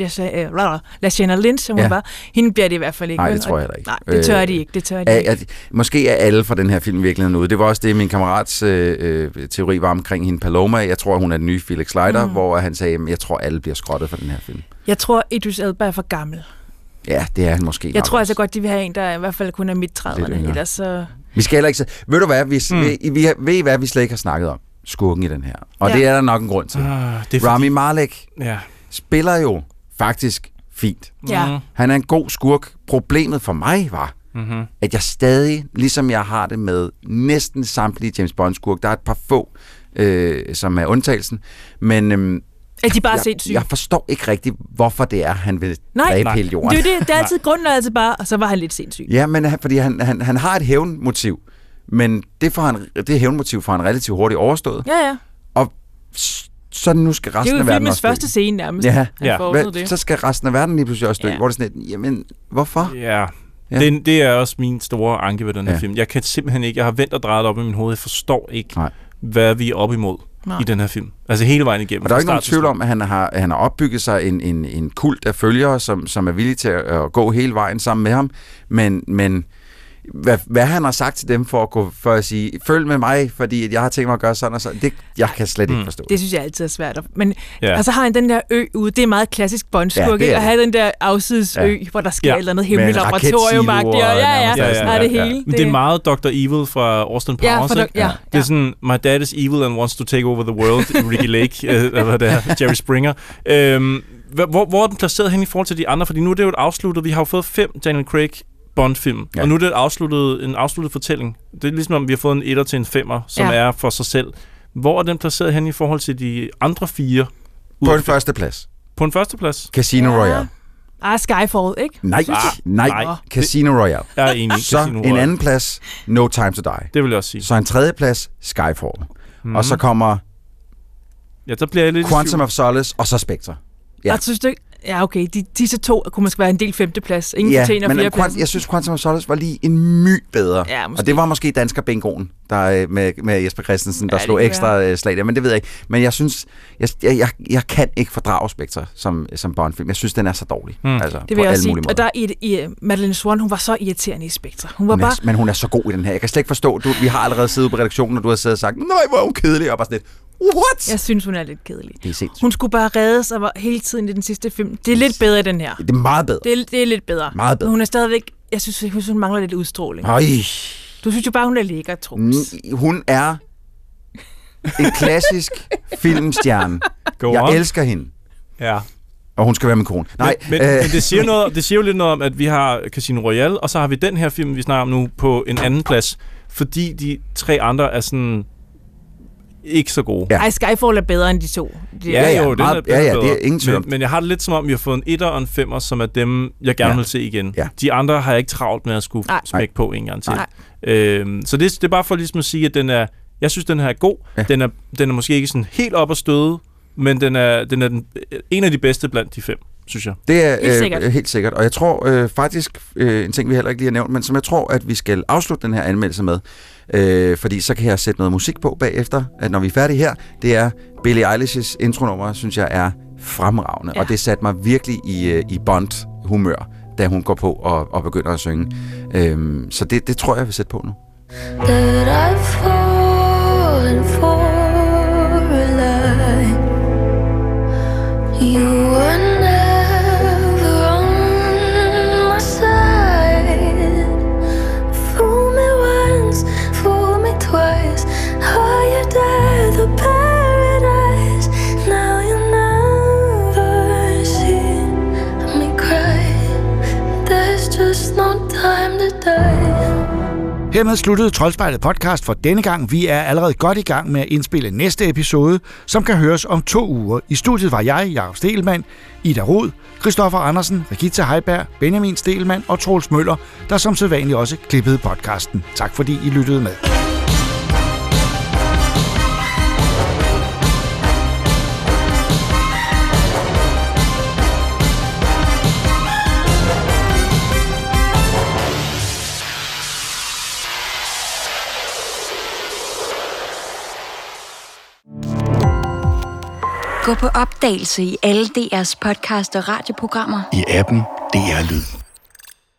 Lashana Lynch, som ja. hun var, hende bliver det i hvert fald ikke. Nej, det tror jeg da ikke. Nej, det tør de ikke. Det tør de er, ikke. Er, måske er alle fra den her film virkelig ude. Det var også det, min kammerats øh, teori var omkring hende Paloma. Jeg tror, hun er den nye Felix Leiter, mm. hvor han sagde, jeg tror, alle bliver skrottet for den her film. Jeg tror, Idris Elba er for gammel. Ja, det er han måske. Jeg tror altså godt, de vil have en, der i hvert fald kun er midt trediverne. Ellers så... Vi skal heller ikke... Ved du hvad? Vi, mm. vi, vi, ved I hvad, vi slet ikke har snakket om? Skurken i den her. Og ja. det er der nok en grund til. Ah, det Rami fordi... Malek ja. spiller jo faktisk fint. Ja. Han er en god skurk. Problemet for mig var, mm-hmm. at jeg stadig, ligesom jeg har det med næsten samtlige James Bond-skurk, der er et par få, øh, som er undtagelsen, men... Øh, er de bare jeg, sindssyge? Jeg forstår ikke rigtigt, hvorfor det er, han vil nej, dræbe nej. hele jorden. Det er, det, det er altid grunden, er altid bare, og så var han lidt sindssyg. Ja, men fordi han, han, han har et hævnmotiv, men det, får han, det hævnmotiv får han relativt hurtigt overstået. Ja, ja. Og så nu skal resten af verden også dø. Det er jo filmens første scene nærmest. Ja, ja. Hvad, så skal resten af verden lige pludselig også dø. Ja. Hvor det sådan et, jamen, hvorfor? Ja, ja. Det, det er også min store anke ved den her ja. film. Jeg kan simpelthen ikke, jeg har vendt og drejet op i min hoved, jeg forstår ikke, nej. hvad vi er op imod. Nej. I den her film. Altså hele vejen igennem. Og der er ikke nogen tvivl om, at han har, han har opbygget sig en, en, en kult af følgere, som, som er villige til at gå hele vejen sammen med ham. Men, men hvad, hvad han har sagt til dem for at, gå, for at sige, følg med mig, fordi jeg har tænkt mig at gøre sådan og sådan, det jeg kan slet ikke forstå. Det synes jeg altid er svært. Men ja. altså har han den der ø ude, det er meget klassisk Bond-skurk, ja, at have den der afsides ø, ja. hvor der sker ja. et eller andet hemmeligt laboratorium. Ja, ja, ja, ja, ja, ja, det hele. Men det er meget doktor Evil fra Austin Powers, ja, ja, ja. Det er sådan, my dad is evil and wants to take over the world, Ricky Lake, eller det er Jerry Springer. Øhm, hvor, hvor er den placeret hen i forhold til de andre? Fordi nu er det jo et afsluttet, vi har jo fået fem Daniel Craig Bond-film, ja. og nu er det et afsluttet, en afsluttet fortælling. Det er ligesom, om vi har fået en etter til en femmer, som ja. er for sig selv. Hvor er den placeret hen i forhold til de andre fire? På en første plads. På en første plads? Casino ja. Royale. Ah, Skyfall, ikke? Nej, ah, nej, nej. Casino Royale. Jeg er enig. Så Casino en anden plads, No Time to Die. Det vil jeg også sige. Så en tredje plads, Skyfall. Mm. Og så kommer ja, der bliver jeg lidt Quantum of Solace, og så Spectre. Ja. Jeg synes du ikke? Ja, okay. De, disse to kunne måske være en del femteplads. Ingen ja, fortjener flere pladser. Jeg synes, Quantum of Solace var lige en my bedre. Ja, og det var måske dansker bingoen, der med, med Jesper Christensen, der ja, slog ekstra være. slag der. Men det ved jeg ikke. Men jeg synes, jeg, jeg, jeg, jeg kan ikke fordrage Spectre som, som Bond-film. Jeg synes, den er så dårlig. Mm. Altså, det vil jeg også sige. Og der i, i Madeleine Swann, hun var så irriterende i Spectre. Hun var hun bare... er, men hun er så god i den her. Jeg kan slet ikke forstå, du, vi har allerede siddet på redaktionen, og du har siddet og sagt, nej, hvor er hun kedelig, og bare sådan lidt, What? Jeg synes, hun er lidt kedelig. Det er sindssygt. Hun skulle bare reddes og var hele tiden i den sidste film. Det er lidt bedre i den her. Det er meget bedre. Det er, det er lidt bedre. Meget bedre. Men hun er stadigvæk... Jeg synes, jeg synes hun mangler lidt udstråling. Øj. Du synes jo bare, hun er lækker, Troels. Hun er en klassisk filmstjerne. Go Jeg on. elsker hende. Ja. Og hun skal være min kone. Nej, men, men, øh. men det, siger noget, det siger jo lidt noget om, at vi har Casino Royale, og så har vi den her film, vi snakker om nu, på en anden plads, fordi de tre andre er sådan ikke så gode. Ja. Ej, Skyfall er bedre end de to. Det ja, er, jo, den er, meget, ja, ja, det er ingen tvivl. Men, men jeg har det lidt som om, vi har fået en etter og en femmer, som er dem, jeg gerne ja. vil se igen. Ja. De andre har jeg ikke travlt med at skulle Nej. smække på en gang til. Øhm, så det, det er bare for ligesom at sige, at den er, jeg synes, den her er god. Ja. Den, er, den er måske ikke sådan helt op at støde, men den er, den er den, en af de bedste blandt de fem, synes jeg. Det er helt sikkert. Øh, helt sikkert. Og jeg tror øh, faktisk, øh, en ting vi heller ikke lige har nævnt, men som jeg tror, at vi skal afslutte den her anmeldelse med, øh, fordi så kan jeg sætte noget musik på bagefter, at når vi er færdige her, det er Billie Eilish's intronummer, synes jeg er fremragende, ja. Og det satte mig virkelig i, i Bond-humør, da hun går på og, og begynder at synge. Øh, så det, det tror jeg, jeg vil sætte på nu. That I've fallen for a lie. You were never on my side. Fool me once, fool me twice. Are you dead, the paradise? Now you never see me cry. There's just no time to die. Hermed sluttede Troldspejlet podcast for denne gang. Vi er allerede godt i gang med at indspille næste episode, som kan høres om to uger. I studiet var jeg, Jakob Stegelmann, Ida Rod, Christoffer Andersen, Regitze Heiberg, Benjamin Stegelmann og Troels Møller, der som sædvanligt også klippede podcasten. Tak fordi I lyttede med. Gå på opdagelse i alle D R's podcast og radioprogrammer. I appen D R Lyd.